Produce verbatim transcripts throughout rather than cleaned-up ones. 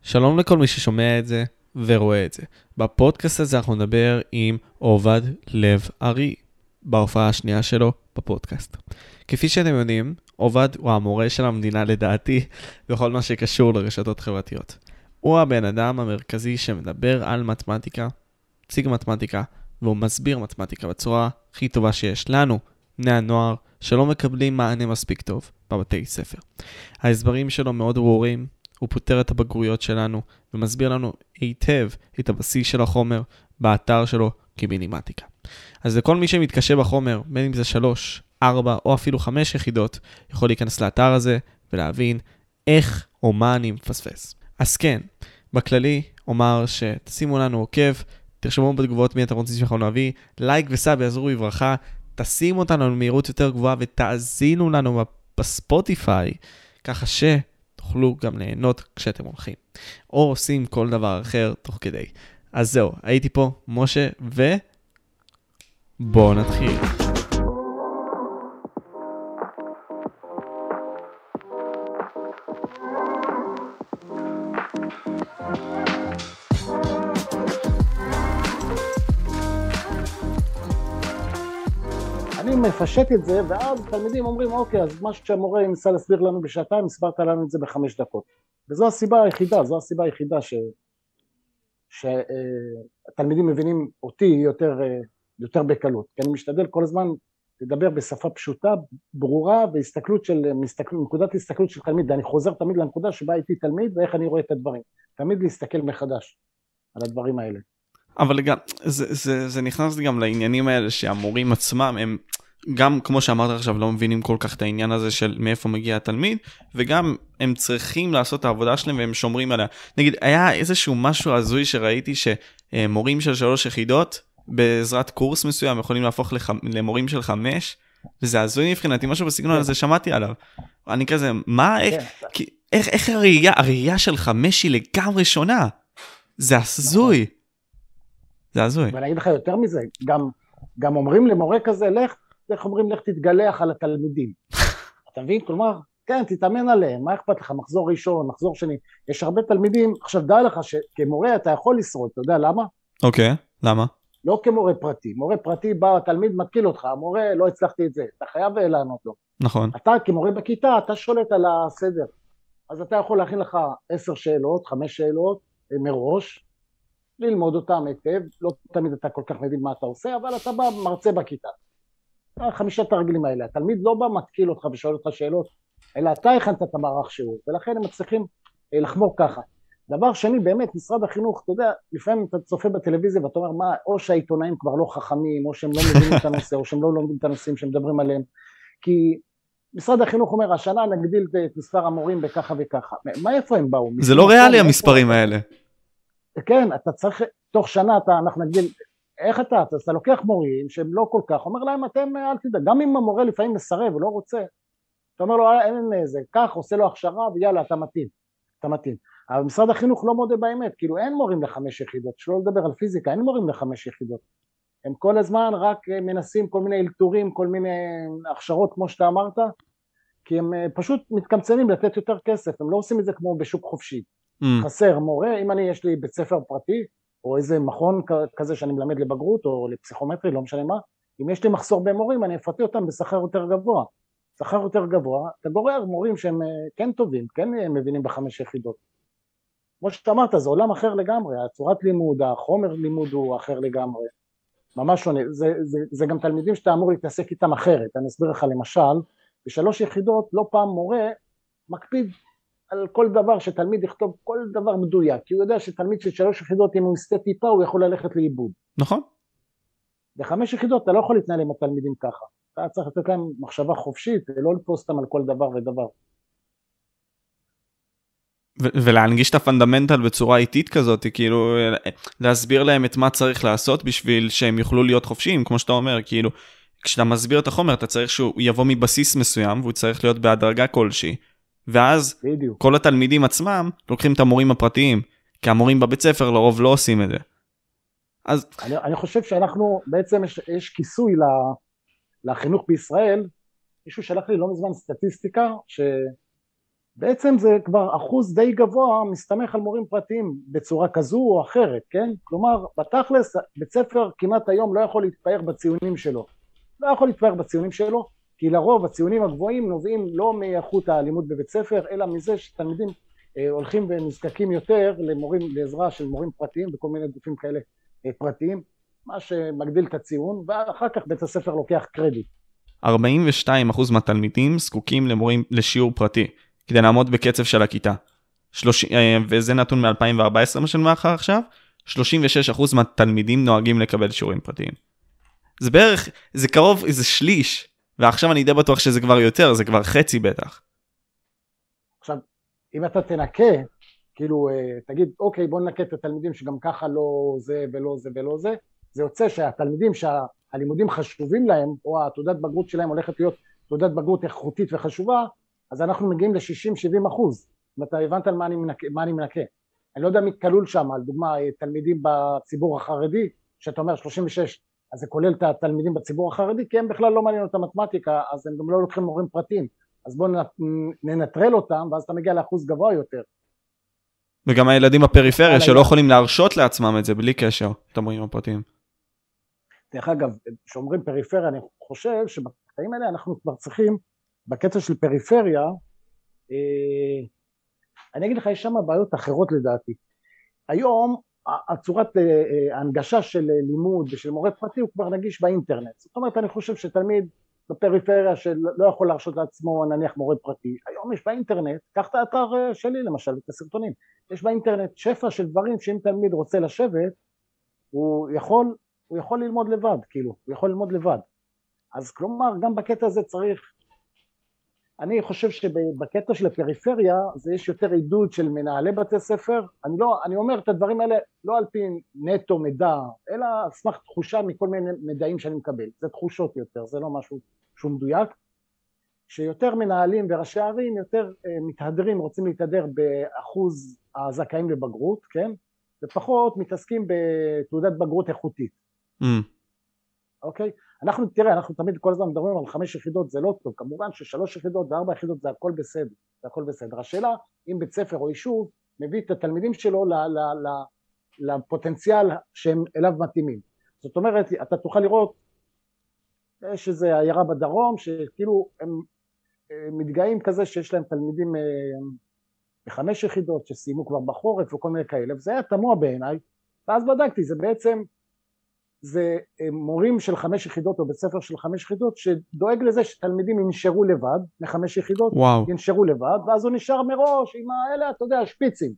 שלום לכל מי ששומע את זה ורואה את זה. בפודקאסט הזה אנחנו נדבר עם עובד לב ארי, בהופעה השנייה שלו בפודקאסט. כפי שאתם יודעים, עובד הוא המורה של המדינה לדעתי, בכל מה שקשור לרשתות חברתיות. הוא הבן אדם המרכזי שמדבר על מתמטיקה, מציג מתמטיקה, והוא מסביר מתמטיקה בצורה הכי טובה שיש לנו, בני הנוער, שלא מקבלים מענה מספיק טוב בבתי ספר. ההסברים שלו מאוד ברורים, הוא פותר את הבגרויות שלנו ומסביר לנו היטב את הבסיס של החומר באתר שלו כמינימטיקה. אז לכל מי שמתקשה בחומר, בין אם זה שלוש, ארבע או אפילו חמש יחידות, יכול להיכנס לאתר הזה ולהבין איך או מה אני מפספס. אז כן, בכללי אומר שתשימו לנו עוקב, תרשמו בתגובות מי אתם רוצים שאנחנו נביא, לייק וסאב יעזרו בברכה, תשימו אותנו במהירות יותר גבוהה ותאזינו לנו בספוטיפיי, ככה ש... תוכלו גם ליהנות כשאתם הולכים, או עושים כל דבר אחר תוך כדי. אז זהו, הייתי פה, משה, ובואו נתחיל. אני מפשט את זה, ואז תלמידים אומרים, אוקיי, אז מה שהמורה ניסה להסביר לנו בשעתיים, הסברת לנו את זה בחמש דקות. וזו הסיבה היחידה, זו הסיבה היחידה ש... שהתלמידים מבינים אותי יותר, יותר בקלות. כי אני משתדל כל הזמן לדבר בשפה פשוטה, ברורה, והסתכלות של, נקודת הסתכלות של תלמיד, ואני חוזר תמיד לנקודה שבה הייתי תלמיד, ואיך אני רואה את הדברים. תמיד להסתכל מחדש על הדברים האלה. אבל גם, זה, זה, זה נכנס גם לעניינים האלה שהמורים עצמם, הם גם, כמו שאמרת עכשיו, לא מבינים כל כך את העניין הזה של מאיפה מגיע התלמיד, וגם הם צריכים לעשות את העבודה שלהם והם שומרים עליה. נגיד, היה איזשהו משהו הזוי שראיתי שמורים של שלוש יחידות, בעזרת קורס מסוים, יכולים להפוך לח... למורים של חמש, וזה הזוי מבחינתי, משהו בסגנון הזה שמעתי עליו. אני כזה, מה, איך, כי, איך, איך הראייה, הראייה של חמש היא לגמרי שונה? זה הזוי. זה הזוי. ואני אגיד לך יותר מזה, גם, גם אומרים למורה כזה, לך, איך אומרים, לך תתגלח על התלמידים. אתה מבין? כלומר, כן, תתאמן עליהם, מה אכפת לך, מחזור ראשון, מחזור שני. יש הרבה תלמידים, עכשיו דע לך שכמורה אתה יכול לשרוד, אתה יודע למה? אוקיי, למה? לא כמורה פרטי, מורה פרטי בא, התלמיד מתקיל אותך, המורה לא הצלחתי את זה, אתה חייב לענות לו. נכון. אתה כמורה בכיתה, אתה שולט על הסדר, אז אתה יכול להכין לך עשר שאלות, חמש שאלות מראש, ללמוד אותם היטב, לא תמיד אתה כל כך מבין מה אתה עושה, אבל אתה בא מרצה בכיתה. חמישת הרגלים האלה, התלמיד לא בא מתקיל אותך ושואל אותך שאלות, אלא אתה הכנת את המערך שיעור, ולכן הם מצליחים לחמור ככה. דבר שני, באמת, משרד החינוך, אתה יודע, לפעמים אתה צופה בטלוויזיה ואתה אומר, מה, או שהעיתונאים כבר לא חכמים, או שהם לא מבינים את הנושא, או שהם לא לומדים את הנושאים שמדברים עליהם, כי משרד החינוך אומר, השנה נגדיל את מספר המורים בככה וככה. מה, איפה הם באו? זה לא ריאלי המספרים האלה. כן, אתה צריך, תוך שנה אתה, אנחנו נגדיל, איך אתה, אתה, אתה לוקח מורים שהם לא כל כך, אומר להם, אתם אל תדע, גם אם המורה לפעמים מסרב ולא רוצה, אתה אומר לו, אין איזה, כך, עושה לו הכשרה, ויאללה, אתה מתאים, אתה מתאים. אבל משרד החינוך לא מודה באמת, כאילו אין מורים לחמש יחידות, שלא לדבר על פיזיקה, אין מורים לחמש יחידות. הם כל הזמן רק מנסים כל מיני אלתורים, כל מיני הכשרות, כמו שאתה אמרת, כי הם פשוט מתקמצנים לתת יותר כסף, הם לא עושים את זה כמו בשוק חופשי. Mm. חסר מורה, אם אני יש לי בית ספר פרטי, או איזה מכון כזה שאני מלמד לבגרות, או לפסיכומטרי, לא משנה מה, אם יש לי מחסור במורים, אני אפתה אותם בשכר יותר גבוה. שכר יותר גבוה, אתה גורר מורים שהם כן טובים, כן מבינים בחמש יחידות. כמו שאתה אמרת, זה עולם אחר לגמרי, הצורת לימוד, החומר לימוד הוא אחר לגמרי, ממש שונה. זה, זה, זה גם תלמידים שאתה אמור להתעסק איתם אחרת. אני אסביר לך למשל, בשלוש יחידות לא פעם מורה מקפיד על כל דבר שתלמיד יכתוב כל דבר מדויק, כי הוא יודע שתלמיד של שלוש יחידות אם הוא יסתה טיפה הוא יכול ללכת לאיבוד. נכון. בחמש יחידות אתה לא יכול להתנהל עם התלמידים ככה, אתה צריך לתת להם מחשבה חופשית ולא לתפוס אותם על כל דבר ודבר. ו- ולהנגיש את הפונדמנטל בצורה איטית כזאת, כאילו להסביר להם את מה צריך לעשות בשביל שהם יוכלו להיות חופשיים, כמו שאתה אומר, כאילו כשאתה מסביר את החומר אתה צריך שהוא יבוא מבסיס מסוים והוא צריך להיות בהדרגה כלשהי. ואז בדיוק. כל התלמידים עצמם לוקחים את המורים הפרטיים, כי המורים בבית ספר לרוב לא עושים את זה. אז... אני, אני חושב שאנחנו, בעצם יש, יש כיסוי לחינוך בישראל, מישהו שלח לי לא מזמן סטטיסטיקה, ש, בעצם זה כבר אחוז די גבוה מסתמך על מורים פרטיים בצורה כזו או אחרת, כן? כלומר, בתכלס, בית ספר כמעט היום לא יכול להתפאר בציונים שלו. לא יכול להתפאר בציונים שלו, כי לרוב הציונים הגבוהים נובעים לא מאיכות הלימוד בבית ספר, אלא מזה שתלמידים אה, הולכים ונזקקים יותר למורים, לעזרה של מורים פרטיים וכל מיני גופים כאלה אה, פרטיים, מה שמגדיל את הציון, ואחר כך בית הספר לוקח קרדיט. ארבעים ושתיים אחוז מהתלמידים זקוקים למורים לשיעור פרטי, כדי לעמוד בקצב של הכיתה. שלושים, וזה נתון מ-אלפיים וארבע עשרה מה שאני מאחר עכשיו, שלושים ושש אחוז מהתלמידים נוהגים לקבל שיעורים פרטיים. זה בערך, זה קרוב, זה שליש, ועכשיו אני די בטוח שזה כבר יותר, זה כבר חצי בטח. עכשיו, אם אתה תנקה, כאילו, תגיד, אוקיי, בוא ננקה את התלמידים שגם ככה לא זה ולא זה ולא זה, זה יוצא שהתלמידים שהלימודים חשובים להם, או התעודת בגרות שלהם הולכת להיות תעודת בגרות איכותית וחשובה, אז אנחנו מגיעים ל-שישים שבעים אחוז. אם אתה הבנת על מה אני מנקה, מה אני מנקה. אני לא יודע מי כלול שם, על דוגמה, תלמידים בציבור החרדי, שאתה אומר שלושים ושש, אז זה כולל את התלמידים בציבור החרדי, כי הם בכלל לא מעניין אותם מתמטיקה, אז הם גם לא לוקחים מורים פרטיים. אז בואו ננטרל אותם, ואז אתה מגיע לאחוז גבוה יותר. וגם הילדים בפריפריה שלא יכולים להרשות לעצמם את זה בלי קשר, את המורים הפרטיים. דרך אגב, כשאומרים פריפריה, אני חושב שבקטעים האלה אנחנו כבר צריכים, בקטע של פריפריה, אה, אני אגיד לך, יש שם בעיות אחרות לדעתי. היום, הצורת ההנגשה של לימוד ושל מורה פרטי הוא כבר נגיש באינטרנט. זאת אומרת, אני חושב שתלמיד בפריפריה שלא יכול להרשות לעצמו נניח מורה פרטי, היום יש באינטרנט, קח את האתר שלי למשל, את הסרטונים, יש באינטרנט שפע של דברים שאם תלמיד רוצה לשבת, הוא יכול, הוא יכול ללמוד לבד, כאילו, הוא יכול ללמוד לבד. אז כלומר, גם בקטע הזה צריך, אני חושב שבקטע של הפריפריה, זה יש יותר עידוד של מנהלי בתי ספר, אני לא, אני אומר את הדברים האלה לא על פי נטו מידע, אלא סמך תחושה מכל מיני מידעים שאני מקבל, זה תחושות יותר, זה לא משהו שהוא מדויק, שיותר מנהלים וראשי ערים יותר אה, מתהדרים, רוצים להתהדר באחוז הזכאים לבגרות, כן? ופחות מתעסקים בתעודת בגרות איכותית. Mm. אוקיי? אנחנו, תראה, אנחנו תמיד כל הזמן מדברים על חמש יחידות, זה לא טוב, כמובן ששלוש יחידות וארבע יחידות זה הכל בסדר, זה הכל בסדר. השאלה, אם בית ספר או יישוב מביא את התלמידים שלו ל, ל, ל, לפוטנציאל שהם אליו מתאימים. זאת אומרת, אתה תוכל לראות, יש איזו עיירה בדרום, שכאילו הם, הם מתגאים כזה שיש להם תלמידים בחמש יחידות, שסיימו כבר בחורף וכל מיני כאלה, וזה היה תמוה בעיניי, ואז בדקתי, זה בעצם, זה מורים של חמש יחידות או בית ספר של חמש יחידות שדואג לזה שתלמידים ינשרו לבד מחמש יחידות, וואו. ינשרו לבד, ואז הוא נשאר מראש עם האלה, אתה יודע, שפיצים.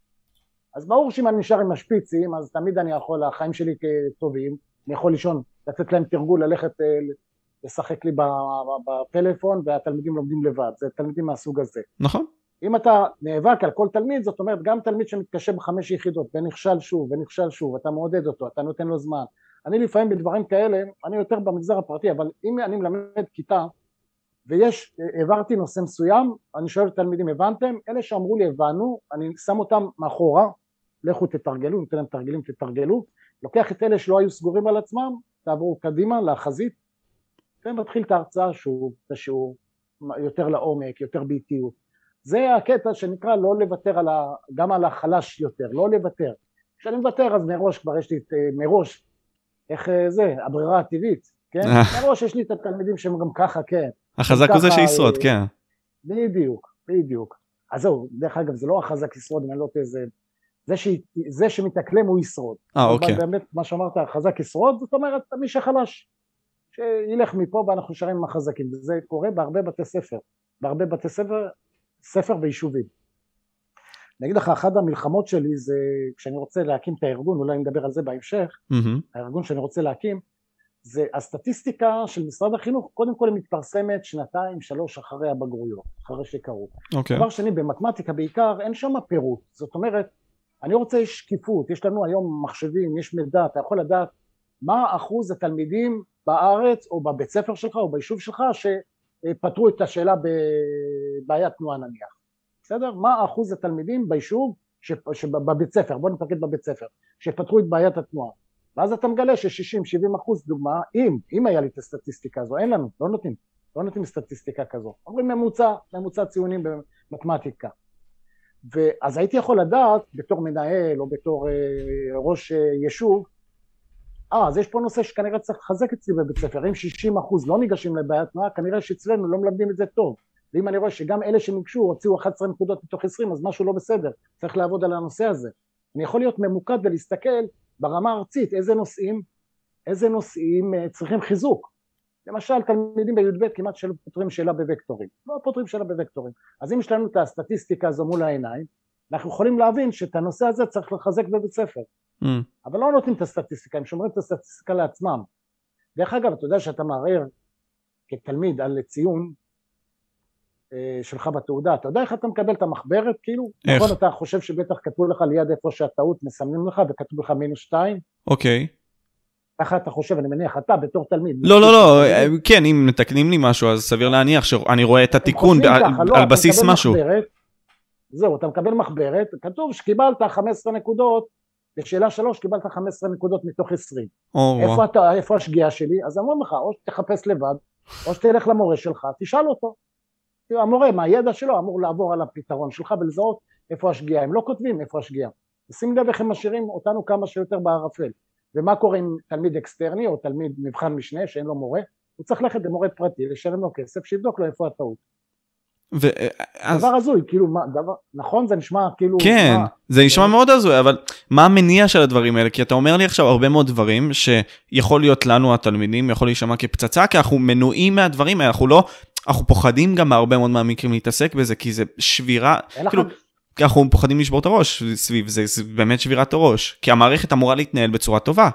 אז ברור שאם אני נשאר עם השפיצים, אז תמיד אני יכול, החיים שלי כטובים, אני יכול לישון, לתת להם תרגול, ללכת לשחק לי בפלאפון, והתלמידים לומדים לבד, זה תלמידים מהסוג הזה. נכון. אם אתה נאבק על כל תלמיד, זאת אומרת, גם תלמיד שמתקשה בחמש יחידות, ונכשל שוב, ונכשל שוב, אתה מעודד אותו, אתה נותן לו זמן. אני לפעמים בדברים כאלה, אני יותר במגזר הפרטי, אבל אם אני מלמד כיתה, ויש, העברתי נושא מסוים, אני שואל תלמידים, הבנתם? אלה שאמרו לי, הבנו, אני שם אותם מאחורה, לכו תתרגלו, נותן להם תרגלים, תתרגלו, לוקח את אלה שלא היו סגורים על עצמם, תעברו קדימה, לחזית, ומתחיל את ההרצאה שוב, את השיעור, יותר לעומק, יותר באיטיות. זה הקטע שנקרא לא לוותר על ה, גם על החלש יותר, לא לוותר. כשאני מוותר אז מראש כבר יש לי את, מראש, איך זה, הברירה הטבעית, כן? מראש יש לי את התלמידים שהם גם ככה, כן. החזק הוא זה שישרוד, כן. בדיוק, בדיוק. אז זהו, דרך אגב, זה לא החזק ישרוד, אני לא יודע, זה, זה, ש, זה שמתאקלם הוא ישרוד. אה, אוקיי. אבל באמת, מה שאמרת, החזק ישרוד, זאת אומרת, מי שחלש, שילך מפה ואנחנו שרים עם החזקים, וזה קורה בהרבה בתי ספר, בהרבה בתי ספר, ספר ויישובים. אני אגיד לך, אחת המלחמות שלי זה, כשאני רוצה להקים את הארגון, אולי נדבר על זה בהמשך, mm-hmm. הארגון שאני רוצה להקים, זה הסטטיסטיקה של משרד החינוך, קודם כל היא מתפרסמת שנתיים, שלוש אחרי הבגרויות, אחרי שקרו. Okay. דבר שני, במתמטיקה בעיקר, אין שם פירוט, זאת אומרת, אני רוצה שקיפות, יש לנו היום מחשבים, יש מידע, אתה יכול לדעת מה אחוז התלמידים בארץ, או בבית ספר שלך, או ביישוב שלך, שפתרו את השאלה בבעיית תנועה נניח. בסדר? מה אחוז התלמידים ביישוב, שבבית ספר, בוא נתמקד בבית ספר, שפתרו את בעיית התנועה. ואז אתה מגלה ש-שישים שבעים אחוז דוגמה, אם, אם היה לי את הסטטיסטיקה הזו, אין לנו, לא נותנים, לא נותנים סטטיסטיקה כזו. אומרים ממוצע, ממוצע ציונים מתמטיקה. ואז הייתי יכול לדעת, בתור מנהל או בתור אה, ראש אה, יישוב, אה, אז יש פה נושא שכנראה צריך לחזק אצלי בבית ספר, אם שישים אחוז לא ניגשים לבעיית תנועה, כנראה שאצלנו לא מלמדים את זה טוב. ואם אני רואה שגם אלה שניגשו הוציאו אחת עשרה נקודות מתוך עשרים, אז משהו לא בסדר, צריך לעבוד על הנושא הזה. אני יכול להיות ממוקד ולהסתכל ברמה הארצית, איזה נושאים, איזה נושאים צריכים חיזוק. למשל, תלמידים ב-י"ב כמעט שלא פותרים שאלה בווקטורים, לא פותרים שאלה בווקטורים. אז אם יש לנו את הסטטיסטיקה הזו מול העיניים, אנחנו יכולים להבין שאת הנושא הזה צריך לחזק בבית ספר. Mm. אבל לא נותנים את הסטטיסטיקה, הם שומרים את הסטטיסטיקה לעצמם. דרך אגב, אתה יודע שאתה מערער כתלמיד על ציון אה, שלך בתעודה, אתה יודע איך אתה מקבל את המחברת, כאילו? איך? נכון, אתה חושב שבטח כתבו לך ליד איפה שהטעות מסמנים לך, וכתבו לך מינוס שתיים? אוקיי. ככה אתה חושב, אני מניח, אתה בתור תלמיד. לא, לא, לא, כן, אם מתקנים לי משהו, אז סביר להניח שאני רואה את התיקון על בסיס משהו. זהו, אתה מקבל מחברת, כתוב שקיבלת חמש עשרה נקודות, בשאלה שלוש קיבלת חמש עשרה נקודות מתוך עשרים. איפה אתה, איפה השגיאה שלי? אז אמרו לך, או שתחפש לבד, או שתלך למורה שלך, תשאל אותו. המורה, מה הידע שלו, אמור לעבור על הפתרון שלך ולזהות איפה השגיאה. הם לא כותבים איפה השגיאה. שים לב איך הם משאירים אותנו כמה שיותר בערפל. ומה קורה עם תלמיד אקסטרני או תלמיד מבחן משנה שאין לו מורה? הוא צריך ללכת למורה פרטי, לשלם לו כסף, שיבדוק לו איפה הטעות. ו... דבר הזוי, כאילו, מה, דבר, נכון? זה נשמע כאילו... כן, מה... זה נשמע מאוד הזוי, אבל מה המניע של הדברים האלה? כי אתה אומר לי עכשיו הרבה מאוד דברים שיכול להיות לנו התלמידים, יכול להישמע כפצצה, כי אנחנו מנועים מהדברים האלה, אנחנו לא, אנחנו פוחדים גם בהרבה מאוד מהמקרים להתעסק בזה, כי זה שבירה, כאילו, כי אנחנו פוחדים לשבור את הראש סביב זה, זה באמת שבירת הראש, כי המערכת אמורה להתנהל בצורה טובה.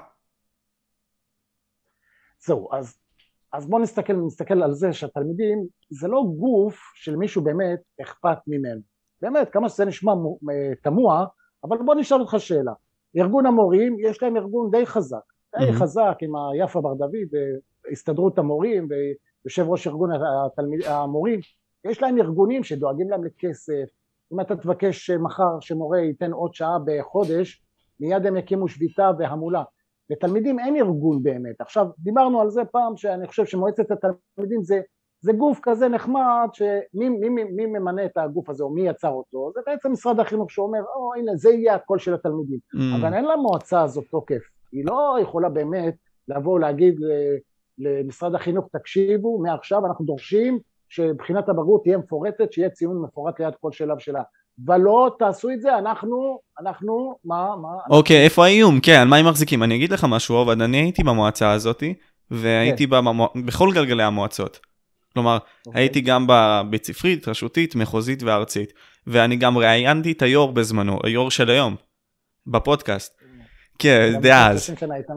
זהו, אז... אז בואו נסתכל, נסתכל על זה שהתלמידים, זה לא גוף של מישהו באמת אכפת ממנו. באמת, כמה שזה נשמע תמוה, אבל בואו נשאל אותך שאלה. ארגון המורים, יש להם ארגון די חזק. די mm-hmm. חזק עם היפה בר דוד, הסתדרות המורים, ויושב ראש ארגון התלמיד, המורים. יש להם ארגונים שדואגים להם לכסף. אם אתה תבקש מחר שמורה ייתן עוד שעה בחודש, מיד הם יקימו שביתה והמולה. לתלמידים אין ארגון באמת. עכשיו, דיברנו על זה פעם שאני חושב שמועצת התלמידים זה, זה גוף כזה נחמד, שמי מי, מי, מי ממנה את הגוף הזה, או מי יצר אותו, זה בעצם משרד החינוך שאומר, או הנה, זה יהיה הקול של התלמידים. Mm. אבל אין למועצה הזאת תוקף. היא לא יכולה באמת לבוא להגיד למשרד החינוך, תקשיבו, מעכשיו אנחנו דורשים שבחינת הבגרות תהיה מפורטת, שיהיה ציון מפורט ליד כל שלב שלה. ולא תעשו את זה, אנחנו, אנחנו, מה, מה? אוקיי, okay, איפה האיום? כן, על מה הם מחזיקים? אני אגיד לך משהו, עובד, אני הייתי במועצה הזאת, והייתי okay. במו... בכל גלגלי המועצות. כלומר, okay. הייתי גם בבית ספרית, רשותית, מחוזית וארצית, ואני גם ראיינתי את היו"ר בזמנו, היו"ר של היום, בפודקאסט. כן, דאז.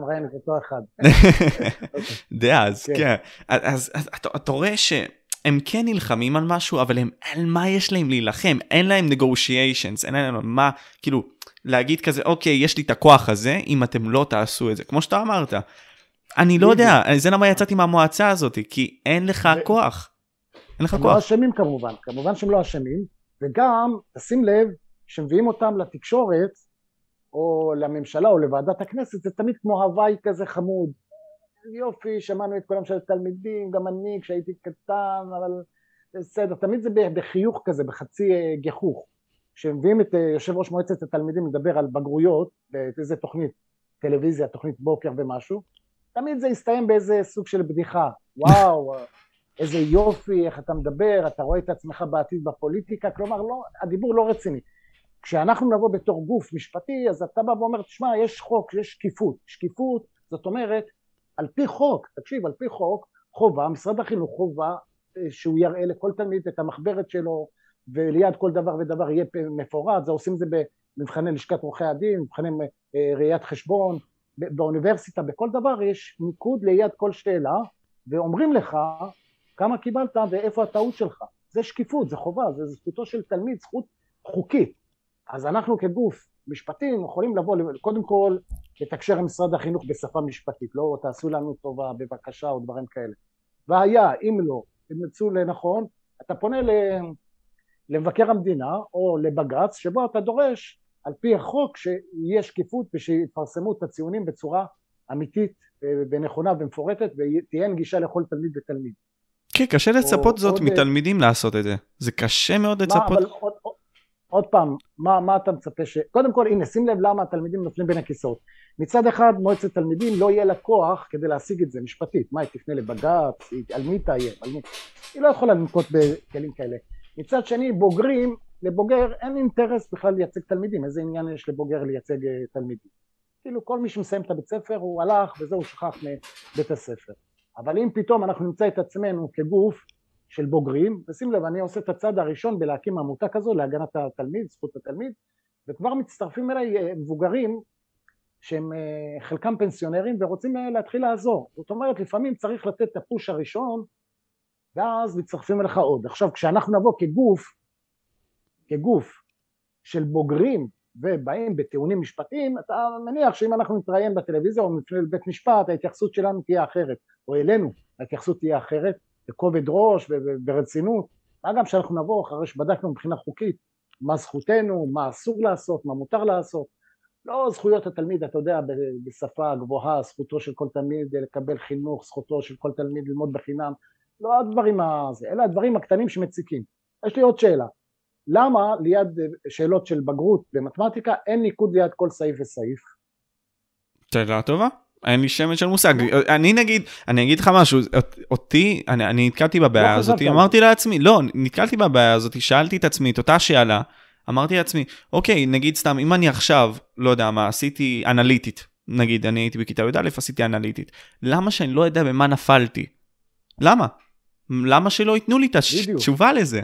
דאז, כן. אז אתה רואה ש... הם כן נלחמים על משהו, אבל הם, על מה יש להם להילחם? אין להם negotiations, אין להם מה, כאילו, להגיד כזה, אוקיי, יש לי את הכוח הזה, אם אתם לא תעשו את זה. כמו שאתה אמרת. אני לא יודע, זה למה יצאתי מהמועצה הזאת, כי אין לך כוח. אין לך כוח. הם לא אשמים כמובן, כמובן שהם לא אשמים, וגם, תשים לב, שמביאים אותם לתקשורת, או לממשלה, או לוועדת הכנסת, זה תמיד כמו הוואי כזה חמוד. יופי, שמענו את כולם של התלמידים, גם אני כשהייתי קטן, אבל בסדר, תמיד זה בחיוך כזה, בחצי גיחוך. כשמביאים את יושב ראש מועצת התלמידים לדבר על בגרויות, באיזה תוכנית טלוויזיה, תוכנית בוקר ומשהו, תמיד זה יסתיים באיזה סוג של בדיחה. וואו, איזה יופי, איך אתה מדבר, אתה רואה את עצמך בעתיד בפוליטיקה, כלומר, לא, הדיבור לא רציני. כשאנחנו נבוא בתור גוף משפטי, אז אתה בא ואומר, תשמע, יש חוק, יש שקיפות. שקיפות, זאת אומרת, על פי חוק, תקשיב, על פי חוק, חובה, משרד החינוך חובה, שהוא יראה לכל תלמיד את המחברת שלו, וליד כל דבר ודבר יהיה מפורט, זה עושים את זה במבחני לשכת עורכי הדין, מבחני ראיית חשבון, באוניברסיטה, בכל דבר יש ניקוד ליד כל שאלה, ואומרים לך כמה קיבלת ואיפה הטעות שלך. זה שקיפות, זה חובה, זה זכותו של תלמיד, זכות חוקית. אז אנחנו כגוף משפטי יכולים לבוא, קודם כל, לתקשר עם משרד החינוך בשפה משפטית, לא תעשו לנו טובה בבקשה או דברים כאלה. והיה, אם לא, אם נצאו לנכון, אתה פונה למבקר המדינה או לבג"ץ, שבו אתה דורש על פי החוק שיהיה שקיפות ושיפרסמו את הציונים בצורה אמיתית ונכונה ומפורטת, ותהיה נגישה לכל תלמיד ותלמיד. כן, קשה לצפות או, זאת עוד... מתלמידים לעשות את זה. זה קשה מאוד לצפות. מה, אבל עוד, עוד, עוד פעם, מה, מה אתה מצפה ש... קודם כל, הנה, שים לב למה התלמידים נופלים בין הכיסאות. מצד אחד, מועצת תלמידים לא יהיה לה כוח כדי להשיג את זה משפטית. מה, היא תפנה לבג"ץ, על מי תהיה, על מי... היא לא יכולה לנקוט בכלים כאלה. מצד שני, בוגרים, לבוגר אין אינטרס בכלל לייצג תלמידים. איזה עניין יש לבוגר לייצג תלמידים? כאילו, כל מי שמסיים את הבית ספר, הוא הלך וזהו, שכח מבית הספר. אבל אם פתאום אנחנו נמצא את עצמנו כגוף של בוגרים, ושים לב, אני עושה את הצעד הראשון בלהקים עמותה כזו להגנת התלמיד, זכות התלמיד, וכבר מצטרפים אליי מבוגרים שהם חלקם פנסיונרים ורוצים להתחיל לעזור. זאת אומרת, לפעמים צריך לתת את הפוש הראשון, ואז מצטרפים אליך עוד. עכשיו, כשאנחנו נבוא כגוף, כגוף של בוגרים, ובאים בטיעונים משפטיים, אתה מניח שאם אנחנו נתראיין בטלוויזיה או נפנה לבית משפט, ההתייחסות שלנו תהיה אחרת, או אלינו, ההתייחסות תהיה אחרת, בכובד ראש וברצינות, מה גם שאנחנו נבוא אחרי שבדקנו מבחינה חוקית, מה זכותנו, מה אסור לעשות, מה מותר לעשות, לא זכויות התלמיד, אתה יודע, בשפה גבוהה, זכותו של כל תלמיד לקבל חינוך, זכותו של כל תלמיד ללמוד בחינם, לא הדברים הזה, אלא הדברים הקטנים שמציקים. יש לי עוד שאלה, למה ליד שאלות של בגרות במתמטיקה אין ניקוד ליד כל סעיף וסעיף? שאלה טובה, אין לי שמץ של מושג. אני נגיד, אני אגיד לך משהו, אותי, אני, אני נתקלתי בבעיה הזאת, אמרתי לעצמי, לא, נתקלתי בבעיה הזאת, שאלתי את עצמי, את אותה שאלה, אמרתי לעצמי, אוקיי, נגיד סתם, אם אני עכשיו, לא יודע מה, עשיתי אנליטית, נגיד, אני הייתי בכיתה י"א, עשיתי אנליטית, למה שאני לא יודע במה נפלתי? למה? למה שלא ייתנו לי את התשובה לזה?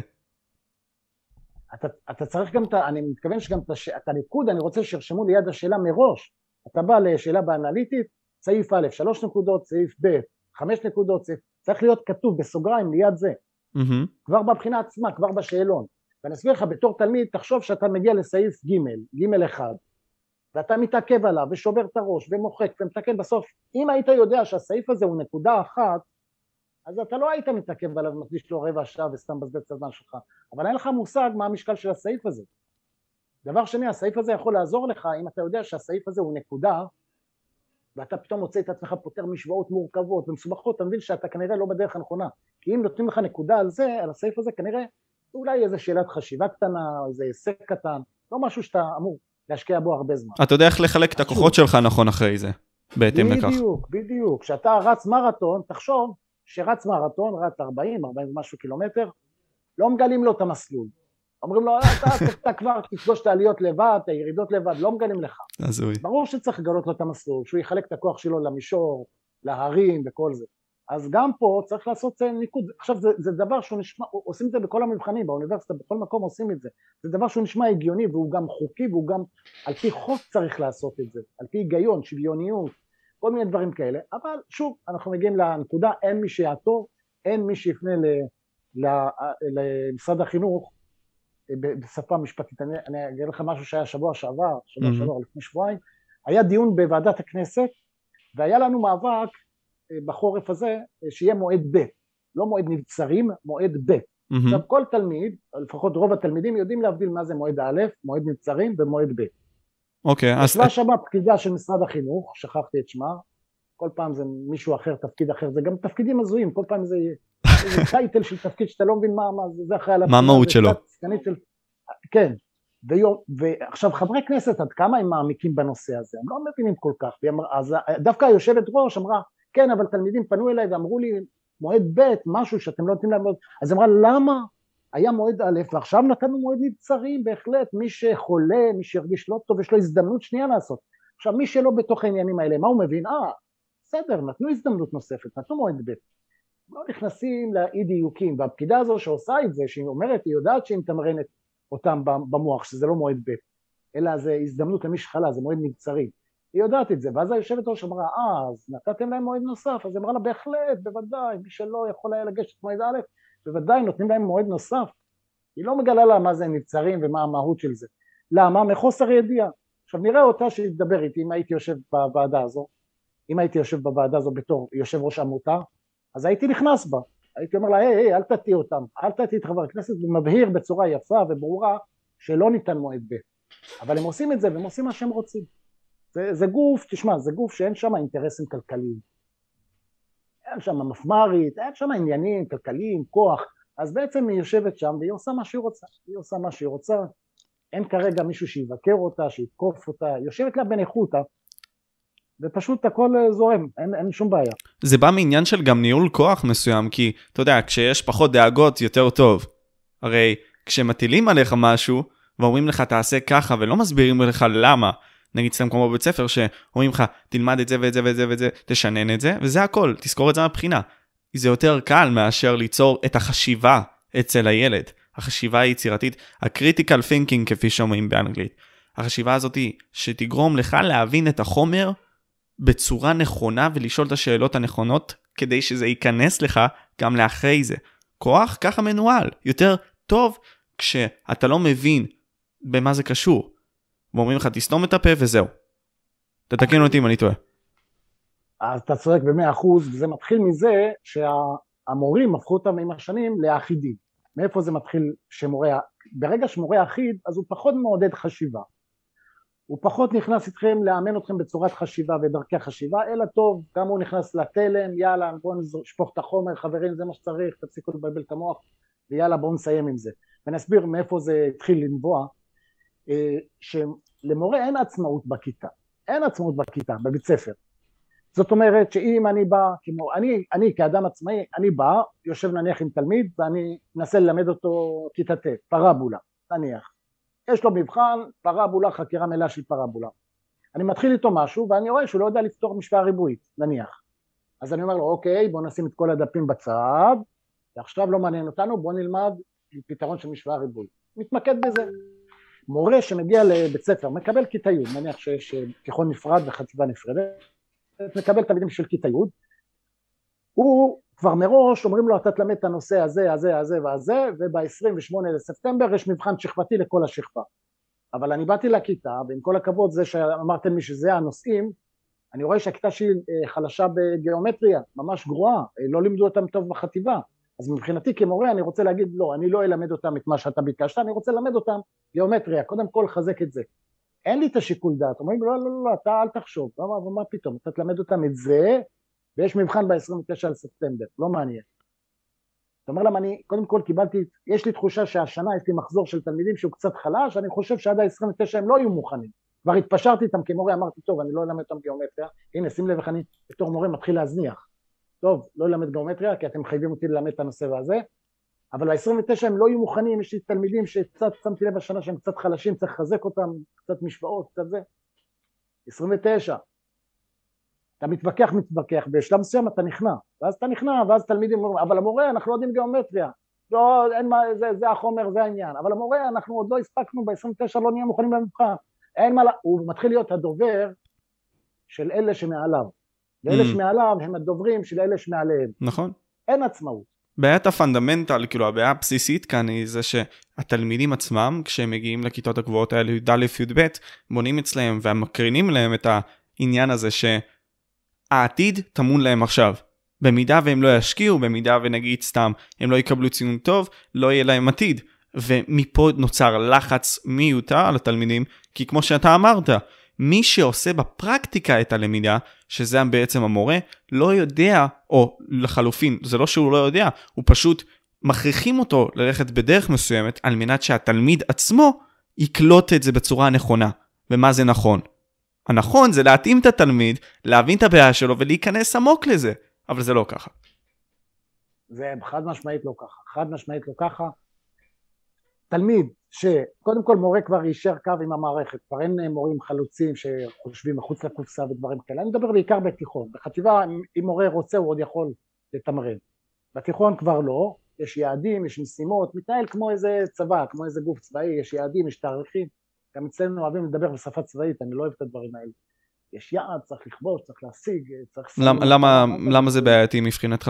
אתה, אתה צריך גם, אני מתכוון שגם את הניקוד, אני רוצה שירשמו ליד השאלה מראש. אתה בא לשאלה באנליטית, סעיף א', שלוש נקודות, סעיף ב', חמש נקודות, סעיף, צריך להיות כתוב בסוגריים ליד זה. Mm-hmm. כבר בבחינה עצמה, כבר בשאלון. ואני אסביר לך, בתור תלמיד, תחשוב שאתה מגיע לסעיף ג', ג' אחד, ואתה מתעכב עליו, ושובר את הראש, ומוחק, ומתקן בסוף. אם היית יודע שהסעיף הזה הוא נקודה אחת, אז אתה לא היית מתעכב עליו, מקדיש לו רבע שעה וסתם בזבז את הזמן שלך, אבל אין לך מושג מה המשקל של הסעיף הזה. דבר שני, הסעיף הזה יכול לעזור לך, אם אתה יודע שהסעיף הזה הוא נקודה, ואתה פתאום מוצא את עצמך פותר משוואות מורכבות ומסובכות, אתה מבין שאתה כנראה לא בדרך הנכונה, כי אם נותנים לך נקודה על זה, על הסעיף הזה, כנראה אולי איזו שאלת חשיבה קטנה, או איזה הישג קטן, לא משהו שאתה אמור להשקיע בו הרבה זמן. אתה יודע איך לחלק את הכוחות שלך נכון אחרי זה, בהתאם לכך. בדיוק, בדיוק. כשאתה רץ מרתון, תחשוב שרץ מרתון, רץ ארבעים, ארבעים ומשהו קילומטר, לא מגלים לו את המסלול. אומרים לו, אתה, אתה כבר תפגוש את העליות לבד, את הירידות לבד, לא מגלים לך. הזוי. ברור שצריך לגלות לו את המסלול, שהוא יחלק את הכוח שלו למישור, להרים וכל זה. אז גם פה צריך לעשות ניקוד. עכשיו, זה, זה דבר שהוא נשמע, עושים את זה בכל המבחנים, באוניברסיטה, בכל מקום עושים את זה. זה דבר שהוא נשמע הגיוני, והוא גם חוקי, והוא גם על פי חוק צריך לעשות את זה, על פי היגיון, שוויוניות, כל מיני דברים כאלה. אבל שוב, אנחנו מגיעים לנקודה, אין מי שיעתור, אין מי שיפנה ל, ל, למשרד החינוך, בשפה משפטית. אני, אני אגיד לך משהו שהיה שבוע שעבר, שבוע mm-hmm. שעבר לפני שבועיים, היה דיון בוועדת הכנסת, והיה לנו מאבק בחורף הזה, שיהיה מועד ב', לא מועד נבצרים, מועד ב'. Mm-hmm. עכשיו כל תלמיד, לפחות רוב התלמידים, יודעים להבדיל מה זה מועד א', מועד נבצרים ומועד ב'. אוקיי. Okay, ישבה שמה פקידה של משרד החינוך, שכחתי את שמה, כל פעם זה מישהו אחר, תפקיד אחר, זה גם תפקידים הזויים, כל פעם זה איזה טייטל של תפקיד שאתה לא מבין מה, מה זה אחרי על מה המהות שלו. של... כן, ויום, ועכשיו חברי כנסת, עד כמה הם מעמיקים בנושא הזה, הם לא מבינים כל כך, ואמר, אז דווקא היושבת ראש אמרה, כן, אבל תלמידים פנו אליי ואמרו לי, מועד ב', משהו שאתם לא נותנים להם, אז אמרה, למה היה מועד א', ועכשיו נתנו מועד נבצרים, בהחלט, מי שחולה, מי שירגיש לא טוב, יש לו הזדמנות שנייה לעשות. עכשיו, מי שלא בתוך העניינים האלה, מה הוא מבין? אה, בסדר, נתנו הזדמנות נוספת, נתנו מועד ב'. לא נכנסים לאי דיוקים, והפקידה הזו שעושה את זה, שהיא אומרת, היא יודעת שהיא מתמרנת אותם במוח, שזה לא מועד ב', אלא זה הזדמנות למי שחלה, זה מועד נבצרי. היא יודעת את זה, ואז היושבת ראש אמרה, אה, אז נתתם להם מועד נוסף, אז אמרה לה, בהחלט, בוודאי, מי שלא יכול היה לגשת מועד א', בוודאי נותנים להם מועד נוסף. היא לא מגלה לה מה זה נבצרים ומה המהות של זה. למה? מחוסר ידיעה. עכשיו נראה אותה שתדבר איתי, אם הייתי יושב בוועדה הזו, אם הייתי יושב בוועדה הזו בתור יושב ראש עמותה, אז הייתי נכנס בה, הייתי אומר לה, היי, היי, אל תטעי אותם, אל תטעי את חבר הכנסת, ומבהיר בצורה יפה וברורה, שלא ניתן מועד ב'. אבל הם עושים את זה, והם עושים מה שהם רוצים. זה, זה גוף, תשמע, זה גוף שאין שם אינטרסים כלכליים. אין שם מפמרית, אין שם עניינים, כלכליים, כוח, אז בעצם היא יושבת שם והיא עושה מה שהיא רוצה, היא עושה מה שהיא רוצה, אין כרגע מישהו שיבקר אותה, שיתקוף אותה, היא יושבת לה בניחותא, ופשוט הכל זורם, אין, אין שום בעיה. זה בא מעניין של גם ניהול כוח מסוים, כי אתה יודע, כשיש פחות דאגות יותר טוב. הרי כשמטילים עליך משהו, ואומרים לך תעשה ככה, ולא מסבירים לך למה, נגיד סתם כמו בבית ספר, שאומרים לך תלמד את זה ואת זה ואת זה ואת זה, תשנן את זה, וזה הכל, תזכור את זה מבחינה. זה יותר קל מאשר ליצור את החשיבה אצל הילד, החשיבה היצירתית, ה-critical thinking כפי שאומרים באנגלית. החשיבה הזאת היא שתגרום לך להבין את החומר בצורה נכונה ולשאול את השאלות הנכונות כדי שזה ייכנס לך גם לאחרי זה. כוח ככה מנוהל, יותר טוב כשאתה לא מבין במה זה קשור. ואומרים לך תסתום את הפה וזהו. תתקן אותי אם אני טועה. אז אתה צודק במאה אחוז, וזה מתחיל מזה שהמורים הפכו אותם עם השנים לאחידים. מאיפה זה מתחיל שמורה, ברגע שמורה אחיד, אז הוא פחות מעודד חשיבה. הוא פחות נכנס איתכם, לאמן אתכם בצורת חשיבה ודרכי חשיבה, אלא טוב, גם הוא נכנס לתלם, יאללה, בואו נשפוך את החומר, חברים, זה מה שצריך, תפסיקו לבלבל את המוח, ויאללה, בואו נסיים עם זה. ונסביר מאיפה זה התחיל לנבוע, שלמורה אין עצמאות בכיתה, אין עצמאות בכיתה, בבית ספר. זאת אומרת שאם אני בא, כמו, אני, אני כאדם עצמאי, אני בא, יושב נניח עם תלמיד, ואני מנסה ללמד אותו כיתה ט', פרבולה, נניח. יש לו מבחן, פרבולה, חקירה מלאה של פרבולה. אני מתחיל איתו משהו, ואני רואה שהוא לא יודע לפתור משוואה ריבועית, נניח. אז אני אומר לו, אוקיי, בוא נשים את כל הדפים בצד, ועכשיו לא מעניין אותנו, בוא נלמד פתרון של משוואה ריבועית. מתמקד בזה. מורה שמגיע לבית ספר, מקבל כיתה י', נניח שיש תיכון נפרד וחטיבה נפרדת, מקבל תלמידים של כיתה י', הוא כבר מראש אומרים לו, אתה תלמד את הנושא הזה, הזה, הזה והזה, וב-עשרים ושמונה לספטמבר יש מבחן שכבתי לכל השכבה. אבל אני באתי לכיתה, ועם כל הכבוד זה שאמרתם לי שזה הנושאים, אני רואה שהכיתה שלי חלשה בגיאומטריה, ממש גרועה, לא לימדו אותם טוב בחטיבה. אז מבחינתי כמורה אני רוצה להגיד, לא, אני לא אלמד אותם את מה שאתה ביקשת, אני רוצה ללמד אותם גיאומטריה, קודם כל חזק את זה. אין לי את השיקול דעת, אומרים, לא, לא, לא, לא, אתה אל תחשוב, מה, מה פתאום, אתה תלמד אותם את זה, ויש מבחן ב-עשרים ותשעה לספטמבר, לא מעניין. זאת אומרת למה אני, קודם כל קיבלתי, יש לי תחושה שהשנה יש לי מחזור של תלמידים שהוא קצת חלש, אני חושב שעד ה-עשרים ותשע הם לא יהיו מוכנים. כבר התפשרתי איתם כמורה, אמרתי, טוב, אני לא אלמד אותם גיאומטריה, הנה, שים לב איך אני בתור מורה מתחיל להזניח. טוב, לא אלמד גיאומטריה, כי אתם חייבים אותי ללמד את הנושא והזה, אבל ב-עשרים ותשע הם לא יהיו מוכנים, יש לי תלמידים שקצת שמתי לב השנה שהם קצת חלשים, צריך לחזק אותם, קצת משוואות, קצת זה. עשרים ותשע. אתה מתווכח, מתווכח, בשלב מסוים אתה נכנע, ואז אתה נכנע, ואז תלמידים אומרים, אבל המורה, אנחנו לא יודעים גיאומטריה, לא, אין מה, זה, זה החומר, זה העניין, אבל המורה, אנחנו עוד לא הספקנו, ב-עשרים ותשע לא נהיה מוכנים למבחן, אין מה, הוא מתחיל להיות הדובר של אלה שמעליו, ואלה mm. שמעליו הם הדוברים של אלה שמעליהם. נכון. אין עצמאות. בעיית הפונדמנטל, כאילו הבעיה הבסיסית כאן היא זה שהתלמידים עצמם, כשהם מגיעים לכיתות הגבוהות האלה, י' א' י' ב', בונים אצלהם ומקרינים להם את העניין הזה שהעתיד תמון להם עכשיו. במידה והם לא ישקיעו, במידה ונגיד סתם הם לא יקבלו ציון טוב, לא יהיה להם עתיד. ומפה נוצר לחץ מיותר על התלמידים, כי כמו שאתה אמרת, מי שעושה בפרקטיקה את הלמידה, שזה בעצם המורה, לא יודע, או לחלופין, זה לא שהוא לא יודע, הוא פשוט מכריחים אותו ללכת בדרך מסוימת, על מנת שהתלמיד עצמו יקלוט את זה בצורה הנכונה. ומה זה נכון? הנכון זה להתאים את התלמיד, להבין את הבעיה שלו ולהיכנס עמוק לזה, אבל זה לא ככה. זה חד משמעית לא ככה, חד משמעית לא ככה. תלמיד שקודם כל מורה כבר יישר קו עם המערכת, כבר אין מורים חלוצים שחושבים מחוץ לקופסה ודברים כאלה, אני מדבר בעיקר בתיכון, בחטיבה אם מורה רוצה הוא עוד יכול לתמרן, בתיכון כבר לא, יש יעדים, יש משימות, מתנהל כמו איזה צבא, כמו איזה גוף צבאי, יש יעדים, יש תאריכים, גם אצלנו אוהבים לדבר בשפה צבאית, אני לא אוהב את הדברים האלה, יש יעד, צריך לכבוש, צריך להשיג, צריך... למה, למה, למה זה בעייתי מבחינתך?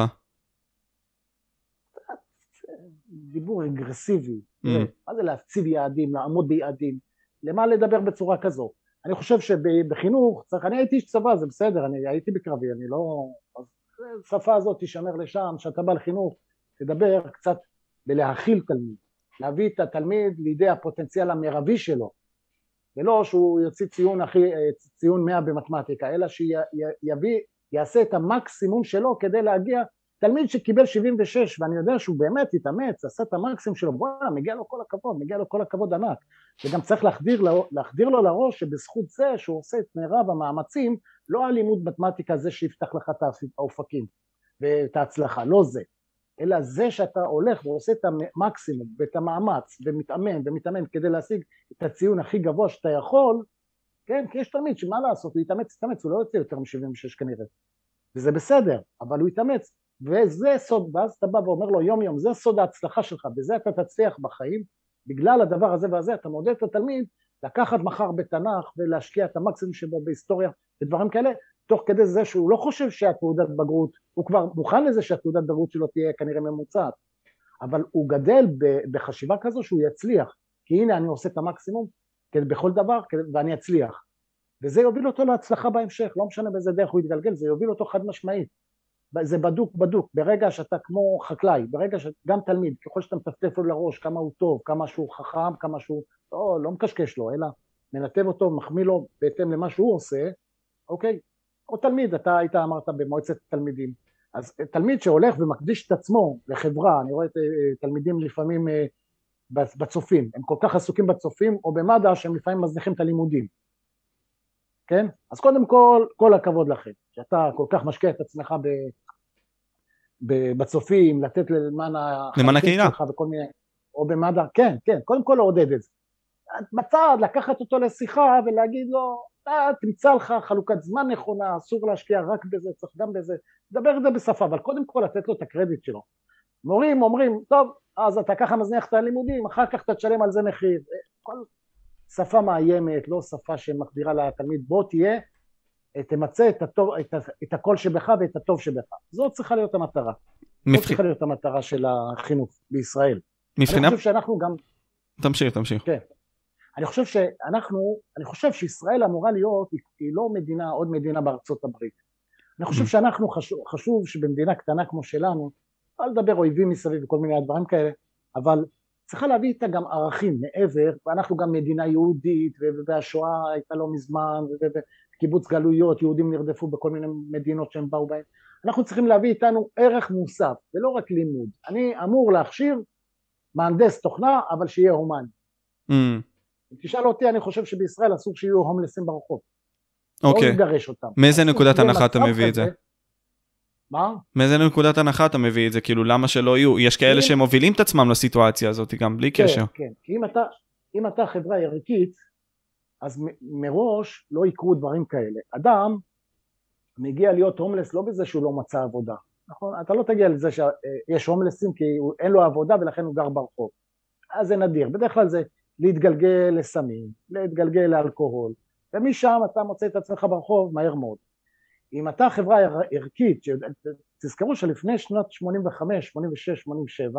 דיבור אגרסיבי, mm. מה זה להציב יעדים, לעמוד ביעדים, למה לדבר בצורה כזו? אני חושב שבחינוך, צריך, אני הייתי איש צבא, זה בסדר, אני הייתי בקרבי, אני לא... השפה הזאת תשמר לשם, שאתה בא לחינוך, תדבר קצת בלהכיל תלמיד, להביא את התלמיד לידי הפוטנציאל המרבי שלו, ולא שהוא יוציא ציון, הכי, ציון מאה במתמטיקה, אלא שיביא יעשה את המקסימום שלו כדי להגיע, תלמיד שקיבל שבעים ושש, ואני יודע שהוא באמת יתאמץ, עשה את המקסימום שלו, בואו, מגיע לו כל הכבוד, מגיע לו כל הכבוד ענק, וגם צריך להחדיר לו, להחדיר לו לראש שבזכות זה שהוא עושה את מירב המאמצים, לא הלימוד מתמטיקה זה שיפתח לך את האופקים ואת ההצלחה, לא זה, אלא זה שאתה הולך ועושה את המקסימום ואת המאמץ ומתאמן ומתאמן כדי להשיג את הציון הכי גבוה שאתה יכול, כן, כי יש תלמיד שמה לעשות, הוא יתאמץ, יתאמץ, הוא לא יוצא יותר מ-שבעים ושש כנראה, וזה בסדר, אבל הוא יתאמץ, וזה סוד, ואז אתה בא ואומר לו יום יום, זה סוד ההצלחה שלך, בזה אתה תצליח בחיים, בגלל הדבר הזה והזה, אתה מעודד את התלמיד לקחת מחר בתנ"ך ולהשקיע את המקסימום שבו בהיסטוריה ודברים כאלה, תוך כדי זה שהוא לא חושב שהתעודת בגרות, הוא כבר מוכן לזה שהתעודת בגרות שלו תהיה כנראה ממוצעת, אבל הוא גדל בחשיבה כזו שהוא יצליח, כי הנה אני עושה את המקסימום בכל דבר ואני אצליח, וזה יוביל אותו להצלחה בהמשך, לא משנה באיזה דרך הוא יתגלגל, זה יוביל אותו חד משמעית, זה בדוק בדוק, ברגע שאתה כמו חקלאי, ברגע שגם תלמיד, ככל שאתה מטפטף לו לראש כמה הוא טוב, כמה שהוא חכם, כמה שהוא, לא, לא מקשקש לו, אלא מנתב אותו, מחמיא לו בהתאם למה שהוא עושה, אוקיי? או תלמיד, אתה היית אמרת במועצת תלמידים, אז תלמיד שהולך ומקדיש את עצמו לחברה, אני רואה את תלמידים לפעמים בצופים, הם כל כך עסוקים בצופים, או במדע שהם לפעמים מזניחים את הלימודים, כן? אז קודם כל, כל הכבוד לכם, שאתה כל כך משקיע את עצמך ב, ב, בצופים, לתת למען הקהילה שלך וכל מיני, או במדע, כן, כן, קודם כל לעודד את זה. בצד, לקחת אותו לשיחה ולהגיד לו, אה, תמצא לך חלוקת זמן נכונה, אסור להשקיע רק בזה, צריך גם בזה, דבר את זה בשפה, אבל קודם כל לתת לו את הקרדיט שלו. מורים אומרים, טוב, אז אתה ככה מזניח את הלימודים, אחר כך אתה תשלם על זה מחיר, כל שפה מאיימת, לא שפה שמחדירה לתלמיד, בוא תהיה, תמצא את, הטוב, את, את הכל שבך ואת הטוב שבך. זאת צריכה להיות המטרה. מבח... זאת צריכה להיות המטרה של החינוך בישראל. מבחינה... אני חושב שאנחנו גם... תמשיך, תמשיך. כן. אני חושב שאנחנו, אני חושב שישראל אמורה להיות, היא לא מדינה, עוד מדינה בארצות הברית. אני חושב שאנחנו חשוב, חשוב שבמדינה קטנה כמו שלנו, לא לדבר אויבים מסביב וכל מיני דברים כאלה, אבל צריכה להביא איתה גם ערכים מעבר, ואנחנו גם מדינה יהודית, והשואה הייתה לא מזמן, וקיבוץ גלויות, יהודים נרדפו בכל מיני מדינות שהם באו בהן. אנחנו צריכים להביא איתנו ערך מוסף, ולא רק לימוד. אני אמור להכשיר מהנדס תוכנה, אבל שיהיה הומני. Mm. אם תשאל אותי, אני חושב שבישראל אסור שיהיו הומלסים ברחוב. אוקיי. לא לגרש אותם. מאיזה נקודת הנחה אתה מביא את זה? מה? מאיזה נקודת הנחה אתה מביא את זה? כאילו, למה שלא יהיו? יש כאלה שמובילים את עצמם לסיטואציה הזאת, גם בלי קשר. כן, כן. כי אם אתה, אם אתה חברה ערכית, אז מ- מראש לא יקרו דברים כאלה. אדם מגיע להיות הומלס לא בזה שהוא לא מצא עבודה. נכון? אתה לא תגיע לזה שיש הומלסים כי אין לו עבודה ולכן הוא גר ברחוב. אז זה נדיר. בדרך כלל זה להתגלגל לסמים, להתגלגל לאלכוהול, ומשם אתה מוצא את עצמך ברחוב מהר מאוד. אם אתה חברה ערכית, תזכרו שלפני שנת שמונים וחמש, שמונים ושש, שמונים ושבע,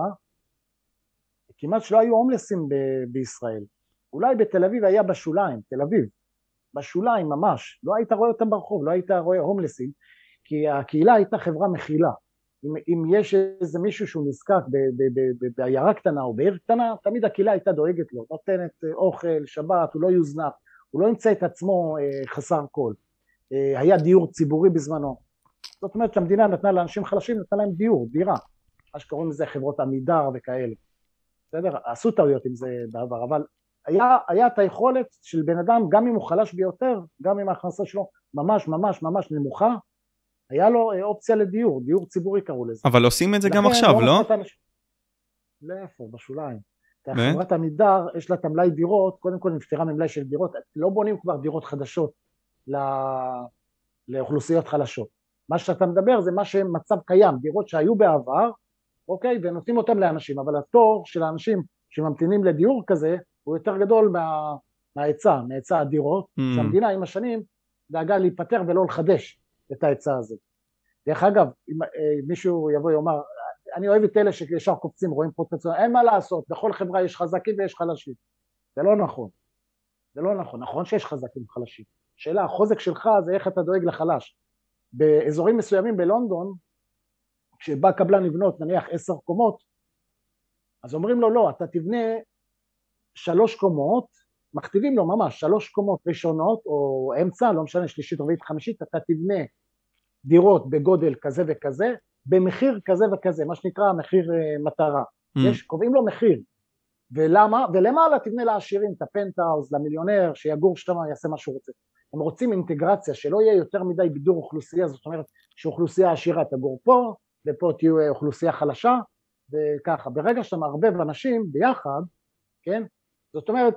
כמעט שלא היו הומלסים ב- בישראל. אולי בתל אביב היה בשוליים, תל אביב, בשוליים ממש, לא היית רואה אותם ברחוב, לא היית רואה הומלסים, כי הקהילה הייתה חברה מכילה. אם, אם יש איזה מישהו שהוא נזקק בעיירה קטנה או בעיר קטנה, תמיד הקהילה הייתה דואגת לו, נותנת אוכל, שבת, הוא לא יוזנח, הוא לא ימצא את עצמו חסר כל. היה דיור ציבורי בזמנו. זאת אומרת שהמדינה נתנה לאנשים חלשים, נתנה להם דיור, דירה. מה שקוראים לזה חברות עמידר וכאלה. בסדר? עשו טעויות עם זה בעבר, אבל היה, היה את היכולת של בן אדם, גם אם הוא חלש ביותר, גם אם ההכנסה שלו ממש ממש ממש נמוכה, היה לו אופציה לדיור, דיור ציבורי קראו לזה. אבל עושים את זה גם עכשיו, לא? לאיפה? בשוליים. חברת עמידר, יש לה את המלאי דירות, קודם כל נפטרה ממלאי של דירות, לא בונים כבר דירות חדשות לאוכלוסיות חלשות. מה שאתה מדבר זה מה שמצב קיים, דירות שהיו בעבר, אוקיי, ונותנים אותם לאנשים, אבל התור של האנשים שממתינים לדיור כזה, הוא יותר גדול מה, מההיצע, מההיצע הדירות, mm. שהמדינה עם השנים דאגה להיפטר ולא לחדש את ההיצע הזה. דרך אגב, אם מישהו יבוא ויאמר, אני אוהב את אלה שישר קופצים, רואים פה את עצמם, אין מה לעשות, בכל חברה יש חזקים ויש חלשים. זה לא נכון. זה לא נכון, נכון שיש חזקים וחלשים. שאלה, החוזק שלך זה איך אתה דואג לחלש. באזורים מסוימים בלונדון, כשבא קבלן לבנות נניח עשר קומות, אז אומרים לו לא, אתה תבנה שלוש קומות, מכתיבים לו ממש שלוש קומות ראשונות או אמצע, לא משנה שלישית, רביעית, חמישית, אתה תבנה דירות בגודל כזה וכזה, במחיר כזה וכזה, מה שנקרא מחיר מטרה. Mm. יש, קובעים לו מחיר. ולמה? ולמעלה תבנה לעשירים, את הפנטהאוז, למיליונר, שיגור שתם, יעשה מה שהוא רוצה. הם רוצים אינטגרציה, שלא יהיה יותר מדי בידור אוכלוסייה, זאת אומרת שאוכלוסייה עשירה תגור פה, ופה תהיו אוכלוסייה חלשה, וככה. ברגע שאתה מערבב אנשים ביחד, כן? זאת אומרת,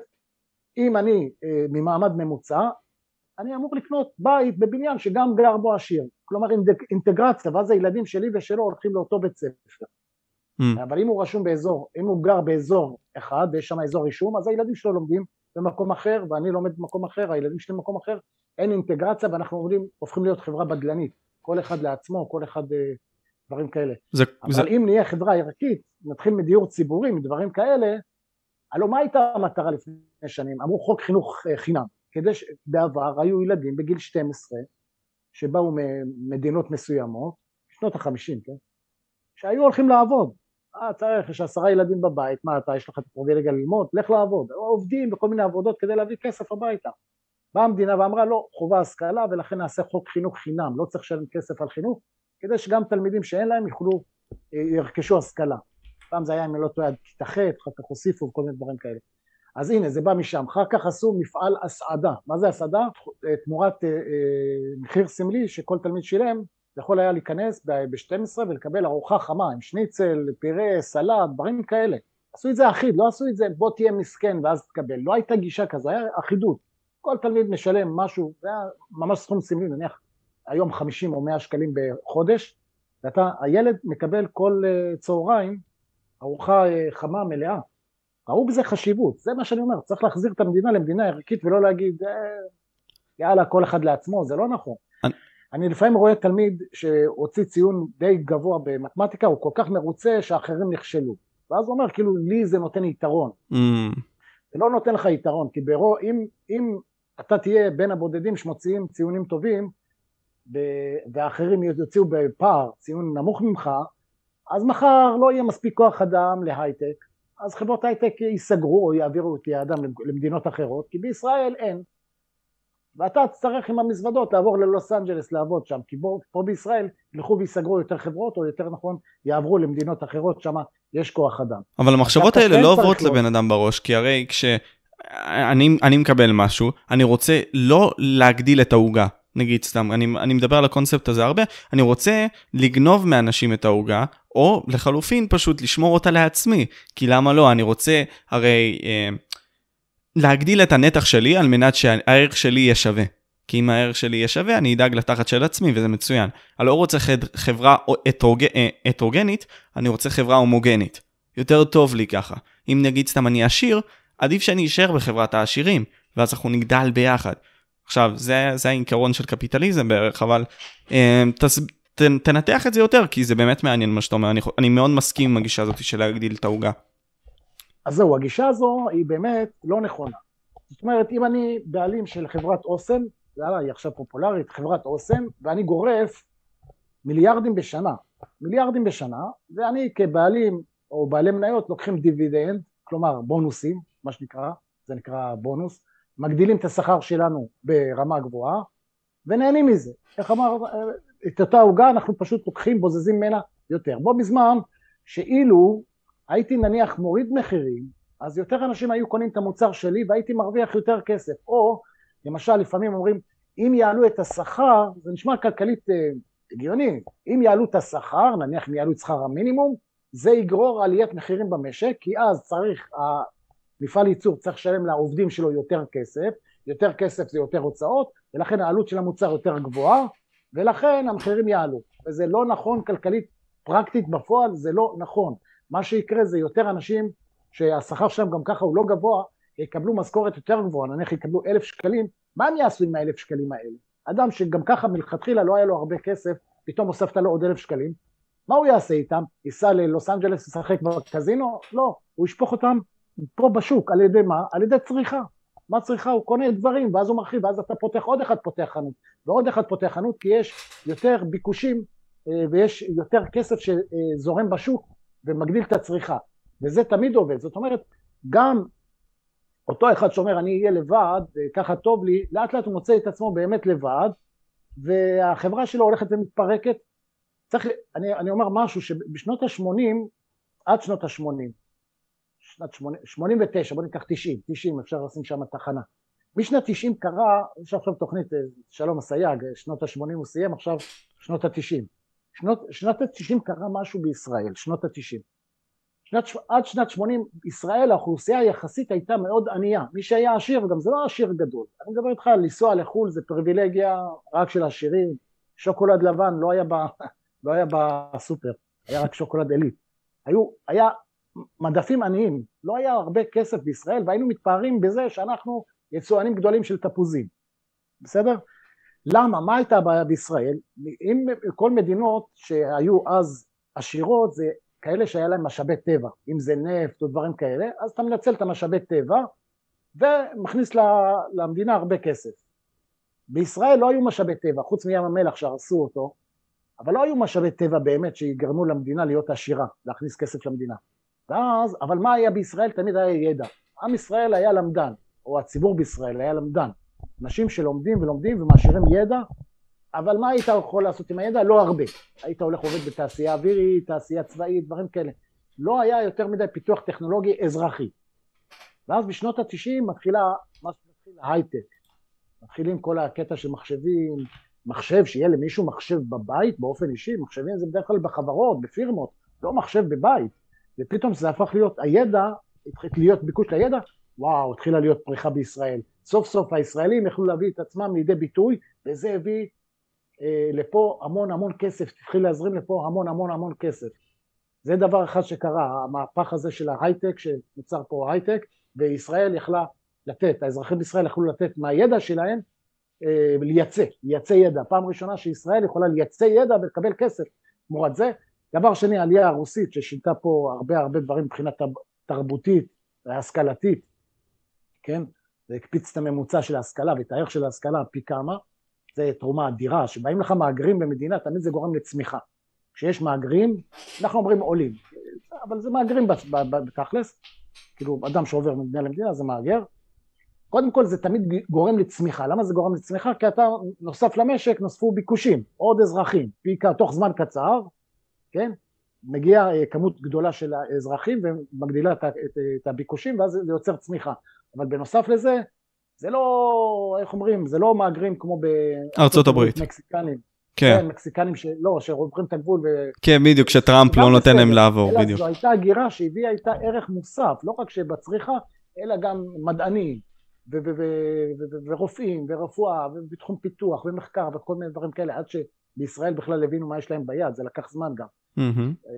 אם אני אה, ממעמד ממוצע, אני אמור לקנות בית בבניין שגם גר בו עשיר. כלומר אינטגרציה, ואז הילדים שלי ושלו הולכים לאותו בית ספר. Mm. אבל אם הוא רשום באזור, אם הוא גר באזור אחד, ויש שם אזור רישום, אז הילדים שלו לומדים במקום אחר, ואני לומד במקום אחר, הילדים שלי במקום אחר, אין אינטגרציה, ואנחנו עובדים, הופכים להיות חברה בדלנית, כל אחד לעצמו, כל אחד דברים כאלה. זה, אבל זה... אם נהיה חברה ערכית, נתחיל מדיור ציבורי, מדברים כאלה, הלוא מה הייתה המטרה לפני שנים? אמרו חוק חינוך חינם, כדי שבעבר היו ילדים בגיל שתים עשרה, שבאו ממדינות מסוימות, שנות החמישים, כן? שהיו הולכים לעבוד. אה, צריך, יש עשרה ילדים בבית, מה אתה, יש לך את הפריבילגיה ללמוד, לך לעבוד. עובדים בכל מיני עבודות כדי להביא כסף הביתה. באה המדינה ואמרה, לא, חובה השכלה, ולכן נעשה חוק חינוך חינם, לא צריך לשלם כסף על חינוך, כדי שגם תלמידים שאין להם יוכלו, ירכשו השכלה. פעם זה היה, אם לא טועה, כיתה ח', אחר כך הוסיפו וכל מיני דברים כאלה. אז הנה, זה בא משם. אחר כך עשו מפעל הסעדה. מה זה הסעדה? תמורת אה, אה, מחיר סמלי שכל תלמיד שילם, יכול היה להיכנס ב-שתים עשרה ולקבל ארוחה חמה עם שניצל, פירה, סלט, דברים כאלה. עשו את זה אחיד, לא עשו את זה בוא תהיה מסכן ואז תקבל. לא הייתה גישה כזו, היה אחידות. כל תלמיד משלם משהו, זה היה ממש סכום סמלי, נניח היום חמישים או מאה שקלים בחודש, ואתה, הילד מקבל כל צהריים ארוחה חמה מלאה. ראו בזה חשיבות, זה מה שאני אומר, צריך להחזיר את המדינה למדינה ערכית ולא להגיד, אה, יאללה, כל אחד לעצמו, זה לא נכון. אני... אני לפעמים רואה תלמיד שהוציא ציון די גבוה במתמטיקה, הוא כל כך מרוצה שאחרים נכשלו. ואז הוא אומר, כאילו, לי זה נותן יתרון. Mm. זה לא נותן לך יתרון, כי ברור, אם, אם אתה תהיה בין הבודדים שמוציאים ציונים טובים, ב, והאחרים יוציאו בפער ציון נמוך ממך, אז מחר לא יהיה מספיק כוח אדם להייטק, אז חברות הייטק ייסגרו או יעבירו את יעדם למדינות אחרות, כי בישראל אין. ואתה תצטרך עם המזוודות לעבור ללוס אנג'לס לעבוד שם, כי בו, פה בישראל ילכו ויסגרו יותר חברות, או יותר נכון, יעברו למדינות אחרות, שם יש כוח אדם. אבל המחשבות האלה לא עוברות לבן אדם בראש, כי הרי כשאני אני מקבל משהו, אני רוצה לא להגדיל את ההוגה, נגיד סתם, אני, אני מדבר על הקונספט הזה הרבה, אני רוצה לגנוב מאנשים את ההוגה, או לחלופין פשוט לשמור אותה לעצמי, כי למה לא? אני רוצה הרי... אה, להגדיל את הנתח שלי על מנת שהערך שלי יהיה שווה. כי אם הערך שלי יהיה שווה, אני אדאג לתחת של עצמי, וזה מצוין. אני לא רוצה חברה הטרוגנית, אני רוצה חברה הומוגנית. יותר טוב לי ככה. אם נגיד סתם אני עשיר, עדיף שאני אשאר בחברת העשירים, ואז אנחנו נגדל ביחד. עכשיו, זה, זה העיקרון של קפיטליזם בערך, אבל אה, תס, ת, תנתח את זה יותר, כי זה באמת מעניין מה שאתה אומר. אני, אני מאוד מסכים עם הגישה הזאת של להגדיל את ההוגה. אז זהו, הגישה הזו היא באמת לא נכונה. זאת אומרת, אם אני בעלים של חברת אוסם, יאללה, היא עכשיו פופולרית, חברת אוסם, ואני גורף מיליארדים בשנה, מיליארדים בשנה, ואני כבעלים או בעלי מניות לוקחים דיבידנד, כלומר בונוסים, מה שנקרא, זה נקרא בונוס, מגדילים את השכר שלנו ברמה גבוהה, ונהנים מזה. איך אמר, את אותה הוגה אנחנו פשוט לוקחים, בוזזים ממנה יותר. בו בזמן שאילו הייתי נניח מוריד מחירים, אז יותר אנשים היו קונים את המוצר שלי והייתי מרוויח יותר כסף. או, למשל, לפעמים אומרים, אם יעלו את השכר, זה נשמע כלכלית אה, הגיוני, אם יעלו את השכר, נניח אם יעלו את שכר המינימום, זה יגרור עליית מחירים במשק, כי אז צריך, המפעל ייצור צריך לשלם לעובדים שלו יותר כסף, יותר כסף זה יותר הוצאות, ולכן העלות של המוצר יותר גבוהה, ולכן המחירים יעלו. וזה לא נכון כלכלית פרקטית בפועל, זה לא נכון. מה שיקרה זה יותר אנשים שהשכר שלהם גם ככה הוא לא גבוה, יקבלו משכורת יותר גבוהה, נניח יקבלו אלף שקלים, מה הם יעשו עם האלף שקלים האלה? אדם שגם ככה מלכתחילה לא היה לו הרבה כסף, פתאום הוספת לו עוד אלף שקלים, מה הוא יעשה איתם? ייסע ללוס אנג'לס לשחק בקזינו? לא, הוא ישפוך אותם פה בשוק, על ידי מה? על ידי צריכה. מה צריכה? הוא קונה דברים, ואז הוא מרחיב, ואז אתה פותח עוד אחד פותח חנות, ועוד אחד פותח חנות, כי יש יותר ביקושים, ויש יותר כסף שזורם בשוק, ומגדיל את הצריכה, וזה תמיד עובד. זאת אומרת, גם אותו אחד שאומר אני אהיה לבד, ככה טוב לי, לאט לאט הוא מוצא את עצמו באמת לבד, והחברה שלו הולכת ומתפרקת. צריך, אני, אני אומר משהו שבשנות ה-שמונים, עד שנות ה-שמונים, שנת שמונים ותשע, בוא ניקח תשעים, תשעים אפשר לשים שם תחנה. משנת תשעים קרה, יש עכשיו תוכנית שלום הסייג, שנות ה-שמונים הוא סיים, עכשיו שנות ה-תשעים. שנות, שנות ה-תשעים קרה משהו בישראל, שנות ה-תשעים. שנת, עד שנת שמונים, ישראל, האוכלוסייה היחסית הייתה מאוד ענייה. מי שהיה עשיר, וגם זה לא עשיר גדול. אני מדבר איתך, לנסוע לחול זה פריבילגיה רק של עשירים. שוקולד לבן לא היה, ב, לא היה בסופר, היה רק שוקולד עילית. היו, היה מדפים עניים, לא היה הרבה כסף בישראל, והיינו מתפארים בזה שאנחנו יצואנים גדולים של תפוזים. בסדר? למה? מה הייתה הבעיה בישראל? אם כל מדינות שהיו אז עשירות, זה כאלה שהיה להם משאבי טבע, אם זה נפט או דברים כאלה, אז אתה מנצל את המשאבי טבע, ומכניס למדינה הרבה כסף. בישראל לא היו משאבי טבע, חוץ מים המלח שהרסו אותו, אבל לא היו משאבי טבע באמת שיגרמו למדינה להיות עשירה, להכניס כסף למדינה. ואז, אבל מה היה בישראל? תמיד היה ידע. עם ישראל היה למדן, או הציבור בישראל היה למדן. אנשים שלומדים ולומדים ומעשירים ידע, אבל מה היית יכול לעשות עם הידע? לא הרבה. היית הולך עובד בתעשייה אווירית, תעשייה צבאית, דברים כאלה. לא היה יותר מדי פיתוח טכנולוגי אזרחי. ואז בשנות ה-תשעים מתחילה, מה שמתחיל ההייטק. מתחילים כל הקטע של מחשבים, מחשב, שיהיה למישהו מחשב בבית באופן אישי, מחשבים זה בדרך כלל בחברות, בפירמות, לא מחשב בבית. ופתאום זה הפך להיות הידע, התחיל להיות ביקוש לידע, וואו, התחילה להיות פריחה בישראל. סוף סוף הישראלים יכלו להביא את עצמם לידי ביטוי, וזה הביא אה, לפה המון המון כסף, התחיל להזרים לפה המון המון המון כסף. זה דבר אחד שקרה, המהפך הזה של ההייטק, שנוצר פה ההייטק, וישראל יכלה לתת, האזרחים בישראל יכלו לתת מהידע שלהם, אה, לייצא, לייצא ידע. פעם ראשונה שישראל יכולה לייצא ידע ולקבל כסף תמורת זה. דבר שני, העלייה הרוסית, ששינתה פה הרבה הרבה דברים מבחינת תרבותית, השכלתית, כן? זה הקפיץ את הממוצע של ההשכלה ואת הערך של ההשכלה פי כמה, זה תרומה אדירה, שבאים לך מאגרים במדינה, תמיד זה גורם לצמיחה. כשיש מאגרים, אנחנו אומרים עולים, אבל זה מאגרים בתכלס, כאילו אדם שעובר ממדינה למדינה זה מאגר, קודם כל זה תמיד גורם לצמיחה, למה זה גורם לצמיחה? כי אתה נוסף למשק, נוספו ביקושים, עוד אזרחים, פי תוך זמן קצר, כן? מגיע כמות גדולה של האזרחים ומגדילה את, את, את הביקושים ואז זה יוצר צמיחה, אבל בנוסף לזה זה לא, איך אומרים, זה לא מאגרים כמו בארצות הברית, מקסיקנים, כן, כן, מקסיקנים שלא, שעוברים את הגבול ו... כן, בדיוק, שטראמפ לא נותן להם לעבור, אלא בדיוק. זו הייתה הגירה שהביאה איתה ערך מוסף, לא רק שבצריכה, אלא גם מדענים ו- ו- ו- ו- ורופאים ורפואה ובתחום פיתוח ומחקר וכל מיני דברים כאלה, עד שבישראל בכלל הבינו מה יש להם ביד, זה לקח זמן גם. Mm-hmm.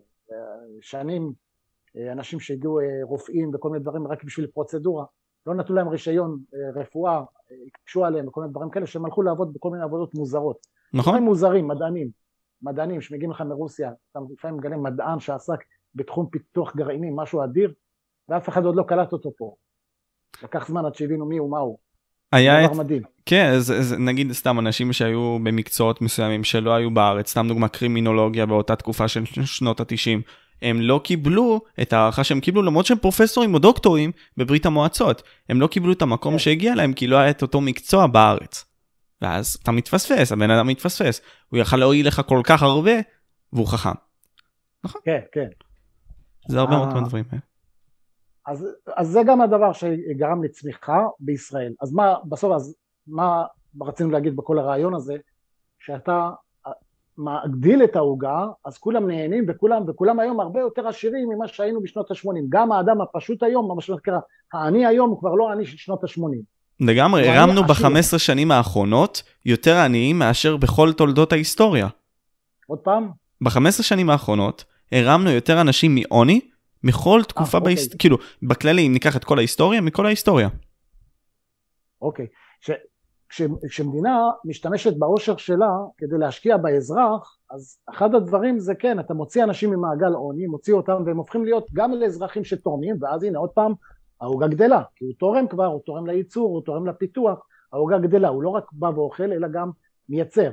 שנים, אנשים שהגיעו רופאים וכל מיני דברים רק בשביל פרוצדורה, לא נתנו להם רישיון רפואה, הקשו עליהם וכל מיני דברים כאלה, שהם הלכו לעבוד בכל מיני עבודות מוזרות. נכון. דברים מוזרים, מדענים, מדענים שמגיעים לך מרוסיה, אתה לפעמים מגלה מדען שעסק בתחום פיתוח גרעיני, משהו אדיר, ואף אחד עוד לא קלט אותו פה. לקח זמן עד שהבינו מי הוא, מה הוא. היה דבר מדהים. כן, אז, אז נגיד סתם אנשים שהיו במקצועות מסוימים שלא היו בארץ, סתם דוגמה קרימינולוגיה באותה תקופה של שנות ה-תשעים, הם לא קיבלו את הערכה שהם קיבלו, למרות שהם פרופסורים או דוקטורים בברית המועצות, הם לא קיבלו את המקום כן. שהגיע להם, כי לא היה את אותו מקצוע בארץ. ואז אתה מתפספס, הבן אדם מתפספס, הוא יכל להועיל לך כל כך הרבה, והוא חכם. נכון? כן, כן. זה הרבה מאוד דברים. אז, אז זה גם הדבר שגרם לצמיחה בישראל. אז מה, בסוף, אז מה רצינו להגיד בכל הרעיון הזה? שאתה מגדיל את ההוגה, אז כולם נהנים, וכולם, וכולם היום הרבה יותר עשירים ממה שהיינו בשנות ה-שמונים. גם האדם הפשוט היום, מה שנקרא, העני היום הוא כבר לא העני של שנות ה-שמונים. לגמרי, הרמנו ב-חמש עשרה שנים האחרונות יותר עניים מאשר בכל תולדות ההיסטוריה. עוד פעם? ב-חמש עשרה שנים האחרונות הרמנו יותר אנשים מעוני, מכל תקופה, בהיסט... כאילו, בכללי, אם ניקח את כל ההיסטוריה, מכל ההיסטוריה. אוקיי, ש... כש... כשמדינה משתמשת בעושר שלה כדי להשקיע באזרח, אז אחד הדברים זה כן, אתה מוציא אנשים ממעגל עוני, מוציא אותם והם הופכים להיות גם לאזרחים שתורמים, ואז הנה עוד פעם, ההוגה גדלה, כי הוא תורם כבר, הוא תורם לייצור, הוא תורם לפיתוח, ההוגה גדלה, הוא לא רק בא ואוכל, אלא גם מייצר.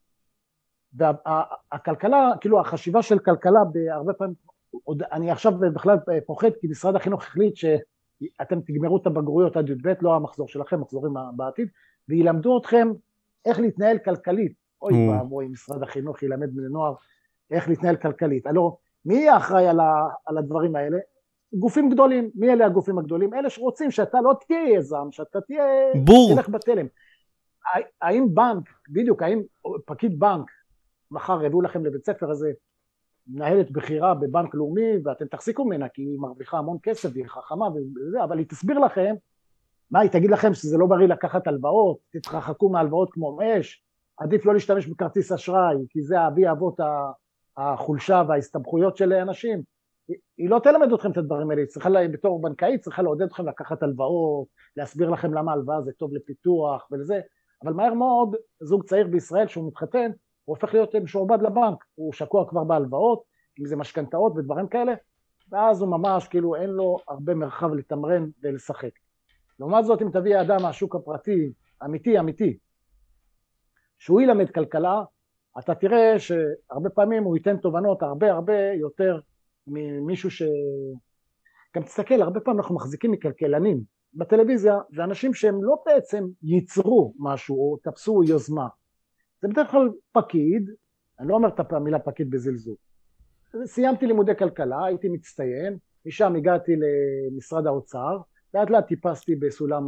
והכלכלה, כאילו החשיבה של כלכלה בהרבה פעמים, עוד, אני עכשיו בכלל פוחד, כי משרד החינוך החליט שאתם תגמרו את הבגרויות עד י"ב, לא המחזור שלכם, מחזורים בעתיד, וילמדו אתכם איך להתנהל כלכלית. אוי ואבוי, משרד החינוך ילמד בני נוער איך להתנהל כלכלית. הלא, מי יהיה אחראי על, ה, על הדברים האלה? גופים גדולים. מי אלה הגופים הגדולים? אלה שרוצים שאתה לא תהיה יזם, שאתה תהיה... בור. תלך בתלם. האם בנק, בדיוק, האם פקיד בנק, מחר יביאו לכם לבית ספר הזה, מנהלת בחירה בבנק לאומי, ואתם תחזיקו ממנה, כי היא מרוויחה המון כסף, והיא חכמה וזה, אבל היא תסביר לכם, מה, היא תגיד לכם שזה לא בריא לקחת הלוואות, תתרחקו מהלוואות כמו אש, עדיף לא להשתמש בכרטיס אשראי, כי זה אבי אבות החולשה וההסתבכויות של אנשים. היא, היא לא תלמד אתכם את הדברים האלה, היא צריכה, בתור בנקאית, צריכה לעודד אתכם לקחת הלוואות, להסביר לכם למה הלוואה זה טוב לפיתוח ולזה, אבל מהר מאוד, זוג צעיר בישראל שהוא מתחתן, הוא הופך להיות משועבד לבנק, הוא שקוע כבר בהלוואות, אם זה משכנתאות ודברים כאלה, ואז הוא ממש כאילו אין לו הרבה מרחב לתמרן ולשחק. לעומת זאת, אם תביא האדם מהשוק הפרטי, אמיתי, אמיתי, שהוא ילמד כלכלה, אתה תראה שהרבה פעמים הוא ייתן תובנות הרבה הרבה יותר ממישהו ש... גם תסתכל, הרבה פעמים אנחנו מחזיקים מכלכלנים בטלוויזיה, זה אנשים שהם לא בעצם ייצרו משהו או תפסו יוזמה. זה בדרך כלל פקיד, אני לא אומר את המילה פקיד בזלזול. סיימתי לימודי כלכלה, הייתי מצטיין, משם הגעתי למשרד האוצר, לאט לאט טיפסתי בסולם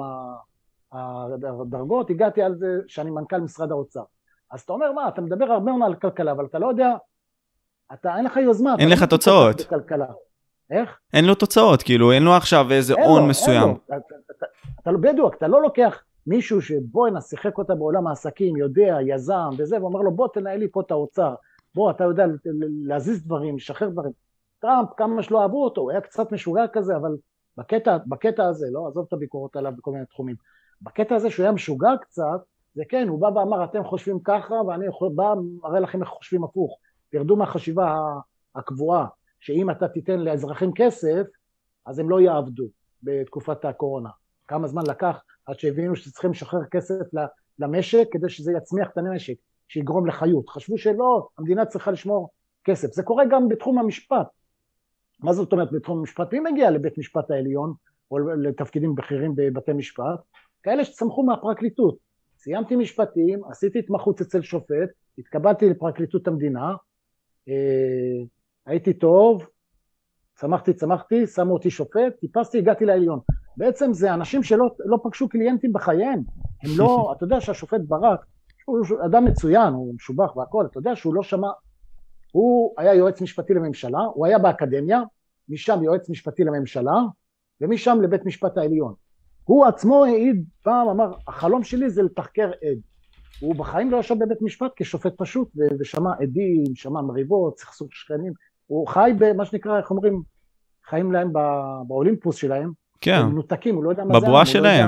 הדרגות, הגעתי על זה שאני מנכ"ל משרד האוצר. אז אתה אומר, מה, אתה מדבר הרבה על כלכלה, אבל אתה לא יודע, אתה, אין לך יוזמה. אין לך תוצאות. בכלכלה. איך? אין לו תוצאות, כאילו, אין לו עכשיו איזה און מסוים. אתה, אתה, אתה לא בדיוק, אתה לא לוקח מישהו שבוא נשחק אותה בעולם העסקים, יודע, יזם וזה, ואומר לו, בוא תנהל לי פה את האוצר, בוא, אתה יודע להזיז דברים, לשחרר דברים. טראמפ, כמה שלא אהבו אותו, הוא היה קצת משוגע כזה, אבל בקטע, בקטע הזה, לא, עזוב את הביקורות עליו בכל מיני תחומים, בקטע הזה שהוא היה משוגע קצת, זה כן, הוא בא ואמר, אתם חושבים ככה, ואני בא, מראה לכם איך חושבים הפוך, תרדו מהחשיבה הקבועה, שאם אתה תיתן לאזרחים כסף, אז הם לא יעבדו בתקופת הקורונה. כמה זמן לקח עד שהבינו שצריכים לשחרר כסף למשק, כדי שזה יצמיח את המשק, שיגרום לחיות. חשבו שלא, המדינה צריכה לשמור כסף. זה קורה גם בתחום המשפט. מה זאת אומרת בתחום המשפט? מי מגיע לבית משפט העליון, או לתפקידים בכירים בבתי משפט? כאלה שצמחו מהפרקליטות. סיימתי משפטים, עשיתי התמחות אצל שופט, התקבלתי לפרקליטות המדינה, הייתי טוב, צמחתי, צמחתי, שמו אותי שופט, טיפסתי, הגעתי לעליון. בעצם זה אנשים שלא לא פגשו קליינטים בחייהם. הם לא, אתה יודע שהשופט ברק, הוא אדם מצוין, הוא משובח והכל, אתה יודע שהוא לא שמע, הוא היה יועץ משפטי לממשלה, הוא היה באקדמיה, משם יועץ משפטי לממשלה, ומשם לבית משפט העליון. הוא עצמו העיד פעם, אמר, החלום שלי זה לתחקר עד. הוא בחיים לא ישב בבית משפט כשופט פשוט, ושמע עדים, שמע מריבות, סכסוך שכנים, הוא חי במה שנקרא, איך אומרים, חיים להם באולימפוס שלהם, כן. הם מנותקים, הוא לא יודע מה זה. בבועה שלהם. לא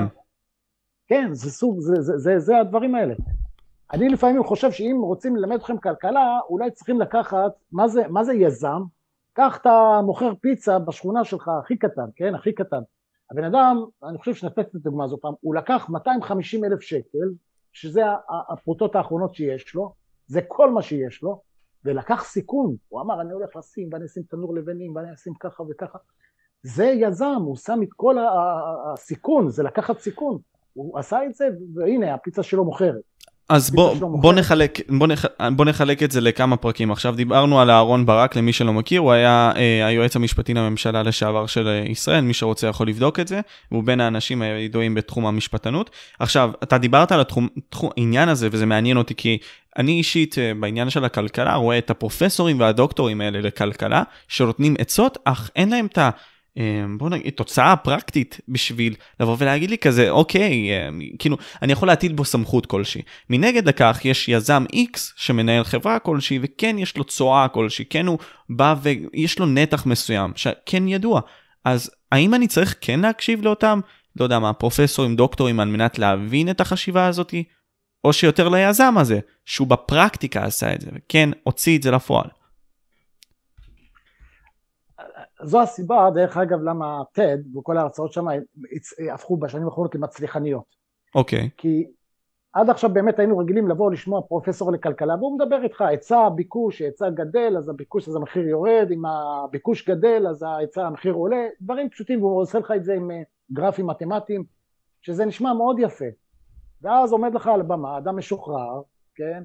כן, זה סוג, זה, זה, זה, זה הדברים האלה. אני לפעמים חושב שאם רוצים ללמד אתכם כלכלה, אולי צריכים לקחת, מה זה, מה זה יזם? קח אתה מוכר פיצה בשכונה שלך, הכי קטן, כן, הכי קטן. הבן אדם, אני חושב שנתת את הדוגמה הזו פעם, הוא לקח מאתיים וחמישים אלף שקל, שזה הפרוטות האחרונות שיש לו, זה כל מה שיש לו, ולקח סיכון, הוא אמר, אני הולך לשים, ואני אשים תנור לבנים, ואני אשים ככה וככה, זה יזם, הוא שם את כל הסיכון, זה לקחת סיכון, הוא עשה את זה, והנה, הפיצה שלו מוכרת. אז בוא, בוא, נחלק, בוא, נח, בוא נחלק את זה לכמה פרקים. עכשיו דיברנו על אהרון ברק, למי שלא מכיר, הוא היה אה, היועץ המשפטי לממשלה לשעבר של ישראל, מי שרוצה יכול לבדוק את זה, הוא בין האנשים הידועים בתחום המשפטנות. עכשיו, אתה דיברת על התחום, תחום, העניין הזה, וזה מעניין אותי, כי אני אישית בעניין של הכלכלה, רואה את הפרופסורים והדוקטורים האלה לכלכלה, שנותנים עצות, אך אין להם את ה... בוא נגיד, תוצאה פרקטית בשביל לבוא ולהגיד לי כזה, אוקיי, כאילו, אני יכול להטיל בו סמכות כלשהי. מנגד לכך, יש יזם X שמנהל חברה כלשהי, וכן יש לו צועה כלשהי, כן הוא בא ויש לו נתח מסוים, שכן ידוע. אז האם אני צריך כן להקשיב לאותם, לא יודע מה, פרופסורים, דוקטורים, על מנת להבין את החשיבה הזאת, או שיותר ליזם הזה, שהוא בפרקטיקה עשה את זה, וכן הוציא את זה לפועל. זו הסיבה, דרך אגב, למה טד וכל ההרצאות שם הפכו בשנים האחרונות למצליחניות. אוקיי. Okay. כי עד עכשיו באמת היינו רגילים לבוא לשמוע פרופסור לכלכלה, והוא מדבר איתך, היצע, ביקוש, היצע גדל, אז הביקוש, אז המחיר יורד, אם הביקוש גדל, אז היצע, המחיר עולה, דברים פשוטים, והוא עושה לך את זה עם גרפים מתמטיים, שזה נשמע מאוד יפה. ואז עומד לך על הבמה, אדם משוחרר, כן,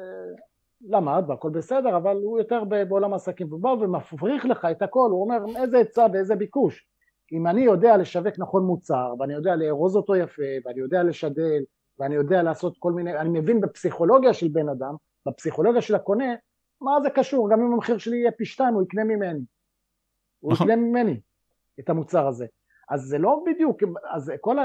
שלמד והכל בסדר, אבל הוא יותר בעולם העסקים, ובא ומפריך לך את הכל, הוא אומר איזה היצע ואיזה ביקוש. אם אני יודע לשווק נכון מוצר, ואני יודע לארוז אותו יפה, ואני יודע לשדל, ואני יודע לעשות כל מיני, אני מבין בפסיכולוגיה של בן אדם, בפסיכולוגיה של הקונה, מה זה קשור? גם אם המחיר שלי יהיה פי שתיים, הוא יקנה ממני. הוא יקנה ממני את המוצר הזה. אז זה לא בדיוק, אז כל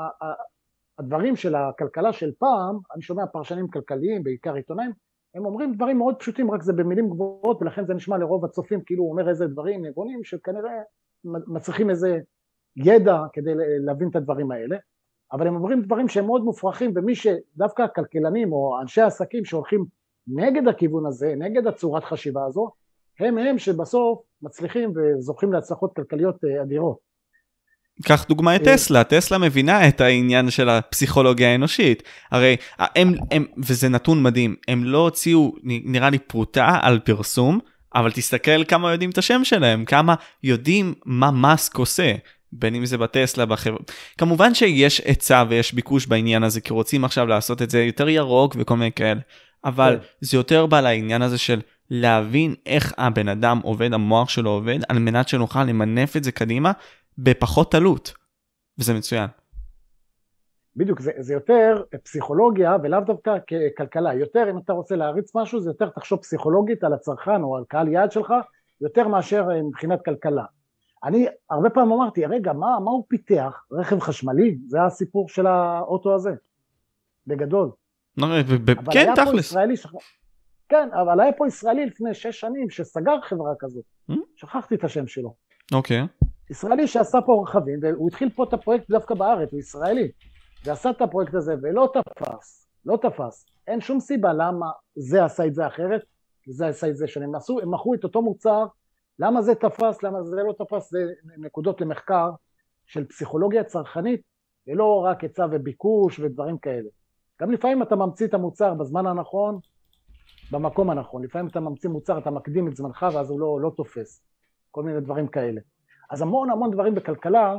הדברים של הכלכלה של פעם, אני שומע פרשנים כלכליים, בעיקר עיתונאים, הם אומרים דברים מאוד פשוטים, רק זה במילים גבוהות, ולכן זה נשמע לרוב הצופים, כאילו הוא אומר איזה דברים נבונים, שכנראה מצריכים איזה ידע כדי להבין את הדברים האלה, אבל הם אומרים דברים שהם מאוד מופרכים, ומי שדווקא הכלכלנים או אנשי העסקים שהולכים נגד הכיוון הזה, נגד הצורת חשיבה הזו, הם הם שבסוף מצליחים וזוכים להצלחות כלכליות אדירות. קח דוגמה את טסלה, טסלה מבינה את העניין של הפסיכולוגיה האנושית, הרי הם, הם, וזה נתון מדהים, הם לא הוציאו, נראה לי פרוטה על פרסום, אבל תסתכל כמה יודעים את השם שלהם, כמה יודעים מה מאסק עושה, בין אם זה בטסלה, בחברה. כמובן שיש היצע ויש ביקוש בעניין הזה, כי רוצים עכשיו לעשות את זה יותר ירוק וכל מיני כאלה, אבל זה יותר בא לעניין הזה של להבין איך הבן אדם עובד, המוח שלו עובד, על מנת שנוכל למנף את זה קדימה, בפחות עלות, וזה מצוין. בדיוק, זה, זה יותר פסיכולוגיה ולאו דווקא ככלכלה, יותר אם אתה רוצה להריץ משהו, זה יותר תחשוב פסיכולוגית על הצרכן או על קהל יעד שלך, יותר מאשר מבחינת כלכלה. אני הרבה פעמים אמרתי, רגע, מה, מה הוא פיתח? רכב חשמלי? זה הסיפור של האוטו הזה, בגדול. כן, תכלס. כן, אבל היה פה ישראלי לפני שש שנים שסגר חברה כזו, שכחתי את השם שלו. אוקיי. ישראלי שעשה פה רכבים, והוא התחיל פה את הפרויקט דווקא בארץ, הוא ישראלי, ועשה את הפרויקט הזה, ולא תפס, לא תפס. אין שום סיבה למה זה עשה את זה אחרת, וזה עשה את זה שונים. נסו, הם מכרו את אותו מוצר, למה זה תפס, למה זה לא תפס, זה נקודות למחקר של פסיכולוגיה צרכנית, ולא רק היצע וביקוש ודברים כאלה. גם לפעמים אתה ממציא את המוצר בזמן הנכון, במקום הנכון. לפעמים אתה ממציא מוצר, אתה מקדים את זמנך, ואז הוא לא, לא תופס. כל מיני דברים כאלה. אז המון המון דברים בכלכלה,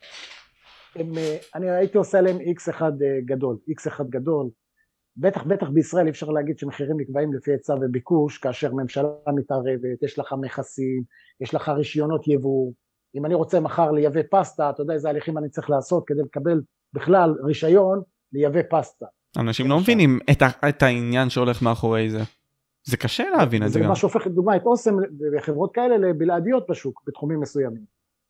הם, אני הייתי עושה להם איקס אחד גדול, איקס אחד גדול, בטח בטח בישראל אפשר להגיד שמחירים נקבעים לפי היצע וביקוש, כאשר ממשלה מתערבת, יש לך מכסים, יש לך רישיונות יבוא, אם אני רוצה מחר לייבא פסטה, אתה יודע איזה הליכים אני צריך לעשות כדי לקבל בכלל רישיון לייבא פסטה. אנשים לא מבינים את, את העניין שהולך מאחורי זה. זה קשה להבין את זה גם. זה מה שהופך את דוגמה את אוסם וחברות כאלה לבלעדיות בשוק, בתחומים מסוימים.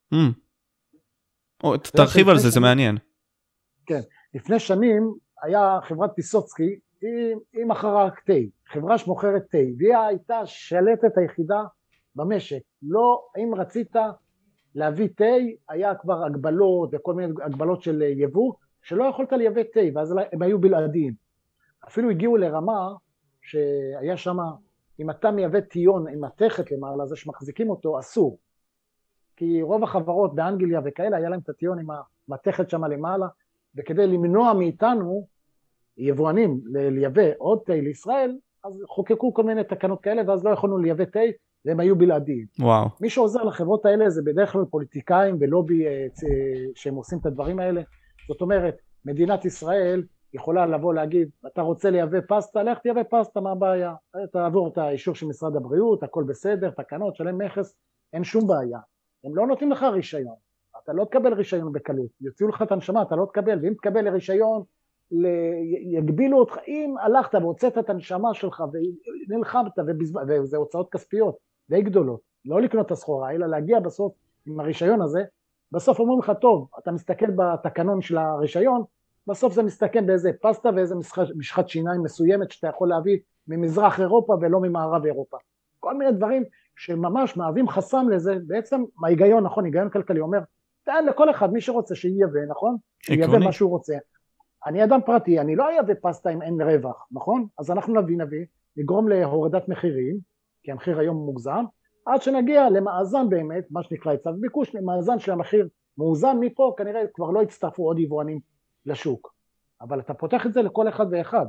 תרחיב על זה, זה מעניין. כן, לפני שנים היה חברת פיסוצקי, היא מכרה רק תה, חברה שמוכרת תה, והיא הייתה שלטת היחידה במשק. לא, אם רצית להביא תה, היה כבר הגבלות וכל מיני הגבלות של יבוא, שלא יכולת לייבא תה, ואז הם היו בלעדיים. אפילו הגיעו לרמה שהיה שם, אם אתה מייבא טיון עם מתכת למעלה, זה שמחזיקים אותו, אסור. כי רוב החברות באנגליה וכאלה, היה להם את הטיון עם המתכת שם למעלה, וכדי למנוע מאיתנו, יבואנים לייבא עוד תה לישראל, אז חוקקו כל מיני תקנות כאלה, ואז לא יכולנו לייבא תה, והם היו בלעדיים. וואו. מי שעוזר לחברות האלה, זה בדרך כלל פוליטיקאים ולובי שהם עושים את הדברים האלה. זאת אומרת, מדינת ישראל יכולה לבוא להגיד, אתה רוצה לייבא פסטה, לך תייבא פסטה, מה הבעיה? תעבור את האישור של משרד הבריאות, הכל בסדר, תקנות, שלם מכס, אין שום בעיה. הם לא נותנים לך רישיון, אתה לא תקבל רישיון בקלות, יוציאו לך את הנשמה, אתה לא תקבל, ואם תקבל לרישיון, יגבילו אותך, אם הלכת והוצאת את הנשמה שלך, ונלחמת, וזה הוצאות כספיות, די גדולות, לא לקנות את הסחורה, אלא להגיע בסוף עם הרישיון הזה, בסוף אומרים לך, טוב, אתה מסתכל בתקנון של הרישיון, בסוף זה מסתכם באיזה פסטה, ואיזה משחת שיניים מסוימת, שאתה יכול להביא ממזרח אירופה, ולא ממערב אירופה. כל מיני דברים שממש מהווים חסם לזה, בעצם ההיגיון, נכון, היגיון כלכלי אומר, תן לכל אחד, מי שרוצה שייבא, נכון? שייבא מה שהוא רוצה. אני אדם פרטי, אני לא אייבא פסטה אם אין רווח, נכון? אז אנחנו נביא נביא, נגרום להורדת מחירים, כי המחיר היום מוגזם, עד שנגיע למאזן באמת, מה שנקרא היצע וביקוש, למאזן שהמחיר מאוזן מפה, כנראה כבר לא יצטרפו עוד יבואנים לשוק. אבל אתה פותח את זה לכל אחד ואחד.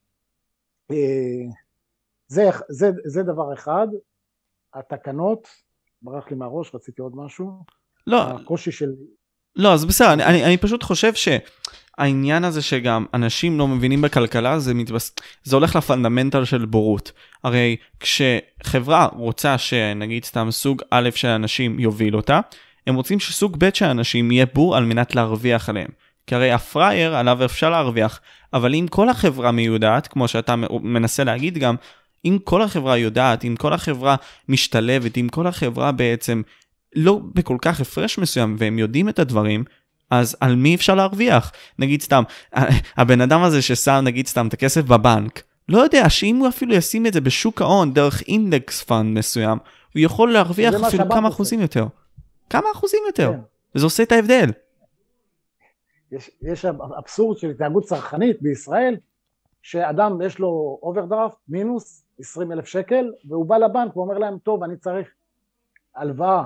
זה, זה, זה דבר אחד. התקנות, ברח לי מהראש, רציתי עוד משהו. לא. הקושי של... לא, אז בסדר, אני, אני, אני פשוט חושב שהעניין הזה שגם אנשים לא מבינים בכלכלה, זה, מתבס... זה הולך לפונדמנטל של בורות. הרי כשחברה רוצה שנגיד סתם סוג א' של אנשים יוביל אותה, הם רוצים שסוג ב' של אנשים יהיה בור על מנת להרוויח עליהם. כי הרי הפרייר עליו אפשר להרוויח, אבל אם כל החברה מיודעת, כמו שאתה מנסה להגיד גם, אם כל החברה יודעת, אם כל החברה משתלבת, אם כל החברה בעצם לא בכל כך הפרש מסוים, והם יודעים את הדברים, אז על מי אפשר להרוויח? נגיד סתם, הבן אדם הזה ששם נגיד סתם את הכסף בבנק, לא יודע שאם הוא אפילו ישים את זה בשוק ההון, דרך אינדקס פאנד מסוים, הוא יכול להרוויח אפילו כמה אחוזים יותר. כמה אחוזים יותר. וזה עושה את ההבדל. יש, יש אבסורד של התנהגות צרכנית בישראל, שאדם יש לו אוברדרפט, מינוס עשרים אלף שקל, והוא בא לבנק ואומר להם, טוב, אני צריך הלוואה.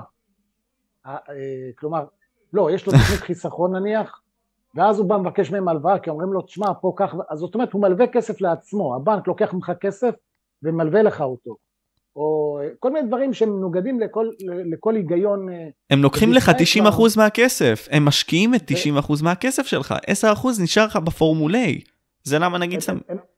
כלומר, לא, יש לו תכנית חיסכון נניח, ואז הוא בא מבקש מהם הלוואה, כי אומרים לו, תשמע, פה כך, אז זאת אומרת, הוא מלווה כסף לעצמו, הבנק לוקח ממך כסף, ומלווה לך אותו. או כל מיני דברים שהם מנוגדים לכל, לכל היגיון. הם לוקחים לך תשעים אחוז מהכסף, הם משקיעים את תשעים אחוז מהכסף שלך, עשרה אחוז נשאר לך בפורמולי. זה למה נגיד סתם...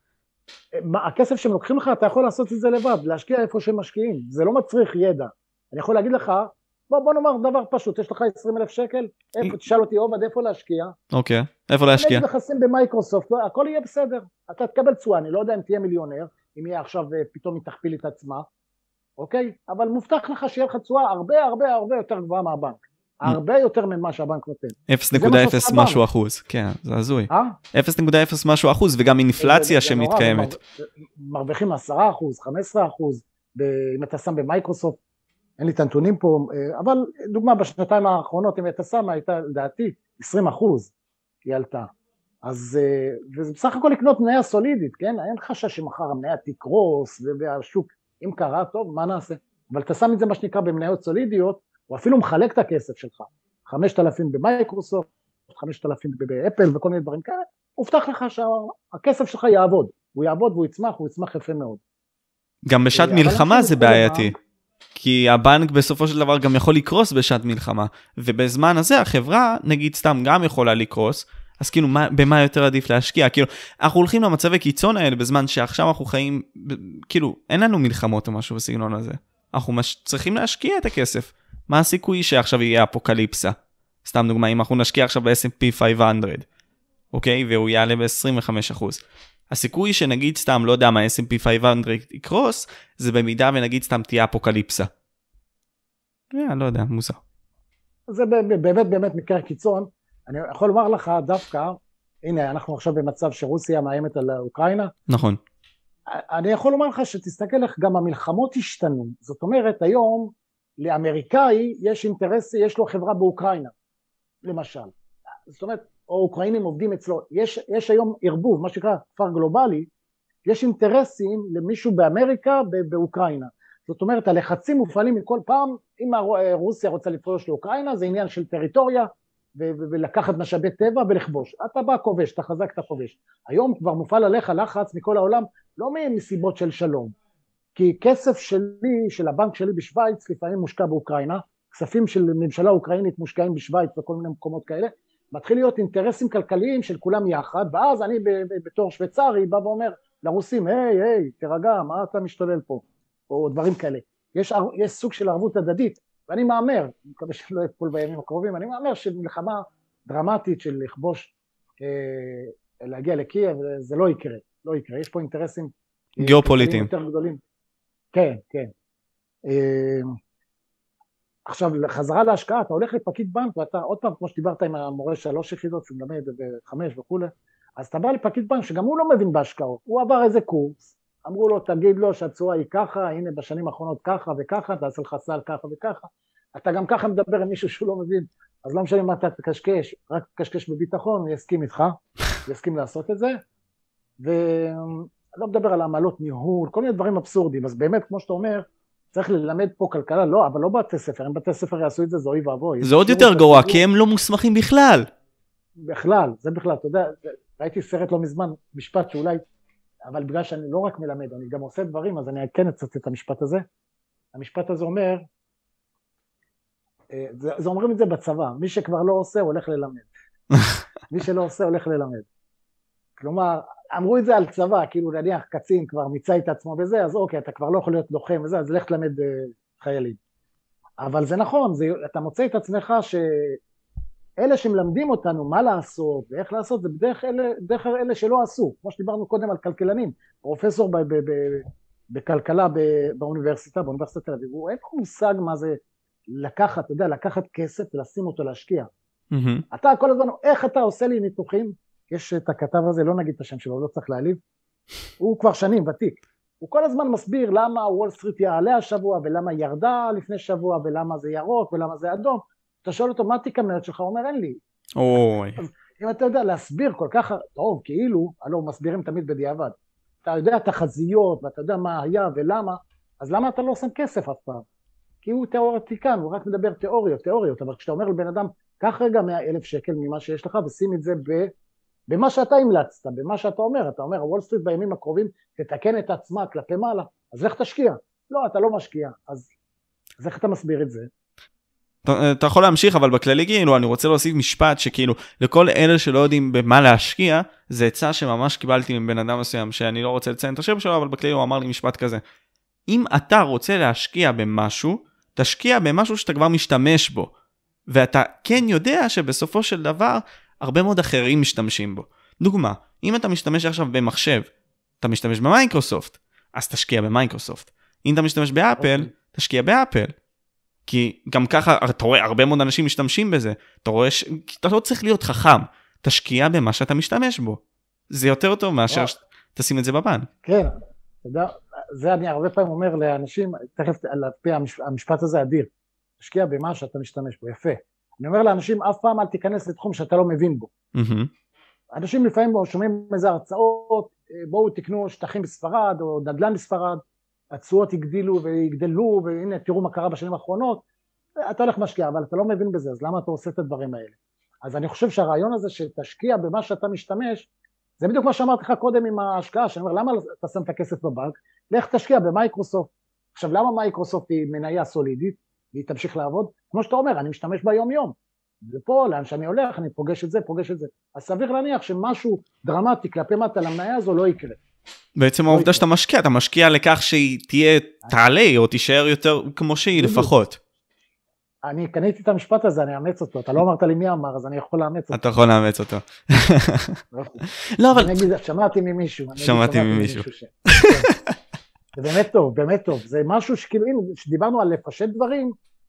הכסף שהם לוקחים לך, אתה יכול לעשות את זה לבד, להשקיע איפה שהם משקיעים, זה לא מצריך ידע. אני יכול להגיד לך, בוא, בוא נאמר דבר פשוט, יש לך עשרים אלף שקל, איפה, תשאל אותי עובד, איפה להשקיע? אוקיי, איפה להשקיע? אני נכנסים במייקרוסופט, הכל יהיה בסדר, אתה תקבל צועה, אני לא יודע אם תהיה מיליונר, אם יהיה עכשיו פתאום היא תכפיל את עצמה, אוקיי? אבל מובטח לך שיהיה לך צועה הרבה הרבה הרבה יותר גבוהה מהבנק, הרבה יותר ממה שהבנק נותן. אפס נקודה אפס משהו אחוז, כן, זה הזוי. אפס נקודה אפס משהו אחוז, וגם אינפלציה שמתקיימת. מרוויחים עשרה אחוז, חמישה עשר אחוז, אם אתה שם במייקרוסופט, אין לי את הנתונים פה, אבל דוגמה בשנתיים האחרונות, אם אתה שם, הייתה לדעתי עשרים אחוז, היא עלתה. אז, וזה בסך הכל לקנות מניה סולידית, כן? אין חשש שמחר המניה תקרוס, והשוק, אם קרה, טוב, מה נעשה? אבל אתה שם את זה מה שנקרא במניות סולידיות, או אפילו מחלק את הכסף שלך, חמשת אלפים במייקרוסופט, חמשת אלפים באפל וכל מיני דברים כאלה, הובטח לך שהכסף שלך יעבוד, הוא יעבוד והוא יצמח, הוא יצמח יפה מאוד. גם בשעת מלחמה זה בעייתי, כי הבנק בסופו של דבר גם יכול לקרוס בשעת מלחמה, ובזמן הזה החברה, נגיד סתם, גם יכולה לקרוס, אז כאילו, מה, במה יותר עדיף להשקיע? כאילו, אנחנו הולכים למצבי קיצון האלה, בזמן שעכשיו אנחנו חיים, כאילו, אין לנו מלחמות או משהו בסגנון הזה. אנחנו מש... צריכים להשקיע את הכסף. מה הסיכוי שעכשיו יהיה אפוקליפסה? סתם דוגמה, אם אנחנו נשקיע עכשיו ב-אס אנד פי חמש מאות, אוקיי? והוא יעלה ב-עשרים וחמישה אחוז. הסיכוי שנגיד סתם, לא יודע מה, אס אנד פי חמש מאות יקרוס, זה במידה ונגיד סתם תהיה אפוקליפסה. אה, לא יודע, מוזר. זה באמת באמת מקרה קיצון. אני יכול לומר לך דווקא, הנה, אנחנו עכשיו במצב שרוסיה מאיימת על אוקראינה. נכון. אני יכול לומר לך שתסתכל איך גם המלחמות השתנו. זאת אומרת, היום לאמריקאי יש אינטרס, יש לו חברה באוקראינה, למשל. זאת אומרת, או אוקראינים עובדים אצלו. יש, יש היום ערבוב, מה שנקרא כפר גלובלי, יש אינטרסים למישהו באמריקה באוקראינה. זאת אומרת, הלחצים מופעלים מכל פעם, אם רוסיה רוצה לפרוש לאוקראינה, זה עניין של טריטוריה, ולקחת משאבי טבע ולכבוש. אתה בא כובש, אתה חזק, אתה כובש. היום כבר מופעל עליך לחץ מכל העולם, לא מסיבות של שלום. כי כסף שלי, של הבנק שלי בשוויץ, לפעמים מושקע באוקראינה, כספים של ממשלה אוקראינית מושקעים בשוויץ וכל מיני מקומות כאלה, מתחיל להיות אינטרסים כלכליים של כולם יחד, ואז אני בתור שוויצרי בא ואומר לרוסים, היי, היי, תרגע, מה אתה משתולל פה? או דברים כאלה. יש, יש סוג של ערבות הדדית, ואני מאמר, אני מקווה שלא יפול בימים הקרובים, אני מאמר שמלחמה דרמטית של לכבוש, אה, להגיע לקייב, זה לא יקרה, לא יקרה, יש פה אינטרסים גיאופוליטיים יותר גדולים. כן, כן. אה, עכשיו, חזרה להשקעה, אתה הולך לפקיד בנק, ואתה עוד פעם, כמו שדיברת עם המורה שלוש יחידות, שהוא מלמד בחמש וכו', אז אתה בא לפקיד בנק, שגם הוא לא מבין בהשקעות, הוא עבר איזה קורס, אמרו לו, תגיד לו שהצורה היא ככה, הנה בשנים האחרונות ככה וככה, תעשה לך סל ככה וככה, אתה גם ככה מדבר עם מישהו שהוא לא מבין, אז לא משנה מה אתה תקשקש, רק תקשקש בביטחון, הוא יסכים איתך, יסכים לעשות את זה, ולא מדבר על העמלות ניהול, כל מיני דברים אבסורדים, אז באמת, כמו שאתה אומר, צריך ללמד פה כלכלה, לא, אבל לא בתי ספר, אם בתי ספר יעשו את זה, זה אוי ואבוי. זה עוד יותר גרוע, כי הם לא מוסמכים בכלל. בכלל, זה בכלל, אתה יודע, ראיתי סרט לא מזמן, משפט שאולי, אבל בגלל שאני לא רק מלמד, אני גם עושה דברים, אז אני כן אצטט את המשפט הזה. המשפט הזה אומר, זה, זה אומרים את זה בצבא, מי שכבר לא עושה הולך ללמד. מי שלא עושה הולך ללמד. כלומר, אמרו את זה על צבא, כאילו נניח קצין כבר מיצה את עצמו בזה, אז אוקיי, אתה כבר לא יכול להיות לוחם וזה, אז לך תלמד uh, חיילים. אבל זה נכון, זה, אתה מוצא את עצמך שאלה שמלמדים אותנו מה לעשות ואיך לעשות, זה בדרך אלה, בדרך אלה שלא עשו, כמו שדיברנו קודם על כלכלנים, פרופסור ב, ב, ב, בכלכלה ב, באוניברסיטה, באוניברסיטת תל אביב, הוא אין לו מושג מה זה לקחת, אתה יודע, לקחת כסף ולשים אותו להשקיע. Mm-hmm. אתה כל הזמן, איך אתה עושה לי ניתוחים? יש את הכתב הזה, לא נגיד את השם שלו, לא צריך להעליב, הוא כבר שנים ותיק, הוא כל הזמן מסביר למה וול סטריט יעלה השבוע, ולמה ירדה לפני שבוע, ולמה זה ירוק, ולמה זה אדום, אתה שואל אותו, מה תיק המניות שלך? הוא אומר, אין לי. אוי. אז אם אתה יודע להסביר כל כך טוב, כאילו, הלוא מסבירים תמיד בדיעבד, אתה יודע תחזיות, ואתה יודע מה היה ולמה, אז למה אתה לא שם כסף אף פעם? כי הוא תיאורטיקן, הוא רק מדבר תיאוריות, תיאוריות, אבל כשאתה אומר לבן אדם, קח רגע מאה אלף שקל ממה שיש לך, ושים את זה ב... במה שאתה המלצת, במה שאתה אומר, אתה אומר, וול סטריט בימים הקרובים תתקן את עצמה כלפי מעלה, אז איך תשקיע? לא, אתה לא משקיע, אז, אז איך אתה מסביר את זה? אתה, אתה יכול להמשיך, אבל בכללי כאילו, אני רוצה להוסיף משפט שכאילו, לכל אלה שלא יודעים במה להשקיע, זה עצה שממש קיבלתי מבן אדם מסוים, שאני לא רוצה לציין את השם שלו, אבל בכללי הוא אמר לי משפט כזה, אם אתה רוצה להשקיע במשהו, תשקיע במשהו שאתה כבר משתמש בו, ואתה כן יודע שבסופו של דבר, הרבה מאוד אחרים משתמשים בו. דוגמה, אם אתה משתמש עכשיו במחשב, אתה משתמש במייקרוסופט, אז תשקיע במייקרוסופט. אם אתה משתמש באפל, okay. תשקיע באפל. כי גם ככה, אתה רואה, הרבה מאוד אנשים משתמשים בזה. אתה רואה ש... אתה לא צריך להיות חכם. תשקיע במה שאתה משתמש בו. זה יותר טוב מאשר ש... תשים את זה בבנק. כן, אתה יודע, זה אני הרבה פעמים אומר לאנשים, תכף על פי המשפט הזה אדיר, תשקיע במה שאתה משתמש בו, יפה. אני אומר לאנשים, אף פעם אל תיכנס לתחום שאתה לא מבין בו. Mm-hmm. אנשים לפעמים שומעים איזה הרצאות, בואו תקנו שטחים בספרד, או נדל"ן בספרד, התשואות יגדילו ויגדלו, והנה תראו מה קרה בשנים האחרונות, אתה הולך משקיע, אבל אתה לא מבין בזה, אז למה אתה עושה את הדברים האלה? אז אני חושב שהרעיון הזה שתשקיע במה שאתה משתמש, זה בדיוק מה שאמרתי לך קודם עם ההשקעה, שאני אומר, למה אתה שם את הכסף בבנק? לך תשקיע במייקרוסופט. עכשיו, למה מייקרוסופט היא מניה סולידית, והיא תמשיך לעבוד? כמו שאתה אומר, אני משתמש ביום יום. ופה, לאן שאני הולך, אני פוגש את זה, פוגש את זה. אז סביר להניח שמשהו דרמטי כלפי מטה למניה הזו לא יקרה. בעצם העובדה שאתה משקיע, אתה משקיע לכך שהיא תהיה תעלה, או תישאר יותר כמו שהיא לפחות. אני קניתי את המשפט הזה, אני אאמץ אותו. אתה לא אמרת לי מי אמר, אז אני יכול לאמץ אותו. אתה יכול לאמץ אותו. לא, אבל... אני אגיד, שמעתי ממישהו. שמעתי ממישהו. זה באמת טוב, באמת טוב. זה משהו שכאילו, הנה, שדיברנו על לפשט דברים,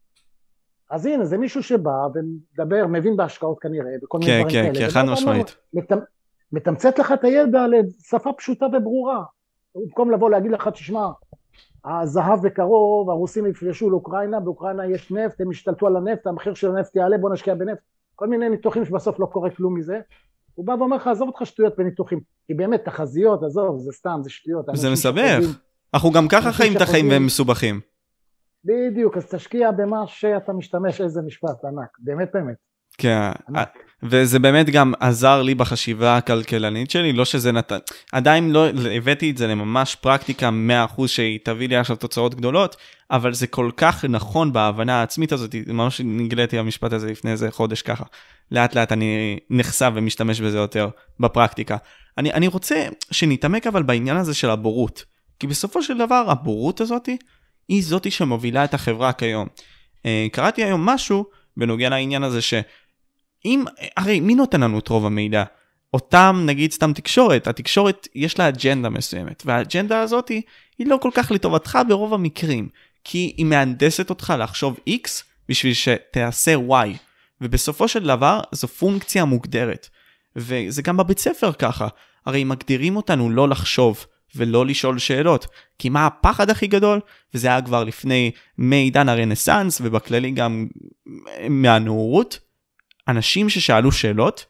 אז הנה, זה מישהו שבא ומדבר, מבין בהשקעות כנראה, בכל מיני דברים כאלה. כן, כן, כן, חד משמעית. מתמצאת לך את הידע לשפה פשוטה וברורה. במקום לבוא להגיד לך, תשמע, הזהב בקרוב, הרוסים יפלשו לאוקראינה, באוקראינה יש נפט, הם השתלטו על הנפט, המחיר של הנפט יעלה, בוא נשקיע בנפט. כל מיני ניתוחים שבסוף לא קורה כלום מזה. הוא בא ואומר לך, עזוב אותך שטויות בניתוחים. כי באמת, תחזיות, עזוב, זה סתם, זה שטויות. זה מסבך. אנחנו גם ככה חיים את החיים והם מסובכים. בדיוק, אז תשקיע במה שאתה משתמש, איזה משפט ענק, באמת באמת. כן, וזה באמת גם עזר לי בחשיבה הכלכלנית שלי, לא שזה נתן, עדיין לא הבאתי את זה לממש פרקטיקה מאה אחוז שהיא תביא לי עכשיו תוצאות גדולות, אבל זה כל כך נכון בהבנה העצמית הזאת, ממש נגלתי המשפט הזה לפני איזה חודש ככה, לאט לאט אני נחשף ומשתמש בזה יותר בפרקטיקה. אני, אני רוצה שנתעמק אבל בעניין הזה של הבורות, כי בסופו של דבר הבורות הזאת היא זאתי שמובילה את החברה כיום. קראתי היום משהו בנוגע לעניין הזה ש... אם, הרי מי נותן לנו את רוב המידע? אותם, נגיד, סתם תקשורת. התקשורת יש לה אג'נדה מסוימת, והאג'נדה הזאת היא לא כל כך לטובתך ברוב המקרים, כי היא מהנדסת אותך לחשוב X בשביל שתעשה Y, ובסופו של דבר זו פונקציה מוגדרת. וזה גם בבית ספר ככה, הרי מגדירים אותנו לא לחשוב ולא לשאול שאלות, כי מה הפחד הכי גדול? וזה היה כבר לפני מעידן הרנסנס, ובכללי גם מהנאורות, אנשים ששאלו שאלות,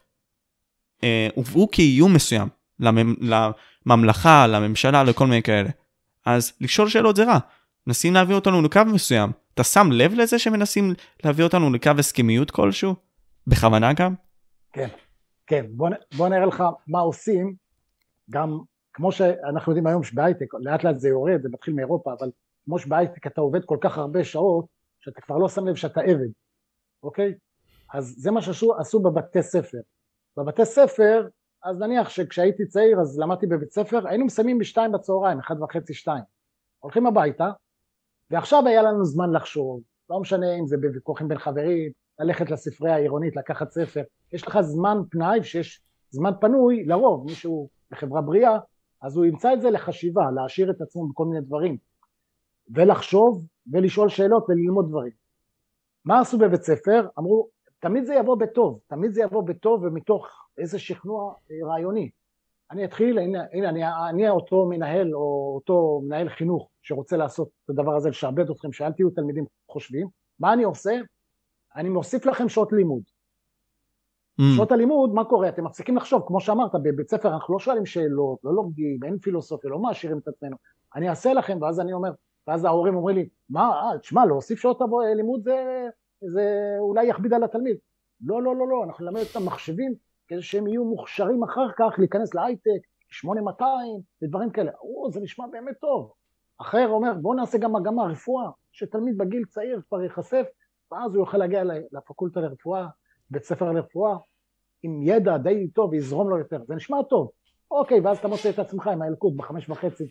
אה, הובאו כאיום מסוים, לממ, לממלכה, לממשלה, לכל מיני כאלה. אז לשאול שאלות זה רע. מנסים להביא אותנו לקו מסוים. אתה שם לב לזה שמנסים להביא אותנו לקו הסכמיות כלשהו? בכוונה גם? כן, כן. בוא, בוא נראה לך מה עושים, גם כמו שאנחנו יודעים היום שבהייטק, לאט לאט זה יורד, זה מתחיל מאירופה, אבל כמו שבהייטק אתה עובד כל כך הרבה שעות, שאתה כבר לא שם לב שאתה עבד. אוקיי? אז זה מה שעשו עשו בבתי ספר. בבתי ספר, אז נניח שכשהייתי צעיר, אז למדתי בבית ספר, היינו מסיימים בשתיים בצהריים, אחד וחצי, שתיים. הולכים הביתה, ועכשיו היה לנו זמן לחשוב, לא משנה אם זה בוויכוחים בין חברים, ללכת לספרייה העירונית, לקחת ספר, יש לך זמן פנאי, שיש זמן פנוי, לרוב, מישהו בחברה בריאה, אז הוא ימצא את זה לחשיבה, להשאיר את עצמו בכל מיני דברים, ולחשוב, ולשאול שאלות, וללמוד דברים. מה עשו בבית ספר? אמרו, תמיד זה יבוא בטוב, תמיד זה יבוא בטוב, ומתוך איזה שכנוע רעיוני. אני אתחיל, הנה, הנה אני, אני אותו מנהל, או אותו מנהל חינוך, שרוצה לעשות את הדבר הזה, לשעבד אתכם, שאל תהיו תלמידים חושבים. מה אני עושה? אני מוסיף לכם שעות לימוד. Mm. שעות הלימוד, מה קורה? אתם מפסיקים לחשוב, כמו שאמרת, בבית ספר אנחנו לא שואלים שאלות, לא לומדים, אין פילוסופיה, לא מעשירים את עצמנו. אני אעשה לכם, ואז אני אומר, ואז ההורים אומרים לי, מה, תשמע, להוסיף שעות לימוד זה, זה אולי יכביד על התלמיד. לא, לא, לא, לא, אנחנו נלמד את המחשבים, כדי שהם יהיו מוכשרים אחר כך, להיכנס להייטק, שמונה מאתיים, ודברים כאלה. או, זה נשמע באמת טוב. אחר אומר, בואו נעשה גם מגמה רפואה, שתלמיד בגיל צעיר כבר ייחשף, ואז הוא יוכל להגיע לפקולטה לרפואה, בית ספר לרפואה, עם ידע די טוב, ויזרום לו יותר. זה נשמע טוב. אוקיי, ואז אתה מוצא את עצמך עם הילקוט בחמש וחצי,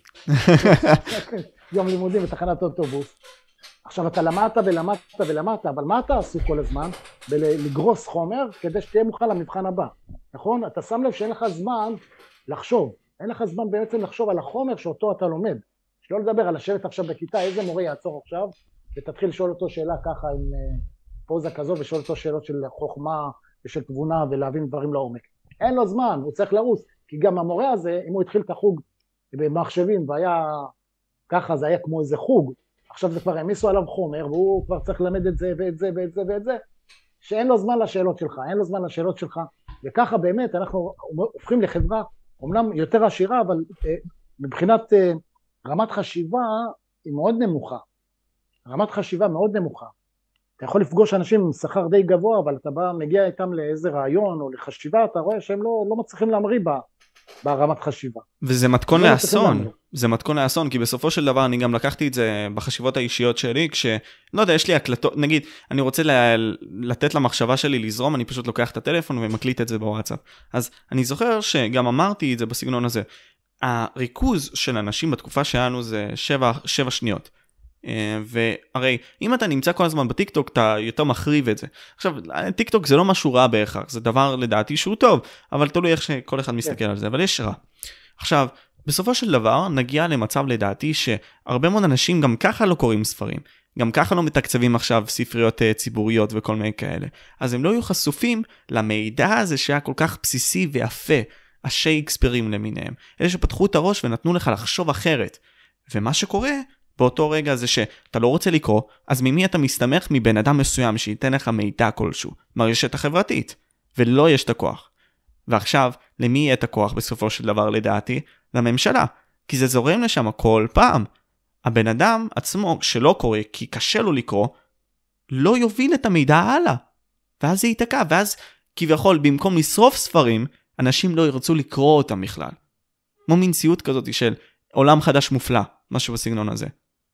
יום לימודים בתחנת אוטובוס. עכשיו אתה למדת ולמדת ולמדת, אבל מה אתה עשו כל הזמן? בלגרוס חומר כדי שתהיה מוכן למבחן הבא, נכון? אתה שם לב שאין לך זמן לחשוב, אין לך זמן בעצם לחשוב על החומר שאותו אתה לומד. שלא לדבר על לשבת עכשיו בכיתה, איזה מורה יעצור עכשיו, ותתחיל לשאול אותו שאלה ככה עם פוזה כזו, ושאול אותו שאלות של חוכמה ושל תבונה, ולהבין דברים לעומק. אין לו זמן, הוא צריך לרוס, כי גם המורה הזה, אם הוא התחיל את החוג במחשבים, והיה ככה, זה היה כמו איזה חוג, עכשיו זה כבר העמיסו עליו חומר, והוא כבר צריך ללמד את זה ואת זה ואת זה ואת זה, שאין לו זמן לשאלות שלך, אין לו זמן לשאלות שלך, וככה באמת אנחנו הופכים לחברה, אומנם יותר עשירה, אבל אה, מבחינת אה, רמת חשיבה היא מאוד נמוכה, רמת חשיבה מאוד נמוכה. אתה יכול לפגוש אנשים עם שכר די גבוה, אבל אתה בא, מגיע איתם לאיזה רעיון או לחשיבה, אתה רואה שהם לא, לא מצליחים להמריא בה. ברמת חשיבה. וזה מתכון לאסון, זה מתכון לאסון, כי בסופו של דבר אני גם לקחתי את זה בחשיבות האישיות שלי, כש, לא יודע, יש לי הקלטות, נגיד, אני רוצה לתת למחשבה שלי לזרום, אני פשוט לוקח את הטלפון ומקליט את זה בוואטסאפ. אז אני זוכר שגם אמרתי את זה בסגנון הזה, הריכוז של אנשים בתקופה שלנו זה שבע, שבע שניות. והרי אם אתה נמצא כל הזמן בטיקטוק אתה יותר מחריב את זה. עכשיו טיקטוק זה לא משהו רע בהכרח, זה דבר לדעתי שהוא טוב, אבל תלוי איך שכל אחד מסתכל על זה, אבל יש רע. עכשיו בסופו של דבר נגיע למצב לדעתי שהרבה מאוד אנשים גם ככה לא קוראים ספרים, גם ככה לא מתקצבים עכשיו ספריות ציבוריות וכל מיני כאלה, אז הם לא יהיו חשופים למידע הזה שהיה כל כך בסיסי ויפה, השייקספירים למיניהם, אלה שפתחו את הראש ונתנו לך לחשוב אחרת. ומה שקורה באותו רגע זה שאתה לא רוצה לקרוא, אז ממי אתה מסתמך? מבן אדם מסוים שייתן לך מידע כלשהו, מהרשת החברתית, ולא יש את הכוח. ועכשיו, למי יהיה את הכוח בסופו של דבר לדעתי? לממשלה, כי זה זורם לשם כל פעם. הבן אדם עצמו שלא קורא, כי קשה לו לקרוא, לא יוביל את המידע הלאה, ואז זה ייתקע, ואז כביכול במקום לשרוף ספרים, אנשים לא ירצו לקרוא אותם בכלל. כמו מין סיוט כזאת של עולם חדש מופלא, משהו בסגנון הזה.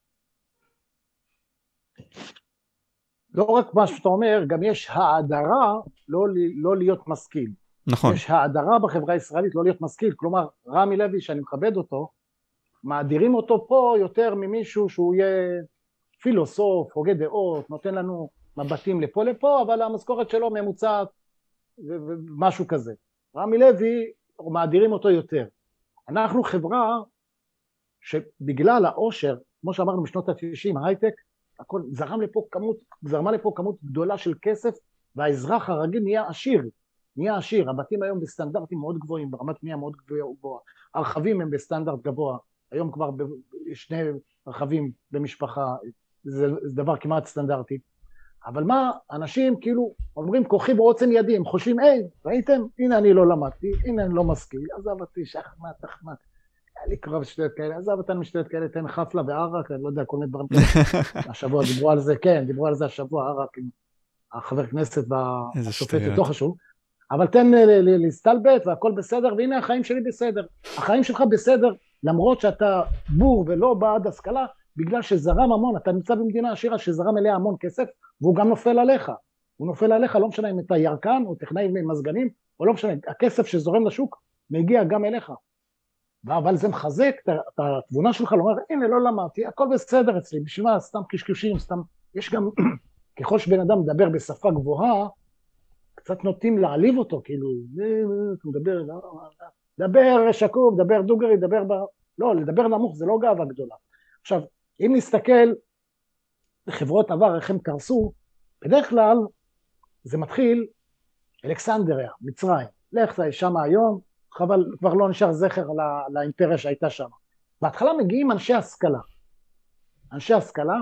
לא רק מה שאתה אומר, גם יש האדרה לא, לא להיות משכיל. נכון. יש האדרה בחברה הישראלית לא להיות משכיל, כלומר, רמי לוי שאני מכבד אותו, מאדירים אותו פה יותר ממישהו שהוא יהיה פילוסוף, הוגה דעות, נותן לנו מבטים לפה לפה, אבל המשכורת שלו ממוצעת ומשהו כזה. רמי לוי, מאדירים אותו יותר. אנחנו חברה שבגלל העושר, כמו שאמרנו בשנות ה-תשעים, ההייטק, הכל זרם לפה כמות, זרמה לפה כמות גדולה של כסף, והאזרח הרגיל נהיה עשיר, נהיה עשיר. הבתים היום בסטנדרטים מאוד גבוהים, ברמת בנייה מאוד גבוהה, הרכבים הם בסטנדרט גבוה, היום כבר שני רכבים במשפחה, זה, זה דבר כמעט סטנדרטי. אבל מה, אנשים כאילו אומרים כוחי בעוצם ידי, הם חושבים, היי, ראיתם? הנה אני לא למדתי, הנה אני לא משכיל, עזב אותי, שחמט, תחמט. לקרוא בשטויות כאלה, עזב אותנו משטויות כאלה, תן חפלה וערק, אני לא יודע, כל מיני דברים כאלה. השבוע דיברו על זה, כן, דיברו על זה השבוע, ערק עם החבר כנסת והשופט יותר חשוב, אבל תן להסתלבט והכל בסדר, והנה החיים שלי בסדר. החיים שלך בסדר, למרות שאתה בור ולא בעד השכלה, בגלל שזרם המון, אתה נמצא במדינה עשירה שזרם אליה המון כסף, והוא גם נופל עליך. הוא נופל עליך, לא משנה אם אתה ירקן או טכנאי מזגנים, או לא משנה, הכסף שזורם לשוק מגיע גם אליך. אבל זה מחזק את התבונה שלך, לומר, הנה, לא למדתי, הכל בסדר אצלי, בשביל מה, סתם קשקושים, סתם, יש גם, ככל שבן אדם מדבר בשפה גבוהה, קצת נוטים להעליב אותו, כאילו, אתה מדבר, דבר שקוף, דבר דוגרי, דבר, ב... לא, לדבר נמוך זה לא גאווה גדולה. עכשיו, אם נסתכל, חברות עבר, איך הם קרסו, בדרך כלל, זה מתחיל, אלכסנדריה, מצרים, לך זה שם היום, חבל, כבר לא נשאר זכר לא, לאימפריה שהייתה שם. בהתחלה מגיעים אנשי השכלה, אנשי השכלה,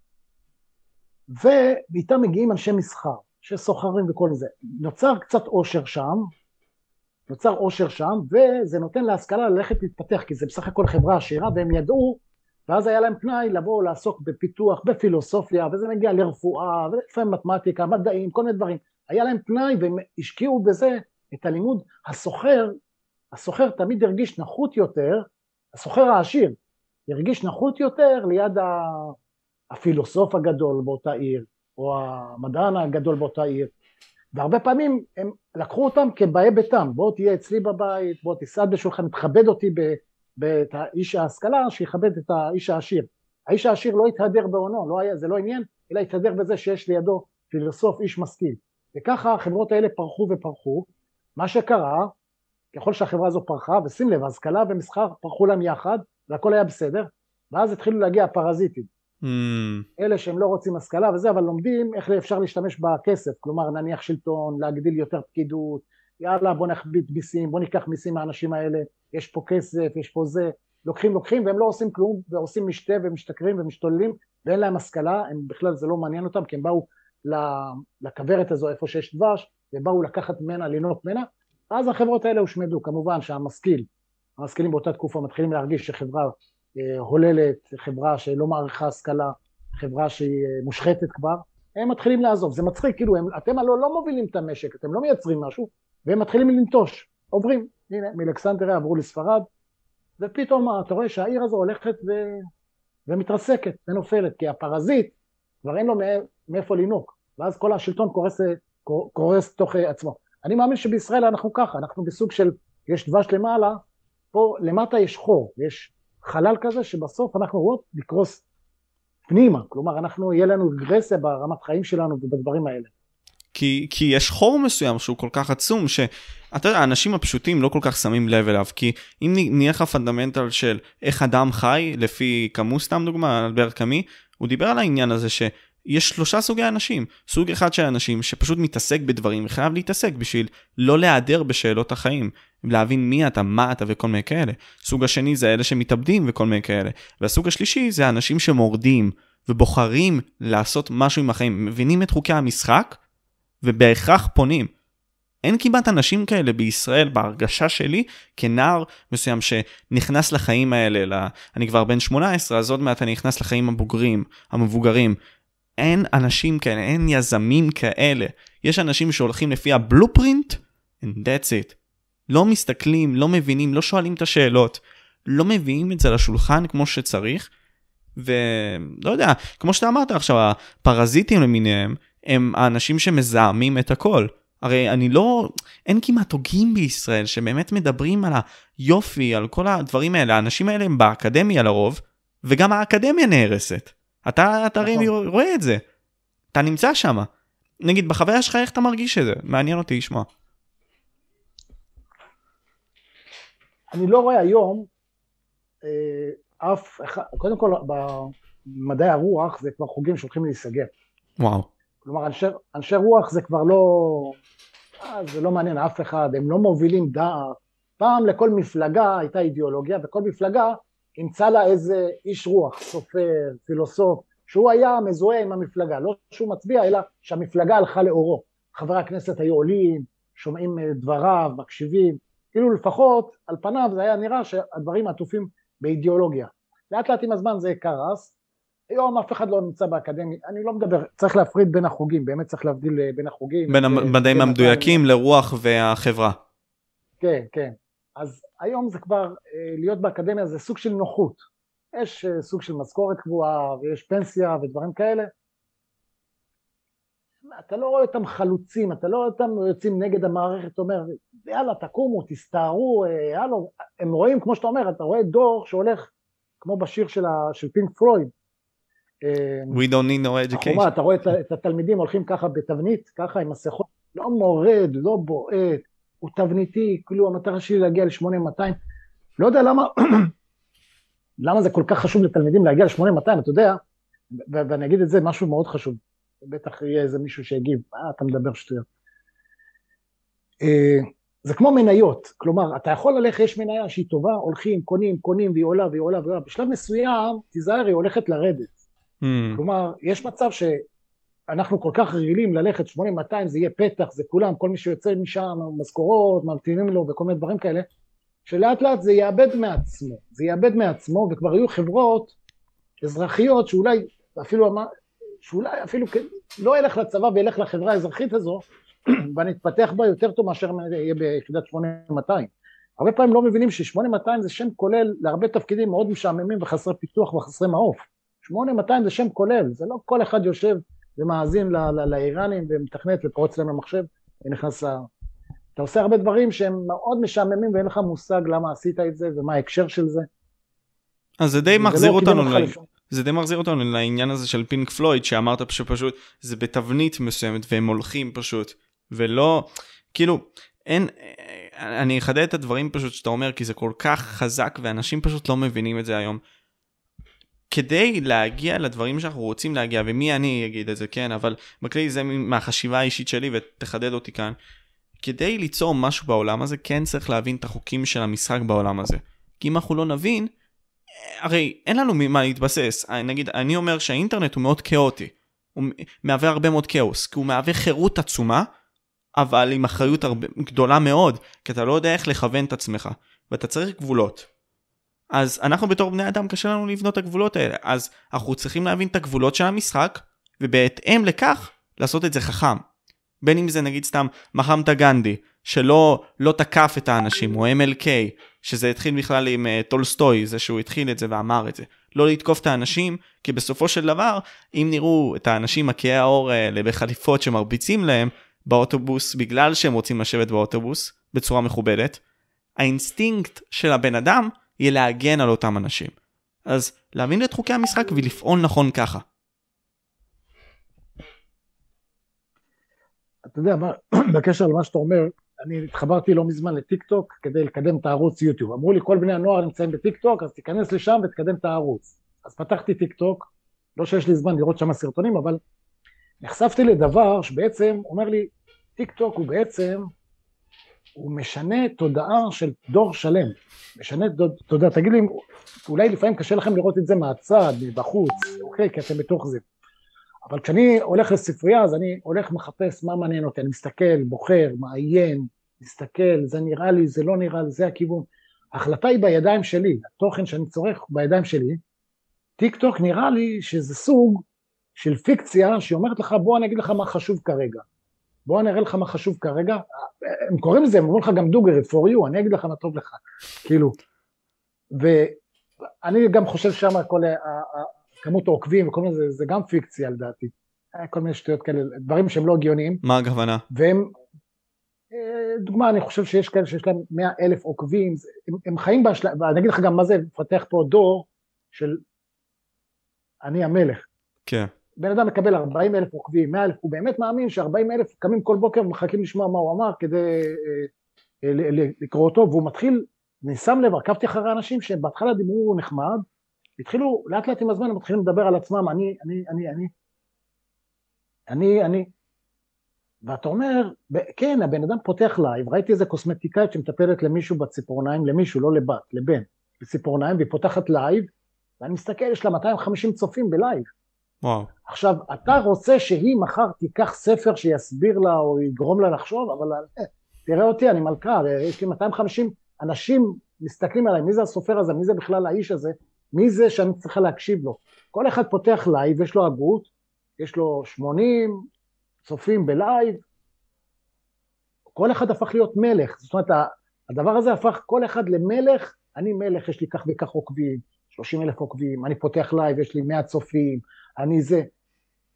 ואיתם מגיעים אנשי מסחר, שסוחרים וכל זה. נוצר קצת עושר שם, נוצר עושר שם, וזה נותן להשכלה ללכת להתפתח, כי זה בסך הכל חברה עשירה, והם ידעו, ואז היה להם פנאי לבוא לעסוק בפיתוח, בפילוסופיה, וזה מגיע לרפואה, ולפעמים מתמטיקה, מדעים, כל מיני דברים. היה להם פנאי, והם השקיעו בזה את הלימוד. הסוחר, הסוחר תמיד הרגיש נחות יותר, הסוחר העשיר, הרגיש נחות יותר ליד הפילוסוף הגדול באותה עיר, או המדען הגדול באותה עיר, והרבה פעמים הם לקחו אותם כבאי ביתם, בוא תהיה אצלי בבית, בוא תסעד בשולחן, תכבד אותי את האיש ההשכלה, שיכבד את האיש העשיר. האיש העשיר לא יתהדר בעונו, לא היה, זה לא עניין, אלא יתהדר בזה שיש לידו פילוסוף, איש משכיל. וככה החברות האלה פרחו ופרחו. מה שקרה, ככל שהחברה הזו פרחה, ושים לב, השכלה ומסחר פרחו להם יחד, והכל היה בסדר, ואז התחילו להגיע הפרזיטים. Mm. אלה שהם לא רוצים השכלה וזה, אבל לומדים איך אפשר להשתמש בכסף, כלומר נניח שלטון, להגדיל יותר פקידות, יאללה בוא נכביד מיסים, בוא ניקח מיסים מהאנשים האלה, יש פה כסף, יש פה זה, לוקחים לוקחים והם לא עושים כלום, ועושים משתה ומשתכרים ומשתוללים, ואין להם השכלה, הם בכלל זה לא מעניין אותם, כי הם באו לכברת הזו איפה שיש דבש, ובאו לקחת ממנה, לנות ממנה, אז החברות האלה הושמדו. כמובן שהמשכיל, המשכילים באותה תקופה מתחילים להרגיש שחברה אה, הוללת, חברה שלא מעריכה השכלה, חברה שהיא אה, מושחתת כבר, הם מתחילים לעזוב. זה מצחיק, כאילו, הם, אתם הלא לא מובילים את המשק, אתם לא מייצרים משהו, והם מתחילים לנטוש, עוברים, הנה, מאלכסנדריה עברו לספרד, ופתאום אתה רואה שהעיר הזו הולכת ו... ומתרסקת, ונופלת, כי הפרזיט כבר אין לו מאיפה לינוק, ואז כל השלטון קורס, קורס תוך עצמו. אני מאמין שבישראל אנחנו ככה, אנחנו בסוג של, יש דבש למעלה, פה למטה יש חור, יש חלל כזה שבסוף אנחנו רואים לקרוס פנימה, כלומר אנחנו, יהיה לנו רגרסיה ברמת חיים שלנו ובדברים האלה. כי, כי יש חור מסוים שהוא כל כך עצום, שאתה יודע, האנשים הפשוטים לא כל כך שמים לב אליו, כי אם נהיה לך פונדמנטל של איך אדם חי, לפי קאמוס, סתם דוגמה, אלבר קאמי, הוא דיבר על העניין הזה ש... יש שלושה סוגי אנשים. סוג אחד של אנשים שפשוט מתעסק בדברים וחייב להתעסק בשביל לא להיעדר בשאלות החיים, להבין מי אתה, מה אתה וכל מיני כאלה. סוג השני זה אלה שמתאבדים וכל מיני כאלה. והסוג השלישי זה האנשים שמורדים ובוחרים לעשות משהו עם החיים, מבינים את חוקי המשחק ובהכרח פונים. אין כמעט אנשים כאלה בישראל בהרגשה שלי כנער מסוים שנכנס לחיים האלה. לה... אני כבר בן שמונה עשרה, אז עוד מעט אני נכנס לחיים הבוגרים, המבוגרים. אין אנשים כאלה, אין יזמים כאלה. יש אנשים שהולכים לפי הבלופרינט, and that's it. לא מסתכלים, לא מבינים, לא שואלים את השאלות, לא מביאים את זה לשולחן כמו שצריך, ולא יודע, כמו שאתה אמרת עכשיו, הפרזיטים למיניהם, הם האנשים שמזהמים את הכל. הרי אני לא, אין כמעט הוגים בישראל שבאמת מדברים על היופי, על כל הדברים האלה. האנשים האלה הם באקדמיה לרוב, וגם האקדמיה נהרסת. אתה, אתה הרי רואה את זה. אתה נמצא שם. נגיד, בחוויה שלך איך אתה מרגיש את זה? מעניין אותי לשמוע. אני לא רואה היום, אף אחד, קודם כל, במדעי הרוח זה כבר חוגים שהולכים להיסגר. וואו. כלומר, אנשי, אנשי רוח זה כבר לא, זה לא מעניין אף אחד, הם לא מובילים דעת. פעם לכל מפלגה הייתה אידיאולוגיה, וכל מפלגה ימצא לה איזה איש רוח, סופר, פילוסוף, שהוא היה מזוהה עם המפלגה, לא שהוא מצביע, אלא שהמפלגה הלכה לאורו. חברי הכנסת היו עולים, שומעים דבריו, מקשיבים, כאילו לפחות על פניו זה היה נראה שהדברים עטופים באידיאולוגיה. לאט לאט עם הזמן זה קרס, היום אף אחד לא נמצא באקדמיה, אני לא מדבר, צריך להפריד בין החוגים, באמת צריך להבדיל בין החוגים. בין המדעים המדויקים לרוח והחברה. כן, כן. אז היום זה כבר, להיות באקדמיה זה סוג של נוחות. יש סוג של משכורת קבועה, ויש פנסיה ודברים כאלה. אתה לא רואה אותם חלוצים, אתה לא רואה אותם יוצאים נגד המערכת, אומר, יאללה, תקומו, תסתערו, יאללה, הם רואים, כמו שאתה אומר, אתה רואה דור שהולך, כמו בשיר של, ה, של פינק פלויד, We don't need no education. החומה, אתה רואה את, את התלמידים הולכים ככה בתבנית, ככה עם מסכות, לא מורד, לא בועט, הוא תבניתי, כאילו המטרה שלי להגיע ל-שמונה מאתיים, לא יודע למה, למה זה כל כך חשוב לתלמידים להגיע ל-שמונה מאתיים, אתה יודע, ואני אגיד את זה, משהו מאוד חשוב, בטח יהיה איזה מישהו שיגיב, אה, אתה מדבר שטויות. זה כמו מניות, כלומר, אתה יכול ללכת, יש מניה שהיא טובה, הולכים, קונים, קונים, והיא עולה, והיא עולה, והיא עולה, בשלב מסוים, תיזהר, היא הולכת לרדת. Mm. כלומר, יש מצב שאנחנו כל כך רגילים ללכת שמונה מאתיים, זה יהיה פתח, זה כולם, כל מי שיוצא משם, משכורות, ממתינים לו, וכל מיני דברים כאלה, שלאט לאט זה יאבד מעצמו, זה יאבד מעצמו, וכבר היו חברות אזרחיות, שאולי אפילו, שאולי אפילו לא ילך לצבא, וילך לחברה האזרחית הזו, ונתפתח בה יותר טוב מאשר יהיה ביחידת שמונה מאתיים. הרבה פעמים לא מבינים ש-שמונה מאתיים זה שם כולל להרבה תפקידים מאוד משעממים וחסרי פיתוח וחסרי מעוף. שמונה מאתיים זה שם כולל, זה לא כל אחד יושב ומאזין לאיראנים ומתכנת ופרוץ להם למחשב ונכנס ל... אתה עושה הרבה דברים שהם מאוד משעממים ואין לך מושג למה עשית את זה ומה ההקשר של זה. אז זה די מחזיר אותנו, זה די מחזיר אותנו לעניין הזה של פינק פלויד, שאמרת שפשוט זה בתבנית מסוימת והם הולכים פשוט, ולא, כאילו, אין, אני אחדד את הדברים פשוט שאתה אומר, כי זה כל כך חזק ואנשים פשוט לא מבינים את זה היום. כדי להגיע לדברים שאנחנו רוצים להגיע, ומי אני אגיד את זה, כן, אבל בכלי זה מהחשיבה האישית שלי ותחדד אותי כאן, כדי ליצור משהו בעולם הזה, כן צריך להבין את החוקים של המשחק בעולם הזה. כי אם אנחנו לא נבין, הרי אין לנו מה להתבסס. נגיד, אני אומר שהאינטרנט הוא מאוד כאוטי. הוא מהווה הרבה מאוד כאוס, כי הוא מהווה חירות עצומה, אבל עם אחריות הרבה, גדולה מאוד, כי אתה לא יודע איך לכוון את עצמך, ואתה צריך גבולות. אז אנחנו בתור בני אדם קשה לנו לבנות את הגבולות האלה, אז אנחנו צריכים להבין את הגבולות של המשחק, ובהתאם לכך לעשות את זה חכם. בין אם זה נגיד סתם מחמת גנדי, שלא לא תקף את האנשים, או אם אל קיי, שזה התחיל בכלל עם uh, טולסטוי, זה שהוא התחיל את זה ואמר את זה. לא לתקוף את האנשים, כי בסופו של דבר, אם נראו את האנשים מקיאי האור האלה בחליפות שמרביצים להם באוטובוס, בגלל שהם רוצים לשבת באוטובוס בצורה מכובדת, האינסטינקט של הבן אדם יהיה להגן על אותם אנשים. אז להבין את חוקי המשחק ולפעול נכון ככה. אתה יודע, בקשר למה שאתה אומר, אני התחברתי לא מזמן לטיק טוק כדי לקדם את הערוץ יוטיוב. אמרו לי, כל בני הנוער נמצאים בטיק טוק, אז תיכנס לשם ותקדם את הערוץ. אז פתחתי טיק טוק, לא שיש לי זמן לראות שם סרטונים, אבל נחשפתי לדבר שבעצם אומר לי, טיק טוק הוא בעצם, הוא משנה תודעה של דור שלם. משנה תודעה, תגיד לי, אולי לפעמים קשה לכם לראות את זה מהצד, מבחוץ, אוקיי, כי אתם בתוך זה. אבל כשאני הולך לספרייה, אז אני הולך מחפש מה מעניין אותי, אני מסתכל, בוחר, מעיין, מסתכל, זה נראה לי, זה לא נראה לי, זה הכיוון. ההחלטה היא בידיים שלי, התוכן שאני צורך בידיים שלי. טיק טוק נראה לי שזה סוג של פיקציה, שאומרת לך, בוא אני אגיד לך מה חשוב כרגע. בוא אני אראה לך מה חשוב כרגע. הם קוראים לזה, הם אומרים לך גם דוגרי, for you, אני אגיד לך מה טוב לך. כאילו, ואני גם חושב שמה כל כמות העוקבים וכל מיני, זה, זה גם פיקציה לדעתי. כל מיני שטויות כאלה, דברים שהם לא הגיוניים. מה הכוונה? והם, דוגמה, אני חושב שיש כאלה שיש להם מאה אלף עוקבים, הם, הם חיים בהשלה, ואני אגיד לך גם מה זה, פתח פה דור של אני המלך. כן. בן אדם מקבל ארבעים אלף עוקבים, מאה אלף, הוא באמת מאמין ש-ארבעים אלף קמים כל בוקר ומחכים לשמוע מה הוא אמר כדי אה, לקרוא אותו, והוא מתחיל, אני שם לב, עקבתי אחרי אנשים שבהתחלה דיברו נחמד, התחילו, לאט לאט עם הזמן, הם מתחילים לדבר על עצמם, אני, אני, אני, אני, אני, אני, ואתה אומר, כן, הבן אדם פותח לייב, ראיתי איזה קוסמטיקאית שמטפלת למישהו בציפורניים, למישהו, לא לבת, לבן, בציפורניים, והיא פותחת לייב, ואני מסתכל, יש לה מאתיים וחמישים צופים בלייב. וואו. עכשיו, אתה רוצה שהיא מחר תיקח ספר שיסביר לה, או יגרום לה לחשוב, אבל תראה אותי, אני מלכה, יש לי מאתיים וחמישים אנשים מסתכלים עליי, מי זה הסופר הזה, מי זה בכלל האיש הזה, מי זה שאני צריכה להקשיב לו. כל אחד פותח לייב, יש לו הגות, יש לו שמונים צופים בלייב, כל אחד הפך להיות מלך, זאת אומרת, הדבר הזה הפך כל אחד למלך, אני מלך, יש לי כך וכך עוקבים, שלושים אלף עוקבים, אני פותח לייב, יש לי מאה צופים, אני זה.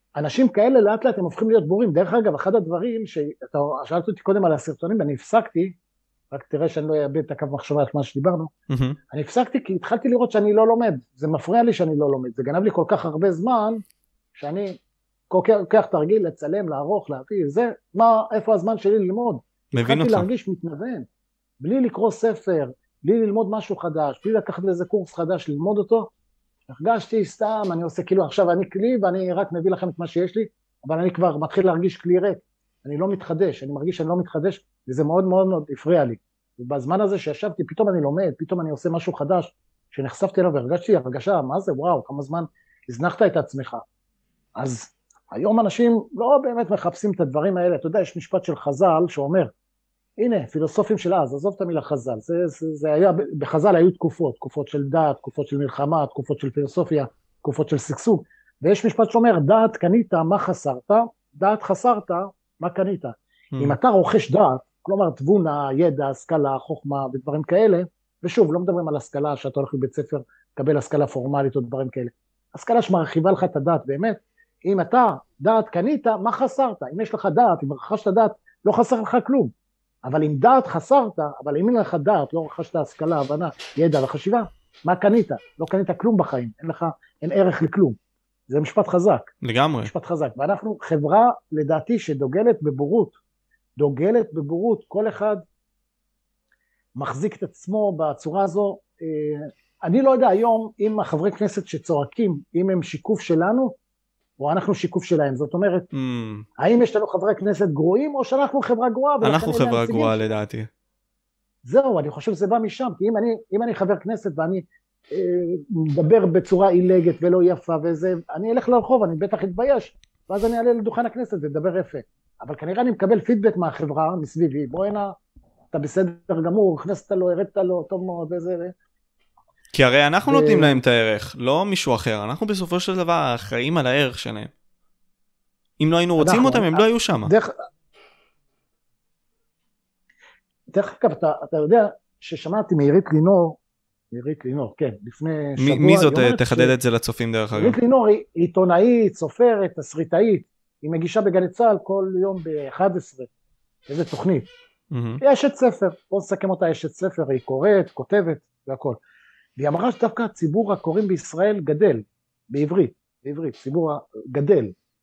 אנשים כאלה לאט לאט הם הופכים להיות בורים. דרך אגב, אחד הדברים שאתה שאלת אותי קודם על הסרטונים, ואני הפסקתי, רק תראה שאני לא אאבד את הקו מחשבה על מה שדיברנו, mm-hmm. אני הפסקתי כי התחלתי לראות שאני לא לומד, זה מפריע לי שאני לא לומד, זה גנב לי כל כך הרבה זמן, שאני לוקח תרגיל, לצלם, לערוך, להביא, זה, מה, איפה הזמן שלי ללמוד? התחלתי אותך. להרגיש מתנוון, בלי לקרוא ספר, בלי ללמוד משהו חדש, בלי לקחת איזה קורס חדש, ללמוד אותו, הרגשתי סתם, אני עושה כאילו עכשיו אני כלי, ואני רק מביא לכם את מה שיש לי, אבל אני כבר מתחיל להרגיש כלי ריק, אני לא מתחדש, אני מרגיש שאני לא מתחדש, וזה מאוד מאוד מאוד הפריע לי. ובזמן הזה שישבתי, פתאום אני לומד, פתאום אני עושה משהו חדש, שנחשפתי אליו והרגשתי הרגשה, מה זה, וואו, כמה זמן הזנחת את עצמך. אז היום אנשים לא באמת מחפשים את הדברים האלה, אתה יודע, יש משפט של חז"ל שאומר, הנה, פילוסופים של אז, עזוב את המילה חז"ל, זה, זה, זה היה, בחז"ל היו תקופות, תקופות של דעת, תקופות של מלחמה, תקופות של פילוסופיה, תקופות של סגסוג, ויש משפט שאומר, דעת קנית, מה חסרת? דעת חסרת, מה קנית? Hmm. אם אתה רוכש דעת, כלומר תבונה, ידע, השכלה, חוכמה ודברים כאלה, ושוב, לא מדברים על השכלה שאתה הולך לבית ספר, קבל השכלה פורמלית או דברים כאלה, השכלה שמרחיבה לך את הדעת באמת, אם אתה דעת קנית, מה חסרת? אם יש לך דעת, אם רכשת דעת, לא חסר לך כלום. אבל אם דעת חסרת, אבל אם אין לך דעת, לא רכשת השכלה, הבנה, ידע וחשיבה, מה קנית? לא קנית כלום בחיים, אין לך, אין ערך לכלום. זה משפט חזק. לגמרי. משפט חזק. ואנחנו חברה, לדעתי, שדוגלת בבורות, דוגלת בבורות, כל אחד מחזיק את עצמו בצורה הזו. אני לא יודע היום, אם החברי כנסת שצועקים, אם הם שיקוף שלנו, או אנחנו שיקוף שלהם, זאת אומרת, mm. האם יש לנו חברי כנסת גרועים, או שאנחנו חברה גרועה? אנחנו חברה גרועה לדעתי. זהו, אני חושב שזה בא משם, כי אם אני, אם אני חבר כנסת, ואני אה, מדבר בצורה אילגת ולא יפה, וזה, אני אלך לרחוב, אני בטח אתבייש, ואז אני אעלה לדוכן הכנסת ודבר יפה. אבל כנראה אני מקבל פידבק מהחברה, מסביבי, בוא הנה, אתה בסדר גמור, הכנסת לו, הרדת לו, טוב מאוד, וזה, כי הרי אנחנו ו... נותנים להם את הערך, לא מישהו אחר. אנחנו בסופו של דבר אחראים על הערך שלהם. אם לא היינו רוצים אנחנו, אותם, הם לא היו שם. דרך, דרך אגב, אתה, אתה יודע ששמעתי מעירית לינור, מעירית לינור, כן, לפני שבוע... מי זאת? תחדד ש... את זה לצופים דרך אגב. מעירית לינור היא עיתונאית, סופרת, תסריטאית, היא מגישה בגלי צה"ל כל יום ב-אחת עשרה, איזה תוכנית. Mm-hmm. היא אשת ספר, בוא נסכם אותה אשת ספר, היא קוראת, כותבת והכל. והיא אמרה שדווקא הציבור הקוראים בישראל גדל, בעברית, בעברית, ציבור גדל.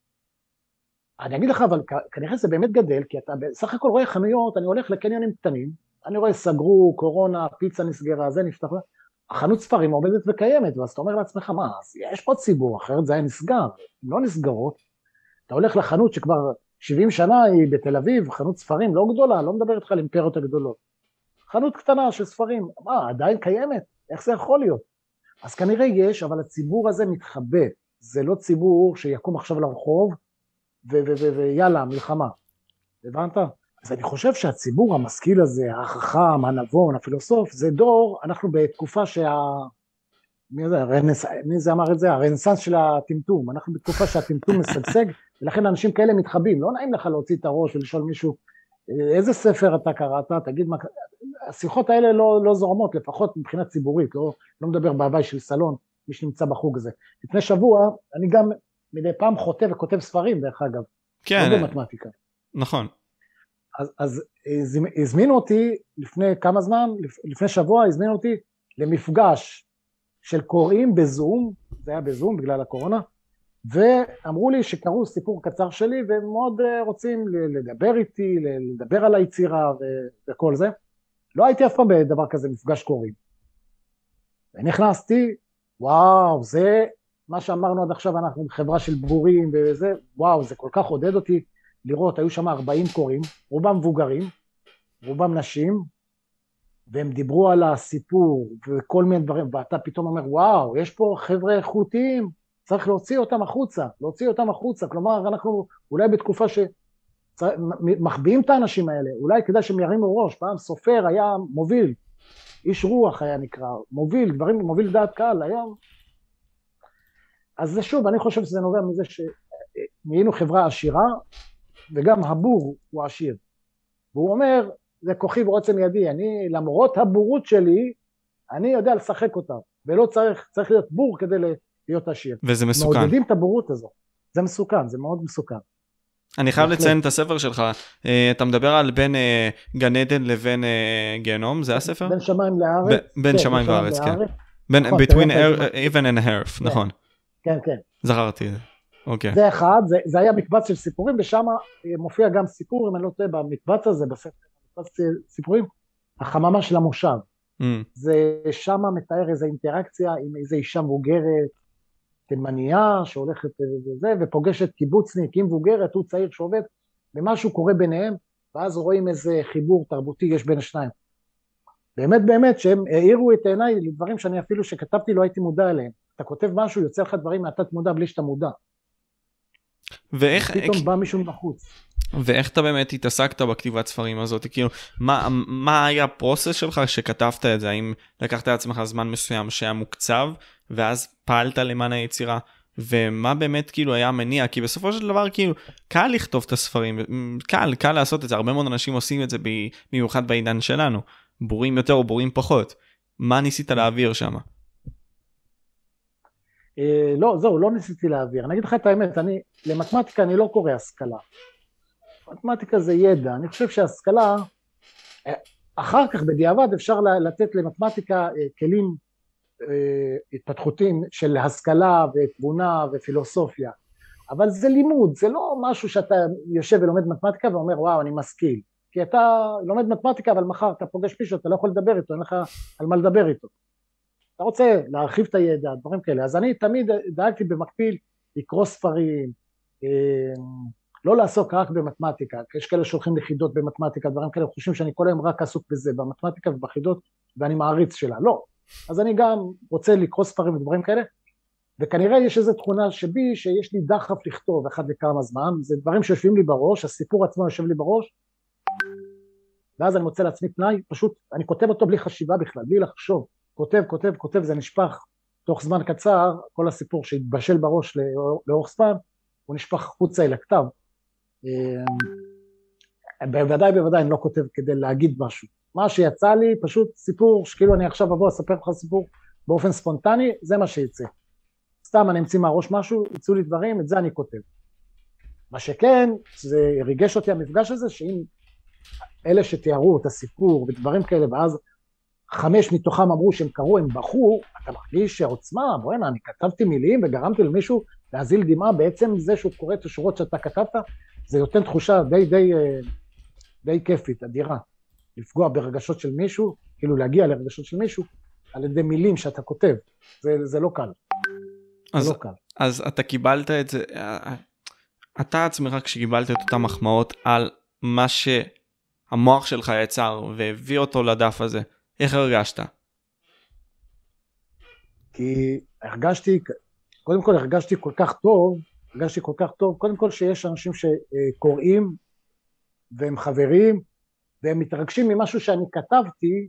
אני אגיד לך, אבל כנראה זה באמת גדל, כי אתה בסך הכל רואה חנויות, אני הולך לקניונים קטנים, אני רואה סגרו, קורונה, פיצה נסגרה, זה נפתח, החנות ספרים עומדת וקיימת, ואז אתה אומר לעצמך, מה, יש פה ציבור, אחרת זה היה נסגר, אם לא נסגרות, אתה הולך לחנות שכבר שבעים שנה היא בתל אביב, חנות ספרים לא גדולה, לא מדבר איתך על אימפריות הגדולות, חנות קטנה של ספרים, מה, עדיין קיימת? איך זה יכול להיות? אז כנראה יש, אבל הציבור הזה מתחבא, זה לא ציבור שיקום עכשיו לרחוב, ויאללה, מלחמה. הבנת? אז אני חושב שהציבור המשכיל הזה, החכם, הנבון, הפילוסוף, זה דור, אנחנו בתקופה שה... מי זה, הרנס... מי זה אמר את זה? הרנסנס של הטמטום, אנחנו בתקופה שהטמטום משגשג, ולכן אנשים כאלה מתחבאים, לא נעים לך להוציא את הראש ולשאול מישהו, איזה ספר אתה קראת, תגיד מה... השיחות האלה לא, לא זורמות, לפחות מבחינה ציבורית, לא, לא מדבר בהווי של סלון, מי שנמצא בחוג הזה. לפני שבוע, אני גם מדי פעם חוטב וכותב ספרים, דרך אגב. כן. לא במתמטיקה. נכון. אז, אז הזמינו אותי לפני כמה זמן, לפני שבוע הזמינו אותי למפגש של קוראים בזום, זה היה בזום בגלל הקורונה, ואמרו לי שקראו סיפור קצר שלי, והם מאוד רוצים לדבר איתי, לדבר על היצירה וכל זה. לא הייתי אף פעם בדבר כזה, מפגש קוראים. ונכנסתי, וואו, זה מה שאמרנו עד עכשיו, אנחנו חברה של בורים וזה, וואו, זה כל כך עודד אותי לראות, היו שם ארבעים קוראים, רובם מבוגרים, רובם נשים, והם דיברו על הסיפור וכל מיני דברים, ואתה פתאום אומר, וואו, יש פה חבר'ה איכותיים, צריך להוציא אותם החוצה, להוציא אותם החוצה, כלומר, אנחנו אולי בתקופה שמחביאים את האנשים האלה, אולי כדאי שהם ירימו ראש, פעם סופר היה מוביל, איש רוח היה נקרא, מוביל, דברים, מוביל דעת קהל, היום. אז זה שוב, אני חושב שזה נובע מזה שנהיינו חברה עשירה, וגם הבור הוא עשיר. והוא אומר, זה כוחי ועוצם ידי, אני, למרות הבורות שלי, אני יודע לשחק אותה, ולא צריך, צריך להיות בור כדי להיות עשיר. וזה מסוכן. מעודדים את הבורות הזו. זה מסוכן, זה מאוד מסוכן. אני חייב לציין את הספר שלך, אתה מדבר על בין גן עדן לבין גיהנום, זה הספר? בין שמיים לארץ. בין שמיים לארץ, כן. Between Heaven and Earth, נכון. כן, כן. זכרתי את זה. אוקיי. זה אחד, זה היה מקבץ של סיפורים, ושם מופיע גם סיפור, אם אני לא טועה, במקבץ הזה, בספר סיפורים, החממה של המושב. זה שם מתאר איזו אינטראקציה עם איזו אישה מבוגרת, תימניה שהולכת וזה, ופוגשת קיבוצניק, היא מבוגרת, הוא צעיר שעובד, ומשהו קורה ביניהם, ואז רואים איזה חיבור תרבותי יש בין השניים. באמת באמת שהם העירו את עיניי לדברים שאני אפילו שכתבתי לא הייתי מודע אליהם. אתה כותב משהו, יוצא לך דברים מהתת מודע בלי שאתה מודע. ואיך... פתאום בא מישהו מבחוץ. ואיך אתה באמת התעסקת בכתיבת ספרים הזאת? כאילו, מה, מה היה הפרוסס שלך שכתבת את זה? האם לקחת לעצמך זמן מסוים שהיה מוקצב, ואז פעלת למען היצירה? ומה באמת כאילו היה מניע? כי בסופו של דבר כאילו, קל לכתוב את הספרים, קל, קל לעשות את זה. הרבה מאוד אנשים עושים את זה במיוחד בעידן שלנו. בורים יותר או בורים פחות. מה ניסית להעביר שם? לא, זהו, לא ניסיתי להעביר. אני אגיד לך את האמת, אני, למתמטיקה אני לא קורא השכלה. מתמטיקה זה ידע. אני חושב שהשכלה, אחר כך בדיעבד אפשר לתת למתמטיקה כלים התפתחותיים של השכלה ותבונה ופילוסופיה. אבל זה לימוד, זה לא משהו שאתה יושב ולומד מתמטיקה ואומר, וואו, אני משכיל. כי אתה לומד מתמטיקה, אבל מחר אתה פוגש מישהו, אתה לא יכול לדבר איתו, אין לך על מה לדבר איתו. אתה רוצה להרחיב את הידע, דברים כאלה. אז אני תמיד דאגתי במקביל לקרוא ספרים, לא לעסוק רק במתמטיקה. יש כאלה שהולכים לחידות במתמטיקה, דברים כאלה, חושבים שאני כל היום רק עסוק בזה, במתמטיקה ובחידות, ואני מעריץ שלה. לא. אז אני גם רוצה לקרוא ספרים ודברים כאלה, וכנראה יש איזו תכונה שבי, שיש לי דחף לכתוב אחד לכמה זמן, זה דברים שיושבים לי בראש, הסיפור עצמו יושב לי בראש, ואז אני מוצא לעצמי תנאי, פשוט אני כותב אותו בלי חשיבה בכלל, בלי לחשוב. כותב, כותב, כותב, זה נשפך תוך זמן קצר, כל הסיפור שהתבשל בראש לאורך זמן, הוא נשפך חוצה אל הכתב. בוודאי, בוודאי, אני לא כותב כדי להגיד משהו. מה שיצא לי, פשוט סיפור, שכאילו אני עכשיו אבוא אספר לך סיפור באופן ספונטני, זה מה שיצא. סתם אני אמציא מהראש משהו, יצאו לי דברים, את זה אני כותב. מה שכן, זה ריגש אותי המפגש הזה, שאם אלה שתיארו את הסיפור ודברים כאלה, ואז חמש מתוכם אמרו שהם קראו, הם בחו, אתה מרגיש שעוצמה, בואי הנה, אני כתבתי מילים וגרמתי למישהו להזיל דמעה, בעצם זה שהוא קורא את השורות שאתה כתבת, זה יותר תחושה די, די, די כיפית, אדירה. לפגוע ברגשות של מישהו, כאילו להגיע לרגשות של מישהו, על ידי מילים שאתה כותב, זה, זה לא קל. אז, זה לא קל. אז אתה קיבלת את זה, אתה עצמך כשקיבלת את אותם מחמאות על מה שהמוח שלך יצר והביא אותו לדף הזה, איך הרגשת? כי הרגשתי, קודם כל הרגשתי כל כך טוב, הרגשתי כל כך טוב, קודם כל שיש אנשים שקוראים והם חברים, והם מתרגשים ממשהו שאני כתבתי,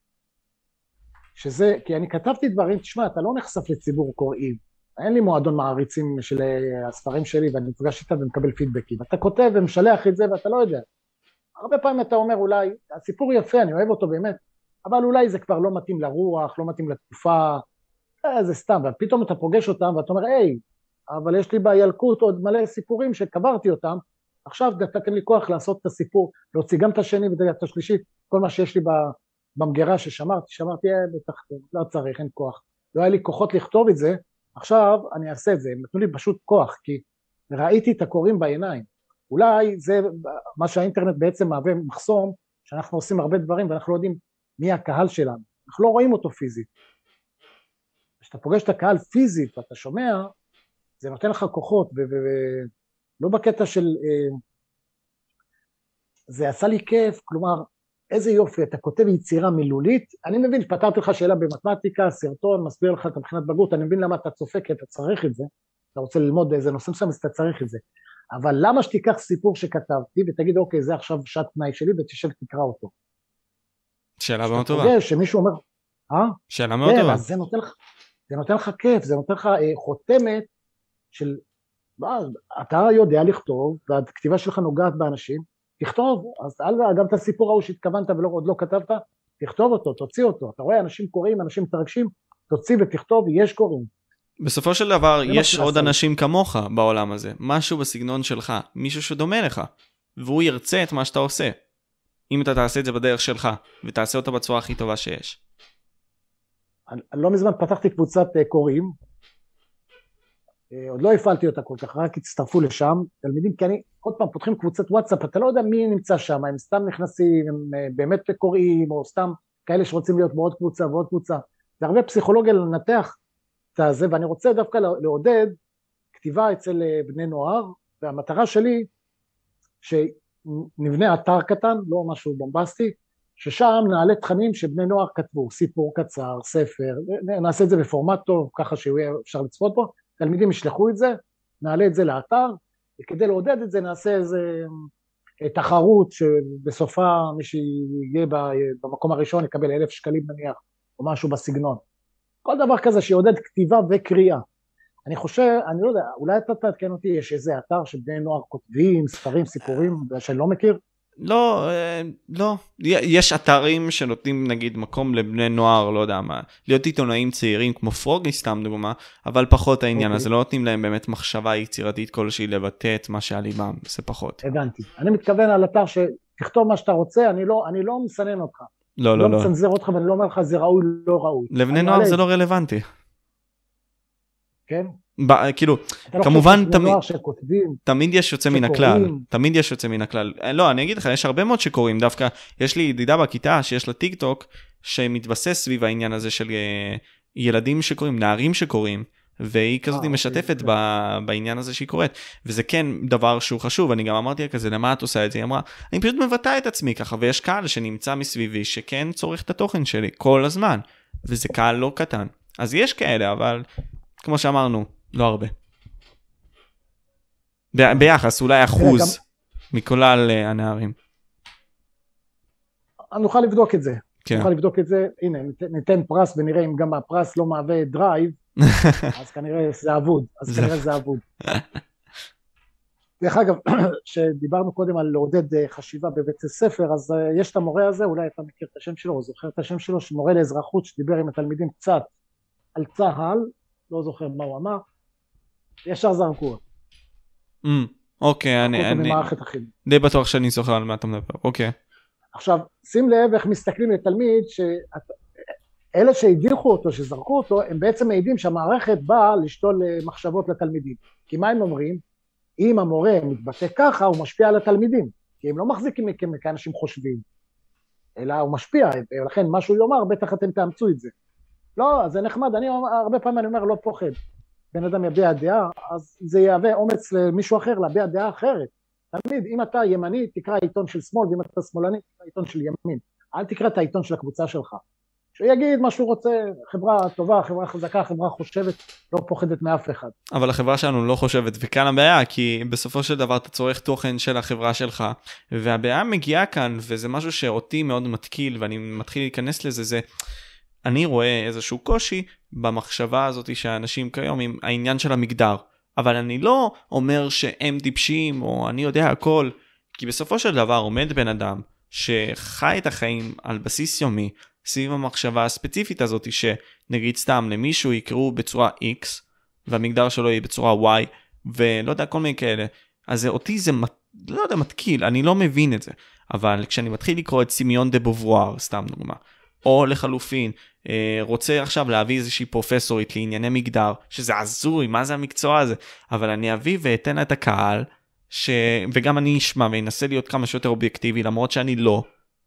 שזה, כי אני כתבתי דברים, תשמע, אתה לא נחשף לציבור קוראים, אין לי מועדון מעריצים של הספרים שלי, ואני מפגש איתה ומקבל פידבקים, אתה כותב ומשלח את זה ואתה לא יודע, הרבה פעמים אתה אומר אולי, הסיפור יפה, אני אוהב אותו באמת, אבל אולי זה כבר לא מתאים לרוח, לא מתאים לתקופה, אה, זה סתם, ופתאום אתה פוגש אותם ואתה אומר, היי, אבל יש לי בילקוט עוד מלא סיפורים שקברתי אותם, עכשיו נתתם לי כוח לעשות את הסיפור, להוציא גם את השני ואת השלישית, כל מה שיש לי במגירה ששמרתי, שמרתי, אה, בטח, לא צריך, אין כוח, לא היה לי כוחות לכתוב את זה, עכשיו אני אעשה את זה, הם נתנו לי פשוט כוח, כי ראיתי את הקוראים בעיניים, אולי זה מה שהאינטרנט בעצם מהווה מחסום, שאנחנו עושים הרבה דברים ואנחנו לא יודעים מי הקהל שלנו, אנחנו לא רואים אותו פיזית, כשאתה פוגש את הקהל פיזית ואתה שומע, זה נותן לך כוחות, ולא בקטע של, זה עשה לי כיף, כלומר, איזה יופי, אתה כותב יצירה מילולית, אני מבין, פתרתי לך שאלה במתמטיקה, סרטון, מסביר לך את הבחינת בגרות, אני מבין למה אתה צופה, כי אתה צריך את זה, אתה רוצה ללמוד איזה נושא מסוים, אז אתה צריך את זה, אבל למה שתיקח סיפור שכתבתי, ותגיד, אוקיי, זה עכשיו שעת תנאי שלי, ותשב תקרא אותו. שאלה מאוד טובה. פוגש, שמישהו אומר, אה? שאלה מאוד טובה. זה נותן לך, זה נותן לך כיף, זה נותן לך אה, חותמת של, אתה יודע לכתוב, והכתיבה שלך נוגעת באנשים, תכתוב, אז גם את הסיפור ההוא שהתכוונת ועוד לא כתבת, תכתוב אותו, תוציא אותו, אתה רואה אנשים קוראים, אנשים מתרגשים, תוציא ותכתוב, יש קוראים, בסופו של דבר, יש עוד לעשות. אנשים כמוך בעולם הזה, משהו בסגנון שלך, מישהו שדומה לך, והוא ירצה את מה שאתה עושה. אם אתה תעשה את זה בדרך שלך, ותעשה אותה בצורה הכי טובה שיש. אני, אני לא מזמן פתחתי קבוצת uh, קוראים, uh, עוד לא הפעלתי אותה כל כך, רק הצטרפו לשם, תלמידים, כי אני, עוד פעם, פותחים קבוצת וואטסאפ, אתה לא יודע מי נמצא שם, הם סתם נכנסים, הם uh, באמת קוראים, או סתם כאלה שרוצים להיות בעוד קבוצה ועוד קבוצה, זה הרבה פסיכולוגיה לנתח את זה, ואני רוצה דווקא לעודד כתיבה אצל בני נוער, והמטרה שלי, שנבנה אתר קטן, לא משהו בומבסטי, ששם נעלה תכנים שבני נוער כתבו, סיפור קצר, ספר, נעשה את זה בפורמט טוב, ככה שיהיה אפשר לצפות פה, תלמידים ישלחו את זה, נעלה את זה לאתר, וכדי לעודד את זה נעשה איזה תחרות, שבסופה מי שיהיה במקום הראשון יקבל אלף שקלים נניח, או משהו בסגנון. כל דבר כזה שיעודד כתיבה וקריאה. אני חושב, אני לא יודע, אולי אתה תעדכן אותי, יש איזה אתר שבני נוער כותבים, ספרים, סיפורים, שאני לא מכיר? לא, לא. יש אתרים שנותנים נגיד מקום לבני נוער, לא יודע מה, להיות עיתונאים צעירים כמו פרוגי סתם דוגמה, אבל פחות העניין הזה, לא נותנים להם באמת מחשבה יצירתית כלשהי לבטא את מה שעל ליבם, זה פחות. הבנתי. אני מתכוון על אתר שתכתוב מה שאתה רוצה, אני לא, אני לא מסנן אותך. לא, לא, לא. לא מצנזר אותך ואני לא אומר לך זה ראוי, לא ראוי. לבני נוער זה לא רלוונטי. כן? כאילו, כמובן שכותבים, תמיד יש יוצא מן הכלל, תמיד יש יוצא מן הכלל. לא, אני אגיד לך, יש הרבה מאוד שקוראים, דווקא יש לי ידידה בכיתה שיש לה טיק טוק, שמתבסס סביב העניין הזה של ילדים שקוראים, נערים שקוראים, והיא כזאת משתפת בעניין הזה שהיא קוראת, וזה כן דבר שהוא חשוב, אני גם אמרתי כזה, למה את עושה את זה? היא אמרה, אני פשוט מבטא את עצמי ככה, ויש קהל שנמצא מסביבי, שכן צורך את התוכן שלי כל הזמן, וזה קהל לא קטן. אז יש כאלה, אבל כמו שאמרנו, לא הרבה. ב- ביחס, אולי אחוז מכלל הנערים. אני אוכל לבדוק את זה. כן. נוכל לבדוק את זה, הנה, ניתן פרס ונראה אם גם הפרס לא מהווה דרייב, אז כנראה זה אבוד, אז כנראה זה אבוד. דרך אגב, שדיברנו קודם על לעודד חשיבה בבית הספר, אז יש את המורה הזה, אולי אתה מכיר את השם שלו, או זוכר את השם שלו, שמורה לאזרחות, שדיבר עם התלמידים קצת על צהל, לא זוכר מה הוא אמר, ישר זרקו. אוקיי, אני די בטוח שאני זוכר על מה אתה מדבר, אוקיי. עכשיו, שים לב איך מסתכלים לתלמיד, שאלה שהדיחו אותו, שזרקו אותו, הם בעצם מעידים שהמערכת באה לשתול מחשבות לתלמידים. כי מה הם אומרים? אם המורה מתבטא ככה, הוא משפיע על התלמידים. כי הם לא מחזיקים מכם כאנשים חושבים, אלא הוא משפיע, ולכן מה שהוא יאמר, בטח אתם תאמצו את זה. לא, זה נחמד, אני הרבה פעמים אני אומר, לא פוחד. בן אדם יביע דעה, אז זה יהווה אומץ למישהו אחר, להביע דעה אחרת. תמיד, אם אתה ימני, תקרא עיתון של שמאל, ואם אתה שמאלני, תקרא עיתון של ימין. אל תקרא את העיתון של הקבוצה שלך. שיגיד מה שהוא רוצה, חברה טובה, חברה חזקה, חברה חושבת, לא פוחדת מאף אחד. אבל החברה שלנו לא חושבת, וכאן הבעיה, כי בסופו של דבר אתה צורך תוכן של החברה שלך, והבעיה מגיעה כאן, וזה משהו שאותי מאוד מתקיל, ואני מתחיל להיכנס לזה, זה, אני רואה איזשהו קושי במחשבה הזאת שהאנשים כיום עם העניין של המגדר, אבל אני לא אומר שהם טיפשים, או אני יודע הכל, כי בסופו של דבר עומד בן אדם, שחי את החיים על בסיס יומי, סביב המחשבה הספציפית הזאת, שנגיד סתם למישהו יקראו בצורה X, והמגדר שלו יהיה בצורה Y, ולא יודע, כל מיני כאלה. אז אותי זה, לא יודע, מתקיל, אני לא מבין את זה. אבל כשאני מתחיל לקרוא את סימיון דה בובואר, סתם דוגמה, או לחלופין, רוצה עכשיו להביא איזושהי פרופסורית לענייני מגדר, שזה עזוי, מה זה המקצוע הזה? אבל אני אביא ואתן לה את הקהל, ש... וגם אני אשמע ואנסה להיות כמה שיותר אובייקטיבי, למרות שאני לא,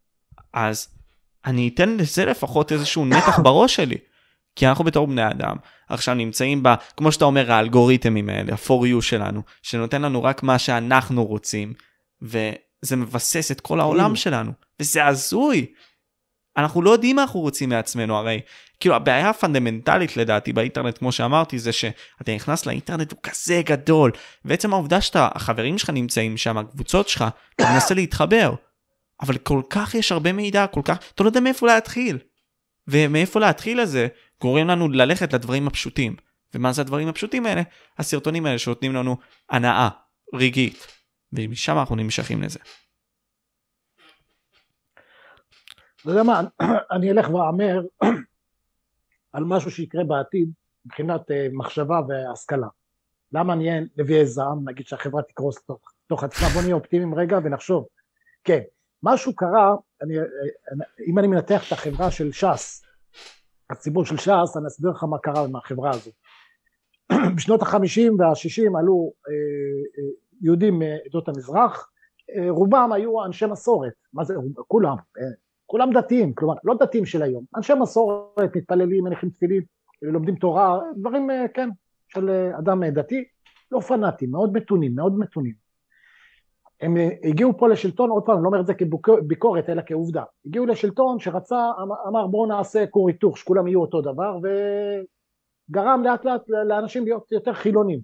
אז אני אתן לזה לפחות איזשהו נתח בראש שלי, כי אנחנו בתור בני אדם, עכשיו נמצאים בה, כמו שאתה אומר, האלגוריתמים האלה, ה-פור יו שלנו, שנותן לנו רק מה שאנחנו רוצים, וזה מבסס את כל העולם שלנו, וזה עזוי. אנחנו לא יודעים מה אנחנו רוצים מעצמנו, הרי, כאילו, הבעיה הפונדמנטלית לדעתי באינטרנט, כמו שאמרתי, זה שאתה נכנס לאינטרנט, הוא כזה גדול, ועצם העובדה שאתה, החברים שלך נמצאים שם, הקבוצות שלך, אתה מנסה להתחבר, אבל כל כך יש הרבה מידע, כל כך, אתה לא יודע מאיפה להתחיל, ומאיפה להתחיל לזה, גורם לנו ללכת לדברים הפשוטים, ומה זה הדברים הפשוטים האלה? הסרטונים האלה שנותנים לנו הנאה, רגעית, ומשם אנחנו נמשכים לזה. אתה יודע מה, אני אלך ואמר על משהו שיקרה בעתיד, מבחינת מחשבה והשכלה. למה נהיה נביאי זעם, נגיד שהחברה תקרוס תוך, תוך עצמה, בוא נהיה אופטימיים רגע ונחשוב. כן, משהו קרה, אני, אם אני מנתח את החברה של ש"ס, הציבור של ש"ס, אני אסביר לך מה קרה עם החברה הזו. בשנות החמישים והשישים עלו יהודים מעדות המזרח, רובם היו אנשי מסורת, מה זה, כולם, כולם דתיים, כלומר, לא דתיים של היום, אנשי מסורת, מתפללים, מניחים תפילין, לומדים תורה, דברים, כן, של אדם דתי, לא פנאטים, מאוד מתונים, מאוד מתונים. הם הגיעו פה לשלטון, עוד פעם, אני לא אומר את זה כביקורת, אלא כעובדה. הגיעו לשלטון שרצה, אמר בואו נעשה כור היתוך, שכולם יהיו אותו דבר, וגרם לאט לאט לאנשים להיות יותר חילונים.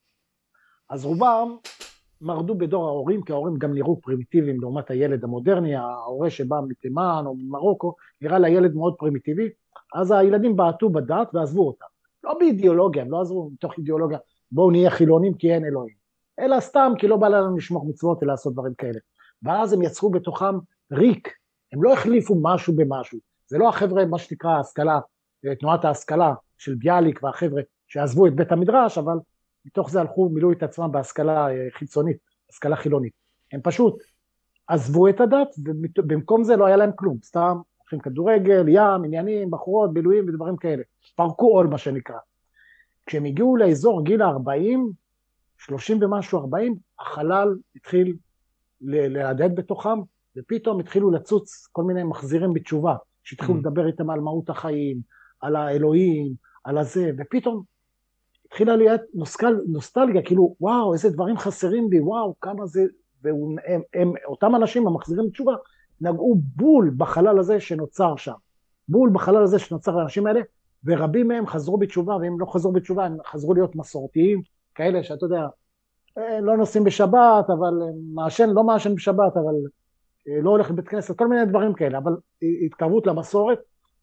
אז רובם מרדו בדור ההורים, כי ההורים גם נראו פרימיטיביים לעומת הילד המודרני, ההורה שבא מתימן או ממרוקו, נראה לילד מאוד פרימיטיבי, אז הילדים בעטו בדת ועזבו אותה. לא באידיאולוגיה, הם לא עזבו מתוך אידיאולוגיה, בואו נהיה חילונים כי אין אלוהים. אלא סתם כי לא בא לנו לשמור מצוות ולעשות דברים כאלה. ואז הם יצרו בתוכם ריק, הם לא החליפו משהו במשהו. זה לא החבר'ה, מה שנקרא ההשכלה, תנועת ההשכלה של ביאליק והחבר'ה שעזבו את בית המדרש, אבל מתוך זה הלכו, מילאו את עצמם בהשכלה חיצונית, השכלה חילונית. הם פשוט עזבו את הדת, ובמקום זה לא היה להם כלום. סתם, הולכים כדורגל, ים, עניינים, בחורות, בילויים ודברים כאלה. פרקו עול מה שנקרא. כשהם הגיעו לאזור גיל ה-ארבעים, שלושים ומשהו ארבעים, החלל התחיל להדהד בתוכם, ופתאום התחילו לצוץ כל מיני מחזירים בתשובה, שהתחילו mm. לדבר איתם על מהות החיים, על האלוהים, על הזה, ופתאום התחילה להיות נוסקל, נוסטלגיה, כאילו, וואו, איזה דברים חסרים בי, וואו, כמה זה, והם, הם, הם, אותם אנשים המחזירים בתשובה, נגעו בול בחלל הזה שנוצר שם, בול בחלל הזה שנוצר לאנשים האלה, ורבים מהם חזרו בתשובה, והם לא חזרו בתשובה, הם חזרו להיות מסורתיים, כאלה שאתה יודע, לא נוסעים בשבת, אבל מעשן, לא מעשן בשבת, אבל לא הולך לבית כנסת, כל מיני דברים כאלה, אבל התקרבות למסורת,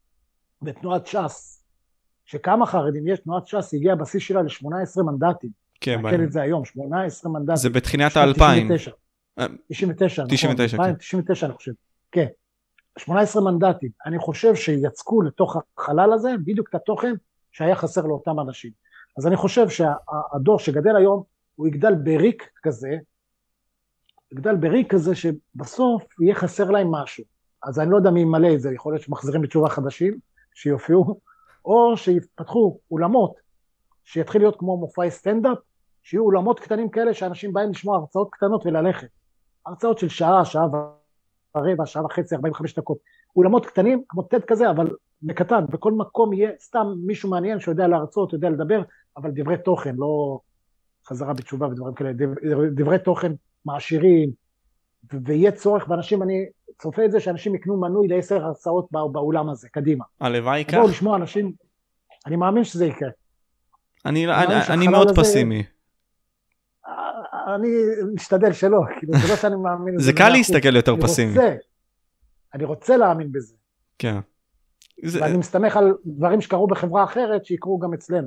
בתנועת ש"ס, שכמה חרדים יש, תנועת ש"ס הגיעה הבסיס שלה ל-שמונה עשרה מנדטים, כן, נקל את זה היום, שמונה עשרה מנדטים. זה בתחינת האלפיים. תשעים ותשע, תשעים ותשע, נכון, תשעים ותשע אני חושב, כן, שמונה עשרה מנדטים, אני חושב שיצקו לתוך החלל הזה, בדיוק את התוכן שהיה חסר לאותם אנשים. אז אני חושב שהדור שגדל היום, הוא יגדל בריק כזה, יגדל בריק כזה שבסוף יהיה חסר להם משהו. אז אני לא יודע מי ימלא את זה, יכול להיות שמחזירים בתשובה חדשים, שיופיעו, או שיפתחו אולמות, שיתחיל להיות כמו מופעי סטנדאפ, שיהיו אולמות קטנים כאלה, שאנשים באים לשמוע הרצאות קטנות וללכת. הרצאות של שעה, שעה ורבע, שעה וחצי, ארבעים וחמש דקות. אולמות קטנים, כמו תד כזה, אבל בקטן, בכל מקום יהיה סתם מישהו מעניין שיודע להרצות, יודע לדבר, אבל דברי תוכן, לא חזרה בתשובה ודברים כאלה, דברי תוכן מעשירים, ויהיה צורך באנשים, אני צופה את זה שאנשים יקנו מנוי לעשר הרצאות באולם הזה, קדימה. הלוואי כך. בואו לשמוע אנשים, אני מאמין שזה יקרה. אני, אני, אני מאוד הזה, פסימי. אני משתדל שלא, כאילו זה לא שאני מאמין. זה קל להסתכל יותר פסימי. רוצה, אני רוצה להאמין בזה. כן. ואני מסתמך על דברים שקרו בחברה אחרת, שיקרו גם אצלנו.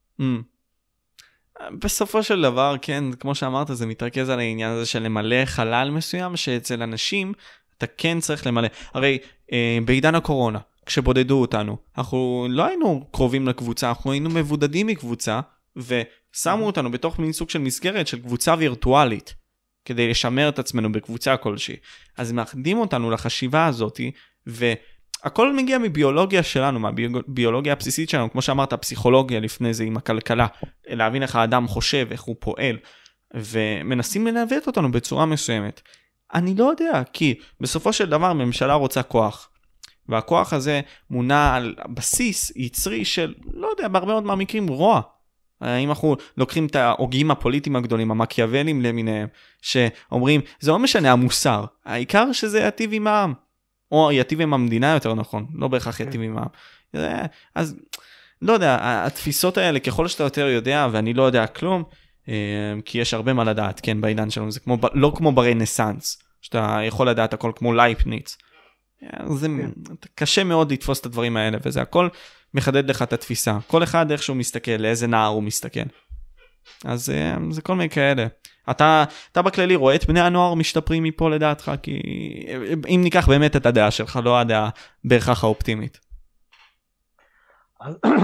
בסופו של דבר, כן, כמו שאמרת, זה מתרכז על העניין הזה של למלא חלל מסוים, שאצל אנשים אתה כן צריך למלא. הרי בעידן הקורונה, כשבודדו אותנו, אנחנו לא היינו קרובים לקבוצה, אנחנו היינו מבודדים מקבוצה, ושמו אותנו בתוך מין סוג של מסגרת של קבוצה וירטואלית, כדי לשמר את עצמנו בקבוצה כלשהי. אז מאחדים אותנו לחשיבה הזאת, והכל מגיע מביולוגיה שלנו, מהביולוגיה הבסיסית שלנו, כמו שאמרת, הפסיכולוגיה לפני זה עם הכלכלה, להבין איך האדם חושב, איך הוא פועל, ומנסים לנווט אותנו בצורה מסוימת. אני לא יודע, כי בסופו של דבר ממשלה רוצה כוח, והכוח הזה מונע על בסיס יצרי של, לא יודע, בהרבה מאוד מהמקרים רוע. אם אנחנו לוקחים את ההוגים הפוליטיים הגדולים, המקיאבלים למיניהם, שאומרים, זה לא משנה המוסר, העיקר שזה יטיב עם העם, או יטיב עם המדינה יותר נכון, לא בהכרח יטיב עם העם. אז לא יודע, התפיסות האלה, ככל שאתה יותר יודע, ואני לא יודע כלום, כי יש הרבה מה לדעת, כן, בעידן שלנו, זה כמו, לא כמו ברנסנס, שאתה יכול לדעת הכל כמו לייפניץ. זה קשה מאוד לתפוס את הדברים האלה, וזה הכל מחדד לך את התפיסה. כל אחד איך שהוא מסתכל, לאיזה נער הוא מסתכל. אז זה כל מיני כאלה. אתה, אתה בכללי רואה את בני הנוער משתפרים מפה לדעתך, כי אם ניקח באמת את הדעה שלך, לא הדעה בהכרח האופטימית. אז,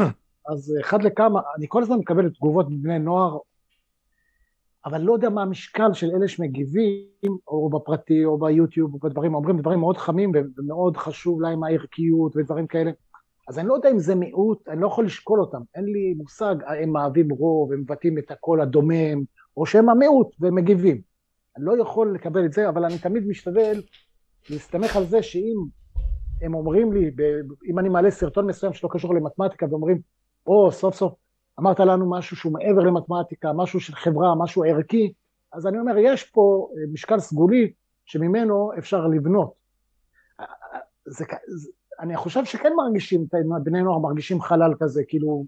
אז אחד לכמה, אני כל הזמן מקבל תגובות מבני נוער, אבל לא יודע מה המשקל של אלה שמגיבים, או בפרטי, או ביוטיוב, או בדברים, אומרים דברים מאוד חמים, ומאוד חשוב להם הערכיות ודברים כאלה, אז אני לא יודע אם זה מיעוט, אני לא יכול לשקול אותם, אין לי מושג, הם מהווים רוב, הם מבטאים את הקול הדומם, או שהם המיעוט והם מגיבים. אני לא יכול לקבל את זה, אבל אני תמיד משתדל להסתמך על זה שאם הם אומרים לי, אם אני מעלה סרטון מסוים שלא קשור למתמטיקה, ואומרים, או סוף סוף אמרת לנו משהו שהוא מעבר למתמטיקה, משהו של חברה, משהו ערכי, אז אני אומר, יש פה משקל סגולי שממנו אפשר לבנות. זה, זה, אני חושב שכן מרגישים, בני נוער מרגישים חלל כזה, כאילו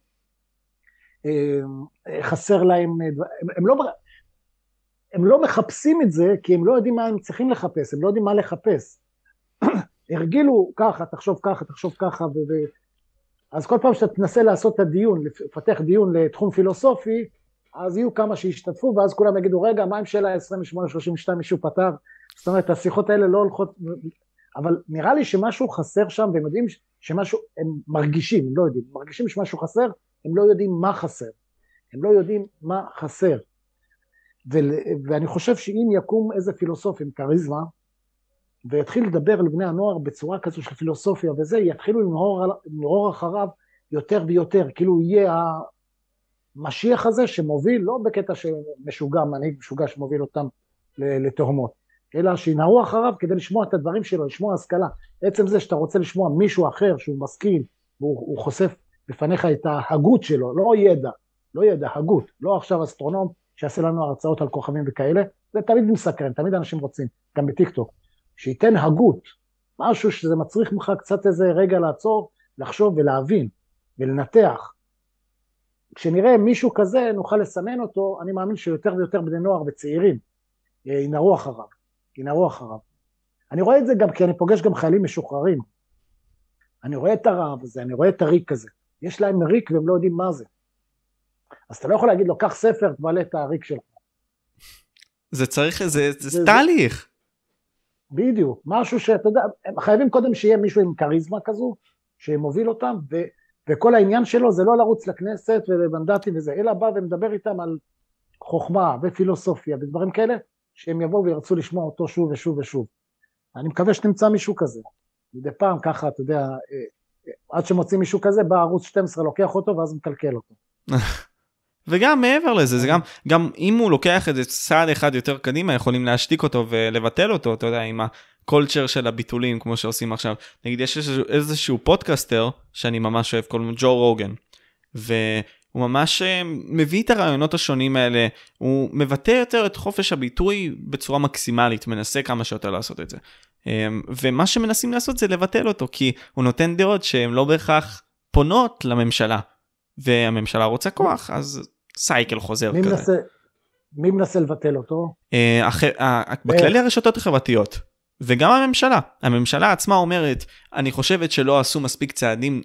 חסר להם, הם, הם, לא, הם לא מחפשים את זה, כי הם לא יודעים מה הם צריכים לחפש, הם לא יודעים מה לחפש. הרגילו ככה, תחשוב ככה, תחשוב ככה, ו... ו... אז כל פעם שאתה תנסה לעשות את הדיון, לפתח דיון לתחום פילוסופי, אז יהיו כמה שישתתפו, ואז כולם יגידו, רגע, מה עם שאלה עשרים ושמונה שלושים ושתיים מישהו פתר? זאת אומרת, השיחות האלה לא הולכות, אבל נראה לי שמשהו חסר שם, והם יודעים שמשהו, הם מרגישים, הם לא יודעים, מרגישים שמשהו חסר, הם לא יודעים מה חסר, הם לא יודעים מה חסר. ו... ואני חושב שאם יקום איזה פילוסוף עם קריזמה, ויתחיל לדבר לבני הנוער בצורה כזו של פילוסופיה וזה, יתחילו לנהור אחריו יותר ויותר, כאילו יהיה המשיח הזה שמוביל, לא בקטע שמשוגע, מנהיג משוגע שמוביל אותם לתהומות, אלא שינהרו אחריו כדי לשמוע את הדברים שלו, לשמוע השכלה. בעצם זה שאתה רוצה לשמוע מישהו אחר שהוא משכיל, והוא חושף בפניך את ההגות שלו, לא ידע, לא ידע, הגות, לא עכשיו אסטרונום שיעשה לנו הרצאות על כוכבים וכאלה, זה תמיד מסקרן, תמיד אנשים רוצים, גם בטיקטוק. שייתן הגות, משהו שזה מצריך ממך קצת איזה רגע לעצור, לחשוב ולהבין, ולנתח. כשנראה מישהו כזה, נוכל לסמן אותו, אני מאמין שיותר ויותר בני נוער וצעירים, ינערו אחריו, ינערו אחריו. אני רואה את זה גם כי אני פוגש גם חיילים משוחררים. אני רואה את הרעב הזה, אני רואה את הריק הזה. יש להם ריק והם לא יודעים מה זה. אז אתה לא יכול להגיד לו, קח ספר, תבלה את הריק שלך. זה צריך, זה, זה, זה תהליך. בדיוק, משהו שאתה יודע, הם חייבים קודם שיהיה מישהו עם קריזמה כזו, שמוביל אותם, ו, וכל העניין שלו זה לא לרוץ לכנסת ולמנדטים וזה, אלא בא ומדבר איתם על חוכמה ופילוסופיה ודברים כאלה, שהם יבואו וירצו לשמוע אותו שוב ושוב ושוב. אני מקווה שתמצא מישהו כזה. מדי פעם ככה, אתה יודע, עד שמוצאים מישהו כזה, בא ערוץ שתים עשרה לוקח אותו ואז מקלקל אותו. וגם מעבר לזה, זה גם, גם אם הוא לוקח את זה צעד אחד יותר קדימה, יכולים להשתיק אותו ולבטל אותו, אתה יודע, עם הקולצ'ר של הביטולים, כמו שעושים עכשיו. נגיד, יש איזשהו, איזשהו פודקאסטר, שאני ממש אוהב, קוראים לו ג'ו רוגן, והוא ממש מביא את הרעיונות השונים האלה, הוא מבטא יותר את חופש הביטוי בצורה מקסימלית, מנסה כמה שיותר לעשות את זה. ומה שמנסים לעשות זה לבטל אותו, כי הוא נותן דעות שהן לא בהכרח פונות לממשלה, והממשלה רוצה כוח, אז סייקל חוזר מי כזה. מנסה, מי מנסה לבטל אותו? בכללי הרשתות החברתיות, וגם הממשלה. הממשלה עצמה אומרת, אני חושבת שלא עשו מספיק צעדים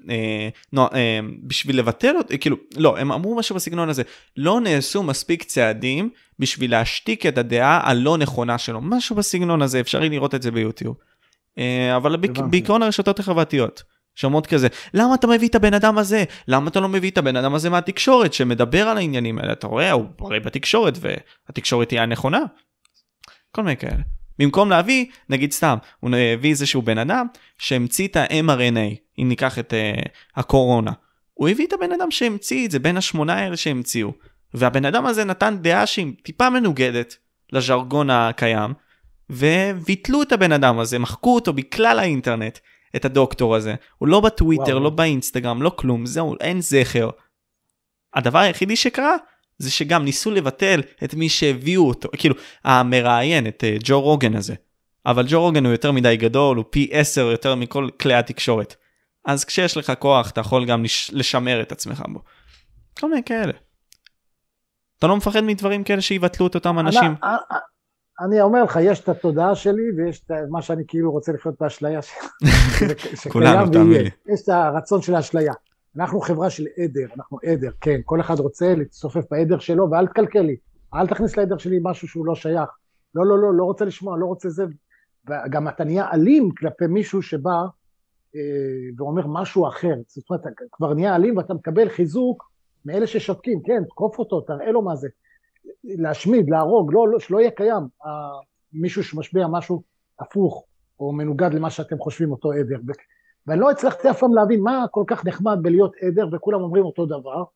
בשביל לבטל אותו, כאילו, לא, הם אמרו משהו בסגנון הזה, לא נעשו מספיק צעדים בשביל להשתיק את הדעה הלא נכונה שלו, משהו בסגנון הזה, אפשרי לראות את זה ביוטיוב. אבל בעיקרון הרשתות החברתיות. שאומרות כזה, למה אתה מביא את הבן אדם הזה? למה אתה לא מביא את הבן אדם הזה מהתקשורת שמדבר על העניינים האלה? אתה רואה, הוא הרי בתקשורת, והתקשורת היא הנכונה. כל מיני כאלה. במקום להביא, נגיד סתם, הוא הביא איזשהו בן אדם שהמציא את ה-אם אר אן איי, אם ניקח את uh, הקורונה. הוא הביא את הבן אדם שהמציא את זה, בין השמונה האלה שהמציאו. והבן אדם הזה נתן דעה שהיא טיפה מנוגדת לז'רגון הקיים, וביטלו את הבן אדם הזה, מחקו אותו בכלל האינטרנט. את הדוקטור הזה, הוא לא בטוויטר, וואו. לא באינסטגרם, לא כלום, זהו, אין זכר. הדבר היחידי שקרה, זה שגם ניסו לבטל את מי שהביאו אותו, כאילו, המראיין, את uh, ג'ו רוגן הזה. אבל ג'ו רוגן הוא יותר מדי גדול, הוא פי עשר יותר מכל כלי התקשורת. אז כשיש לך כוח, אתה יכול גם לש... לשמר את עצמך בו. כל מיני כאלה. אתה לא מפחד מדברים כאלה שיבטלו את אותם אנשים? אני, אני אומר לך, יש את התודעה שלי, ויש את מה שאני כאילו רוצה לחיות באשליה כולנו, תאמין לי. יש את הרצון של האשליה. אנחנו חברה של עדר, אנחנו עדר, כן, כל אחד רוצה לצופף בעדר שלו, ואל תקלקל לי, אל תכניס לעדר שלי משהו שהוא לא שייך. לא, לא, לא, לא רוצה לשמוע, לא רוצה זה, וגם אתה נהיה אלים כלפי מישהו שבא ואומר משהו אחר, זאת אומרת, כבר נהיה אלים ואתה מקבל חיזוק מאלה ששתקים, כן, תקוף אותו, תראה לו מה זה, להשמיד, להרוג, לא, לא, שלא יהיה קיים, מישהו שמשביע משהו הפוך, או מנוגד למה שאתם חושבים אותו עדר, ואני לא הצלחתי אף פעם להבין מה כל כך נחמד בלהיות עדר, וכולם אומרים אותו דבר,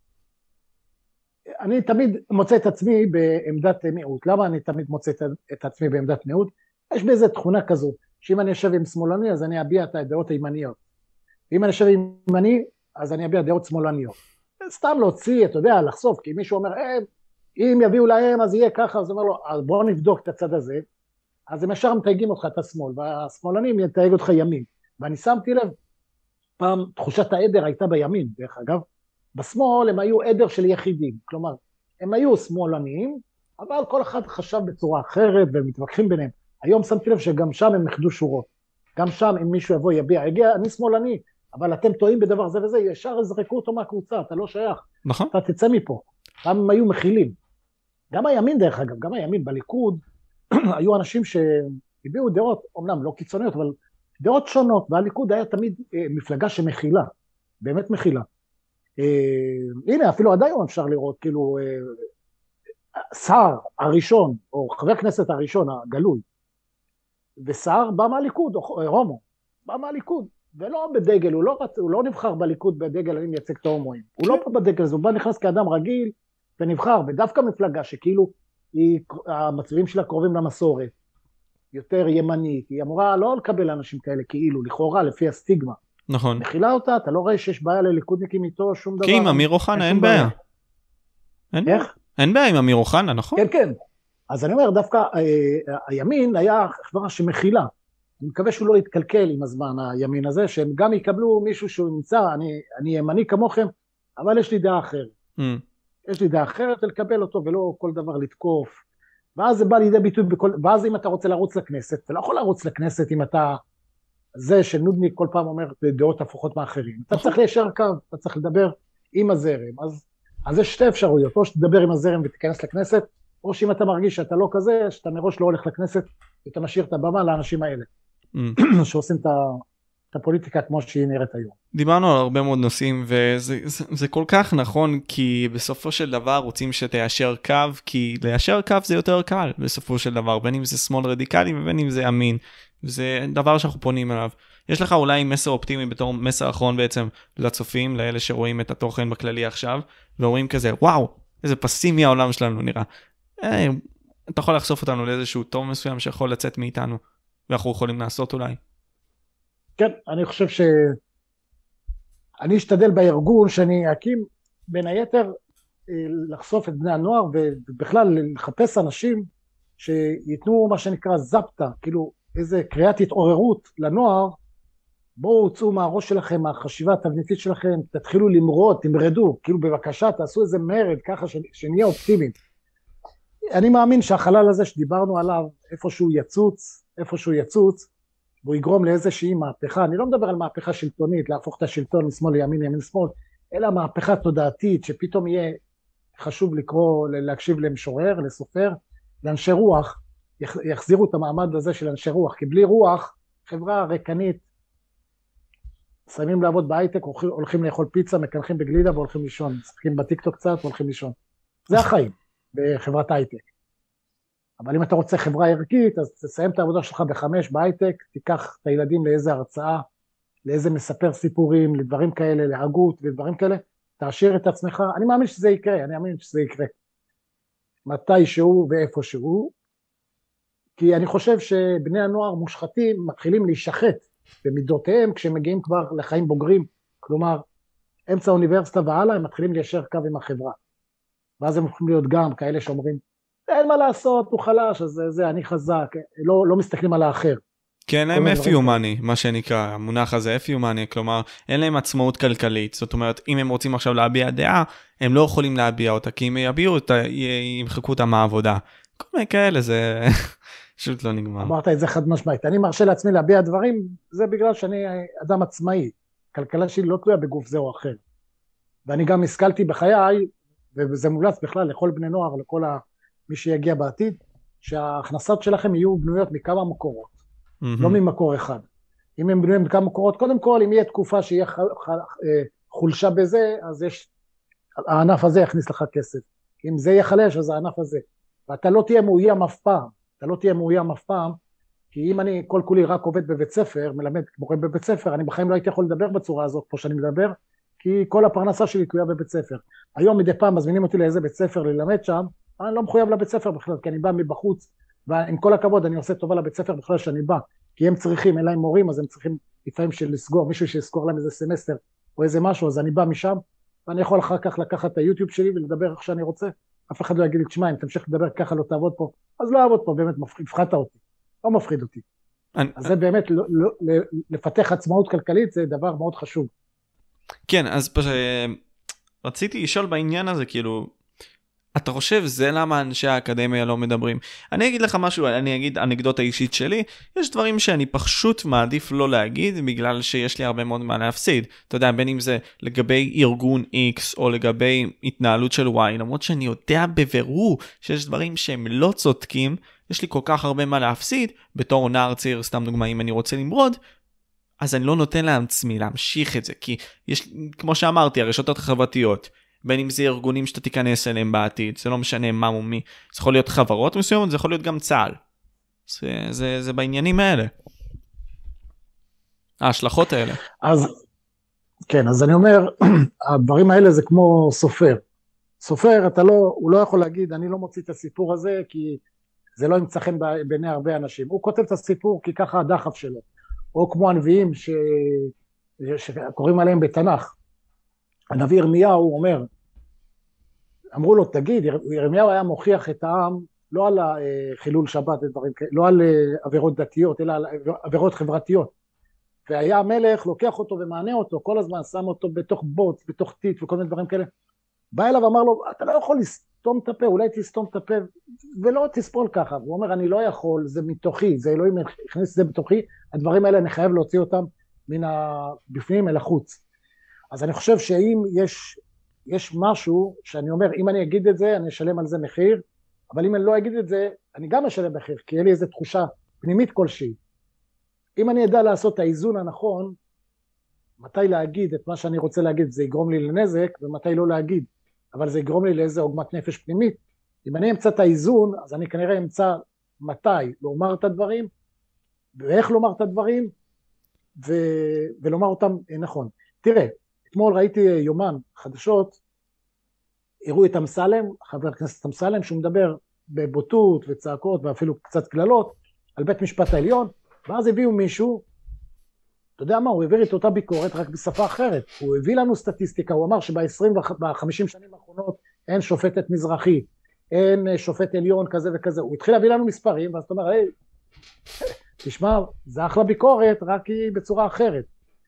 אני תמיד מוצא את עצמי בעמדת מיעוט, למה אני תמיד מוצא את עצמי בעמדת מיעוט? יש באיזה תכונה כזו, שאם אני יושב עם שמאלני, אז אני אביע את הדעות הימניות, ואם אני יושב עם ימני, אז אני אביע דעות שמאלניות, סתם להוציא, אתה יודע, לחשוף, כי מישהו אומר, אה, אם יביאו להם, אז יהיה ככה, אז אומר לו, אז בואו נבדוק את הצד הזה, אז הם ישר מתייגים אותך את השמאל, והשמאלנים יתייג אותך ימין, ואני שמתי לב, פעם תחושת העדר הייתה בימין, דרך אגב, בשמאל הם היו עדר של יחידים, כלומר, הם היו שמאלניים, אבל כל אחד חשב בצורה אחרת, והם מתווכחים ביניהם, היום שמתי לב שגם שם הם מחדו שורות, גם שם אם מישהו יבוא יביע, הגיע, אני שמאלני, אבל אתם טועים בדבר זה וזה, ישר יזרקו אותו מהקבוצה, אתה לא שייך, נכון. אתה תצא מפה, גם הם היו מכילים, גם הימין דרך אגב, גם הימין בליכוד, היו אנשים שהביאו דעות, אומנם לא קיצוניות, אבל דעות שונות, והליכוד היה תמיד אה, מפלגה שמכילה, באמת מכילה. אה, הנה, אפילו עדיין אפשר לראות, כאילו, אה, שר הראשון, או חבר כנסת הראשון, הגלוי, ושר בא מהליכוד, או הומו, בא מהליכוד, ולא בדגל, הוא לא, הוא לא נבחר בליכוד בדגל, אני מייצג את ההומואים, הוא לא פה בדגל הזה, הוא בא נכנס כאדם רגיל, ונבחר, ודווקא מפלגה שכאילו, היא, המצביעים שלה קרובים למסורת, יותר ימנית, היא אמורה לא לקבל אנשים כאלה, כאילו, לכאורה, לפי הסטיגמה. נכון. מכילה אותה, אתה לא רואה שיש בעיה לליכודניקים איתו, שום דבר. כי עם אמיר אוחנה אין בעיה. איך? אין בעיה עם אמיר אוחנה, נכון? כן, כן. אז אני אומר, דווקא אה, הימין היה חברה שמכילה. אני מקווה שהוא לא יתקלקל עם הזמן, הימין הזה, שהם גם יקבלו מישהו שהוא נמצא, אני, אני ימני כמוכם, אבל יש לי דעה אחרת. Mm. יש לי דעה אחרת לקבל אותו, ולא כל דבר לתקוף. ואז זה בא לידי ביטוי בכל, ואז אם אתה רוצה לרוץ לכנסת, אתה לא יכול לרוץ לכנסת אם אתה, זה שנודניק כל פעם אומר דעות הפוכות מאחרים. אתה צריך ליישר קו, אתה צריך לדבר עם הזרם. אז, אז יש שתי אפשרויות, או שתדבר עם הזרם ותיכנס לכנסת, או שאם אתה מרגיש שאתה לא כזה, שאתה מראש לא הולך לכנסת, ואתה משאיר את הבמה לאנשים האלה, שעושים את ה... את הפוליטיקה כמו שהיא נראית היום. דיברנו על הרבה מאוד נושאים, וזה זה, זה כל כך נכון, כי בסופו של דבר רוצים שתיישר קו, כי ליישר קו זה יותר קל, בסופו של דבר, בין אם זה שמאל רדיקלי, ובין אם זה אמין, וזה דבר שאנחנו פונים אליו. יש לך אולי מסר אופטימי, בתור מסר אחרון בעצם לצופים, לאלה שרואים את התוכן בכללי עכשיו, ואומרים כזה, וואו, איזה פסימי העולם שלנו נראה. אה, אתה יכול לחשוף אותנו לאיזשהו טוב מסוים, שיכול לצאת מאיתנו, ואנחנו יכולים לעשות אולי. כן, אני חושב ש... אני אשתדל בארגון שאני אקים בין היתר לחשוף את בני הנוער ובכלל לחפש אנשים שיתנו מה שנקרא זפטה, כאילו איזה קריאת התעוררות לנוער, בואו הוצאו מהראש שלכם, מהחשיבה התבניתית שלכם, תתחילו למרוד, תמרדו, כאילו בבקשה תעשו איזה מרד ככה שנהיה אופטימיים. אני מאמין שהחלל הזה שדיברנו עליו, איפשהו יצוץ, איפשהו יצוץ, והוא יגרום לאיזושהי מהפכה, אני לא מדבר על מהפכה שלטונית, להפוך את השלטון משמאל לימין, ימין שמאל, אלא מהפכה תודעתית, שפתאום יהיה חשוב לקרוא, להקשיב למשורר, לסופר, לאנשי רוח, יחזירו את המעמד הזה של אנשי רוח, כי בלי רוח, חברה ריקנית, סיימים לעבוד בהייטק, הולכים לאכול פיצה, מקנחים בגלידה והולכים לישון, משחקים בטיקטוק קצת והולכים לישון. זה החיים בחברת הייטק. אבל אם אתה רוצה חברה ערכית, אז תסיים את העבודה שלך בחמש בהייטק, תיקח את הילדים לאיזה הרצאה, לאיזה מספר סיפורים, לדברים כאלה, להגות ודברים כאלה, תעשיר את עצמך, אני מאמין שזה יקרה, אני מאמין שזה יקרה. מתי שהוא ואיפה שהוא, כי אני חושב שבני הנוער מושחתים מתחילים להישחט במידותיהם, כשהם מגיעים כבר לחיים בוגרים, כלומר, אמצע האוניברסיטה והלאה, הם מתחילים ליישר קו עם החברה. ואז הם יכולים להיות גם כאלה שאומרים, אין מה לעשות, הוא חלש, אז זה, זה, אני חזק, לא, לא מסתכלים על האחר. כן, להם אפיומני, מה שנקרא, המונח הזה אפיומני, כלומר, אין להם עצמאות כלכלית, זאת אומרת, אם הם רוצים עכשיו להביע דעה, הם לא יכולים להביע אותה, כי אם יביעו אותה, ימחקו אותה מהעבודה. כל מיני כאלה, זה פשוט לא נגמר. אמרת את זה חד משמעית, אני מרשה לעצמי להביע דברים, זה בגלל שאני אדם עצמאי, כלכלה שלי לא תלויה בגוף זה או אחר. ואני גם השכלתי בחיי, וזה מולץ בכלל לכל בני נוער, לכל ה... מי שיגיע בעתיד, שההכנסות שלכם יהיו בנויות מכמה מקורות, mm-hmm. לא ממקור אחד. אם הם בנויים בכמה מקורות, קודם כל, אם יהיה תקופה שיהיה חולשה בזה, אז יש, הענף הזה יכניס לך כסף. אם זה יהיה חלש, אז הענף הזה. ואתה לא תהיה מאוים אף פעם, אתה לא תהיה מאוים אף פעם, כי אם אני כל כולי רק עובד בבית ספר, מלמד מורה בבית ספר, אני בחיים לא הייתי יכול לדבר בצורה הזאת, פה שאני מדבר, כי כל הפרנסה שלי תלויה בבית ספר. היום מדי פעם מזמינים אותי לאיזה בית ספר ללמד שם, אני לא מחויב לבית ספר בכלל, כי אני בא מבחוץ, ועם כל הכבוד אני עושה טובה לבית ספר בכלל שאני בא, כי הם צריכים, אין להם מורים, אז הם צריכים לפעמים של לסגור, מישהו שיסגור להם איזה סמסטר, או איזה משהו, אז אני בא משם, ואני יכול אחר כך לקחת את היוטיוב שלי ולדבר איך שאני רוצה, אף אחד לא יגיד לי, תשמע, אם תמשיך לדבר ככה לא תעבוד פה, אז לא אעבוד פה, באמת הפחדת אותי, לא מפחיד אותי. אני... אז זה באמת, לא, לא, לפתח עצמאות כלכלית זה דבר מאוד חשוב. כן, אז פש... רציתי לשאול בעניין הזה, כאילו, אתה חושב זה למה אנשי האקדמיה לא מדברים? אני אגיד לך משהו, אני אגיד אנקדוטה אישית שלי, יש דברים שאני פשוט מעדיף לא להגיד, בגלל שיש לי הרבה מאוד מה להפסיד. אתה יודע, בין אם זה לגבי ארגון X, או לגבי התנהלות של Y, למרות שאני יודע בבירור שיש דברים שהם לא צודקים, יש לי כל כך הרבה מה להפסיד, בתור נער צעיר, סתם דוגמה, אם אני רוצה למרוד, אז אני לא נותן לעצמי להמשיך את זה, כי יש, כמו שאמרתי, הרשתות החברתיות, בין אם זה ארגונים שאתה תיכנס אליהם בעתיד, זה לא משנה מה או מי, זה יכול להיות חברות מסוימות, זה יכול להיות גם צה"ל. זה, זה, זה בעניינים האלה. ההשלכות האלה. אז, כן, אז אני אומר, הדברים האלה זה כמו סופר. סופר, אתה לא, הוא לא יכול להגיד, אני לא מוציא את הסיפור הזה, כי זה לא ימצא חן בעיני הרבה אנשים. הוא כותב את הסיפור כי ככה הדחף שלו. או כמו הנביאים ש... שקוראים עליהם בתנ"ך. הנביא ירמיהו אומר, אמרו לו, תגיד, ירמיהו היה מוכיח את העם, לא על חילול שבת ודברים כאלה, לא על עבירות דתיות, אלא על עבירות חברתיות. והיה המלך, לוקח אותו ומענה אותו, כל הזמן שם אותו בתוך בוץ, בתוך טיט וכל מיני דברים כאלה. בא אליו ואמר לו, אתה לא יכול לסתום את הפה, אולי תסתום את הפה, ולא תספול ככה. הוא אומר, אני לא יכול, זה מתוכי, זה אלוהים הכניס את זה בתוכי, הדברים האלה אני חייב להוציא אותם מן הבפנים אל החוץ. אז אני חושב שאם יש, יש משהו שאני אומר, אם אני אגיד את זה, אני אשלם על זה מחיר, אבל אם אני לא אגיד את זה, אני גם אשלם מחיר, כי יהיה לי איזו תחושה פנימית כלשהי. אם אני אדע לעשות את האיזון הנכון, מתי להגיד את מה שאני רוצה להגיד, זה יגרום לי לנזק, ומתי לא להגיד, אבל זה יגרום לי לאיזו עוגמת נפש פנימית. אם אני אמצא את האיזון, אז אני כנראה אמצא מתי לומר את הדברים, ואיך לומר את הדברים, ו... ולומר אותם נכון. תראה, אתמול ראיתי יומן חדשות, הראו את אמסלם, חבר הכנסת אמסלם, שהוא מדבר בבוטות וצעקות ואפילו קצת כללות, על בית משפט העליון, ואז הביאו מישהו, אתה יודע מה, הוא הביא את אותה ביקורת רק בשפה אחרת, הוא הביא לנו סטטיסטיקה, הוא אמר שב-עשרים וחמש שנים האחרונות אין שופטת מזרחי, אין שופט עליון כזה וכזה, הוא התחיל להביא לנו מספרים, ואז אתה אומר, היי, תשמע, זה אחלה ביקורת, רק היא בצורה אחרת.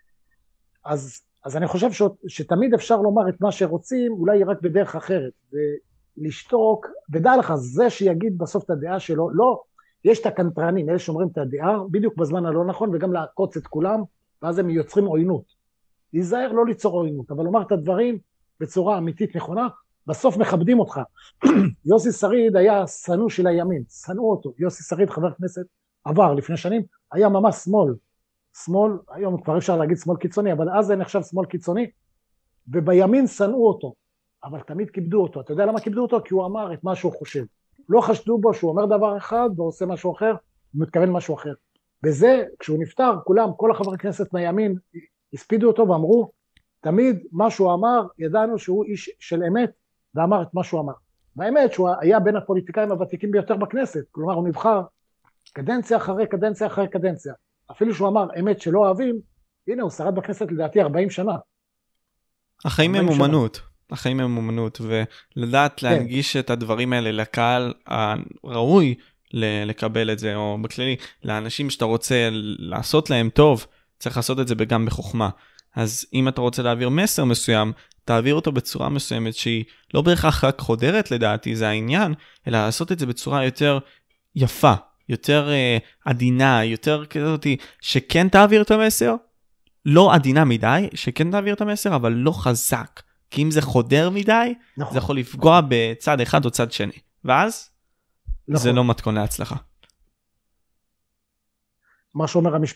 אז, אז אני חושב ש, שתמיד אפשר לומר את מה שרוצים, אולי רק בדרך אחרת, ולשתוק, ודע לך, זה שיגיד בסוף את הדעה שלו, לא, יש את הקנטרנים, אלה שאומרים את הדעה, בדיוק בזמן הלא נכון, וגם לעקוץ את כולם, ואז הם יוצרים עוינות. להיזהר לא ליצור עוינות, אבל לומר את הדברים בצורה אמיתית נכונה, בסוף מכבדים אותך. יוסי שריד היה סנוע של הימין, סנעו אותו. יוסי שריד, חבר כנסת, עבר לפני שנים, היה ממש שמאל. שמאל, היום כבר אפשר להגיד שמאל קיצוני, אבל אז זה נחשב שמאל קיצוני, ובימין סנעו אותו, אבל תמיד כיבדו אותו. אתה יודע למה כיבדו אותו? כי הוא אמר את מה שהוא חושב. לא חשדו בו שהוא אומר דבר אחד ועושה משהו אחר, הוא מתכוון משהו אחר. וזה, כשהוא נפטר, כולם, כל החברי כנסת מהימין, הספידו אותו ואמרו, תמיד מה שהוא אמר, ידענו שהוא איש של אמת, ואמר את מה שהוא אמר. והאמת שהוא היה בין הפוליטיקאים הוותיקים ביותר בכנסת, כלומר הוא נבחר קדנציה אחרי קדנציה אחרי קדנציה. אפילו שהוא אמר אמת שלא אוהבים, הנה הוא שרד בכנסת לדעתי ארבעים שנה. החיים הם אומנות. החיים הם אומנות, ולדעת כן. להנגיש את הדברים האלה לקהל הראוי לקבל את זה, או בכללי, לאנשים שאתה רוצה לעשות להם טוב, צריך לעשות את זה גם בחוכמה. אז אם אתה רוצה להעביר מסר מסוים, תעביר אותו בצורה מסוימת שהיא לא בהכרח רק חודרת לדעתי, זה העניין, אלא לעשות את זה בצורה יותר יפה, יותר uh, עדינה, יותר כזאת, שכן תעביר את המסר, לא עדינה מדי, שכן תעביר את המסר, אבל לא חזק. כי אם זה חודר מדי, נכון. זה יכול לפגוע בצד אחד או צד שני. ואז, נכון. זה לא מתכון להצלחה. מה שאומר המשפט,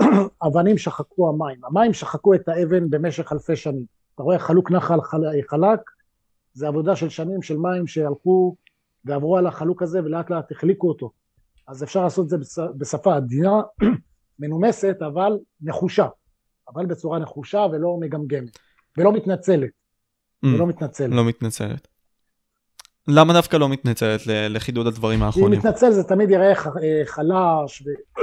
אבנים שחקו המים, המים שחקו את האבן במשך אלפי שנים, אתה רואה חלוק נחל חלק, זה עבודה של שנים של מים שהלכו ועברו על החלוק הזה ולאט לאט החליקו אותו, אז אפשר לעשות את זה בשפה עדינה, מנומסת אבל נחושה, אבל בצורה נחושה ולא מגמגמת, ולא מתנצלת, ולא מתנצלת. לא מתנצלת. למה דווקא לא מתנצלת לחידוד הדברים האחרונים? כי מתנצל זה תמיד יראה חלש,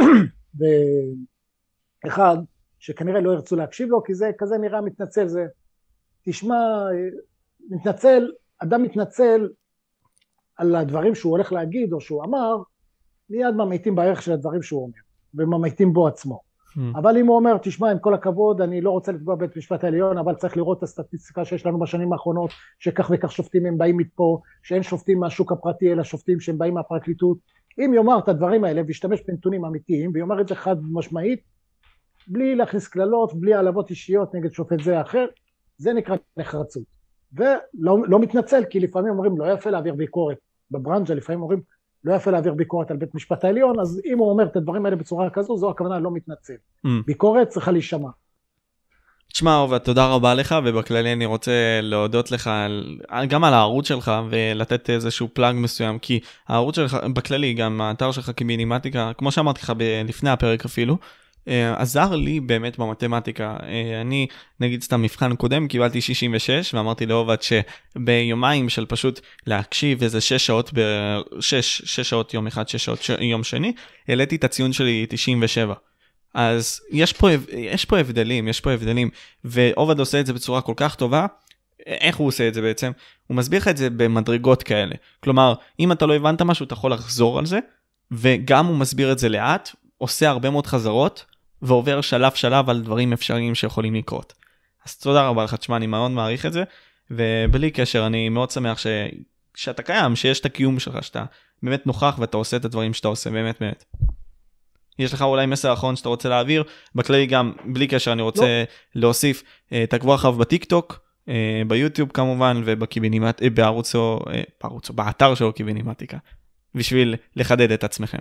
ואחד שכנראה לא ירצו להקשיב לו, כי זה כזה נראה מתנצל, זה תשמע, מתנצל, אדם מתנצל על הדברים שהוא הולך להגיד או שהוא אמר, מיד ממעיטים בערך של הדברים שהוא אומר, וממעיטים בו עצמו. Hmm. אבל אם הוא אומר, תשמע, עם כל הכבוד, אני לא רוצה לתבוע בית משפט העליון, אבל צריך לראות את הסטטיסטיקה שיש לנו בשנים האחרונות, שכך וכך שופטים הם באים מפה, שאין שופטים מהשוק הפרטי, אלא שופטים שהם באים מהפרקליטות. אם יאמר את הדברים האלה, וישתמש בנתונים אמיתיים, ויאמר את זה חד משמעית, בלי להכניס כללות, בלי העלבות אישיות נגד שופט זה אחר, זה נקרא נחרצות. ולא לא מתנצל, כי לפעמים אומרים, לא יפה להעביר ביקורת. בברנז'ה לפעמים אומרים, לא יפה להעביר ביקורת על בית משפט העליון, אז אם הוא אומר את הדברים האלה בצורה כזו, זו הכוונה לא מתנצל. Mm. ביקורת צריכה להישמע. תשמע, עובד, תודה רבה לך, ובכללי אני רוצה להודות לך גם על הערוץ שלך, ולתת איזשהו פלאג מסוים, כי הערוץ שלך, בכללי, גם האתר שלך כמינימטיקה, כמו שאמרתי לך לפני הפרק אפילו, עזר לי באמת במתמטיקה. אני, נגיד סתם מבחן קודם, קיבלתי שישים ושש, ואמרתי לעובד שביומיים של פשוט להקשיב איזה שש שעות, שש, שש שעות יום אחד, שש שעות יום שני, העליתי את הציון שלי תשעים ושבע. אז יש פה, יש פה הבדלים, יש פה הבדלים, ועובד עושה את זה בצורה כל כך טובה. איך הוא עושה את זה בעצם? הוא מסביר לך את זה במדרגות כאלה. כלומר, אם אתה לא הבנת משהו, אתה יכול לחזור על זה, וגם הוא מסביר את זה לאט, עושה הרבה מאוד חזרות, ועובר שלב שלב על דברים אפשריים שיכולים לקרות. אז תודה רבה לך, תשמע, אני מאוד מעריך את זה, ובלי קשר, אני מאוד שמח ש... שאתה קיים, שיש את הקיום שלך, שאתה באמת נוכח, ואתה עושה את הדברים שאתה עושה, באמת באמת. יש לך אולי מסר אחרון שאתה רוצה להעביר, בכללי גם, בלי קשר, אני רוצה לא. להוסיף, תעקבו אחריו בטיק-טוק, ביוטיוב כמובן, ובקיבינימט... בערוץ או... בערוץ או... באתר שלו קיבינימטיקה, בשביל לחדד את עצמכם.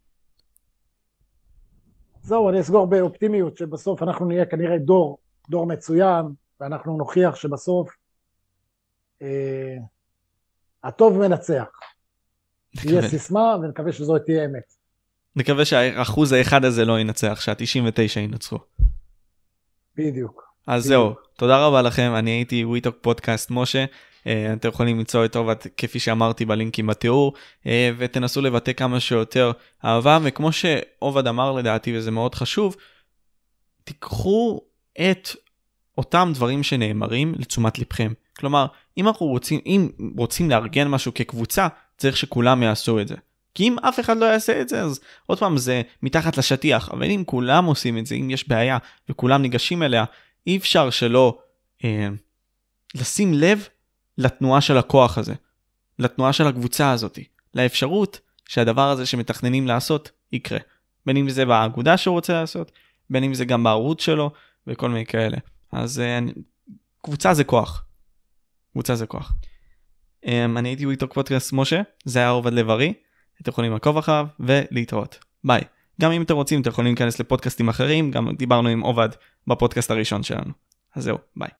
זהו, אני אסגור באופטימיות שבסוף אנחנו נהיה כנראה דור, דור מצוין, ואנחנו נוכיח שבסוף אה, הטוב מנצח. תהיה סיסמה, ונקווה שזו תהיה אמת. נקווה שהאחוז האחד הזה לא ינצח, שה-תשעים ותשע ינצחו. בדיוק. אז בדיוק. זהו, תודה רבה לכם, אני הייתי וויטוק פודקאסט משה, אתם יכולים למצוא את עובד כפי שאמרתי בלינקים בתיאור, ותנסו לבטא כמה שיותר אהבה, וכמו שעובד אמר לדעתי וזה מאוד חשוב, תיקחו את אותם דברים שנאמרים לתשומת לבכם. כלומר, אם אנחנו רוצים, אם רוצים לארגן משהו כקבוצה, צריך שכולם יעשו את זה. כי אם אף אחד לא יעשה את זה, אז עוד פעם זה מתחת לשטיח, אבל אם כולם עושים את זה, אם יש בעיה וכולם ניגשים אליה, אי אפשר שלא אה, לשים לב לתנועה של הכוח הזה, לתנועה של הקבוצה הזאת, לאפשרות שהדבר הזה שמתכננים לעשות יקרה. בין אם זה באגודה שהוא רוצה לעשות, בין אם זה גם בערוץ שלו, וכל מיני כאלה. אז uh, קבוצה זה כוח. קבוצה זה כוח. Um, אני הייתי וויטוק פודקאסט משה, זה היה עובד לב-ארי, אתם יכולים לעקוב אחריו ולהתראות. ביי. גם אם אתם רוצים, אתם יכולים להיכנס לפודקאסטים אחרים, גם דיברנו עם עובד בפודקאסט הראשון שלנו. אז זהו, ביי.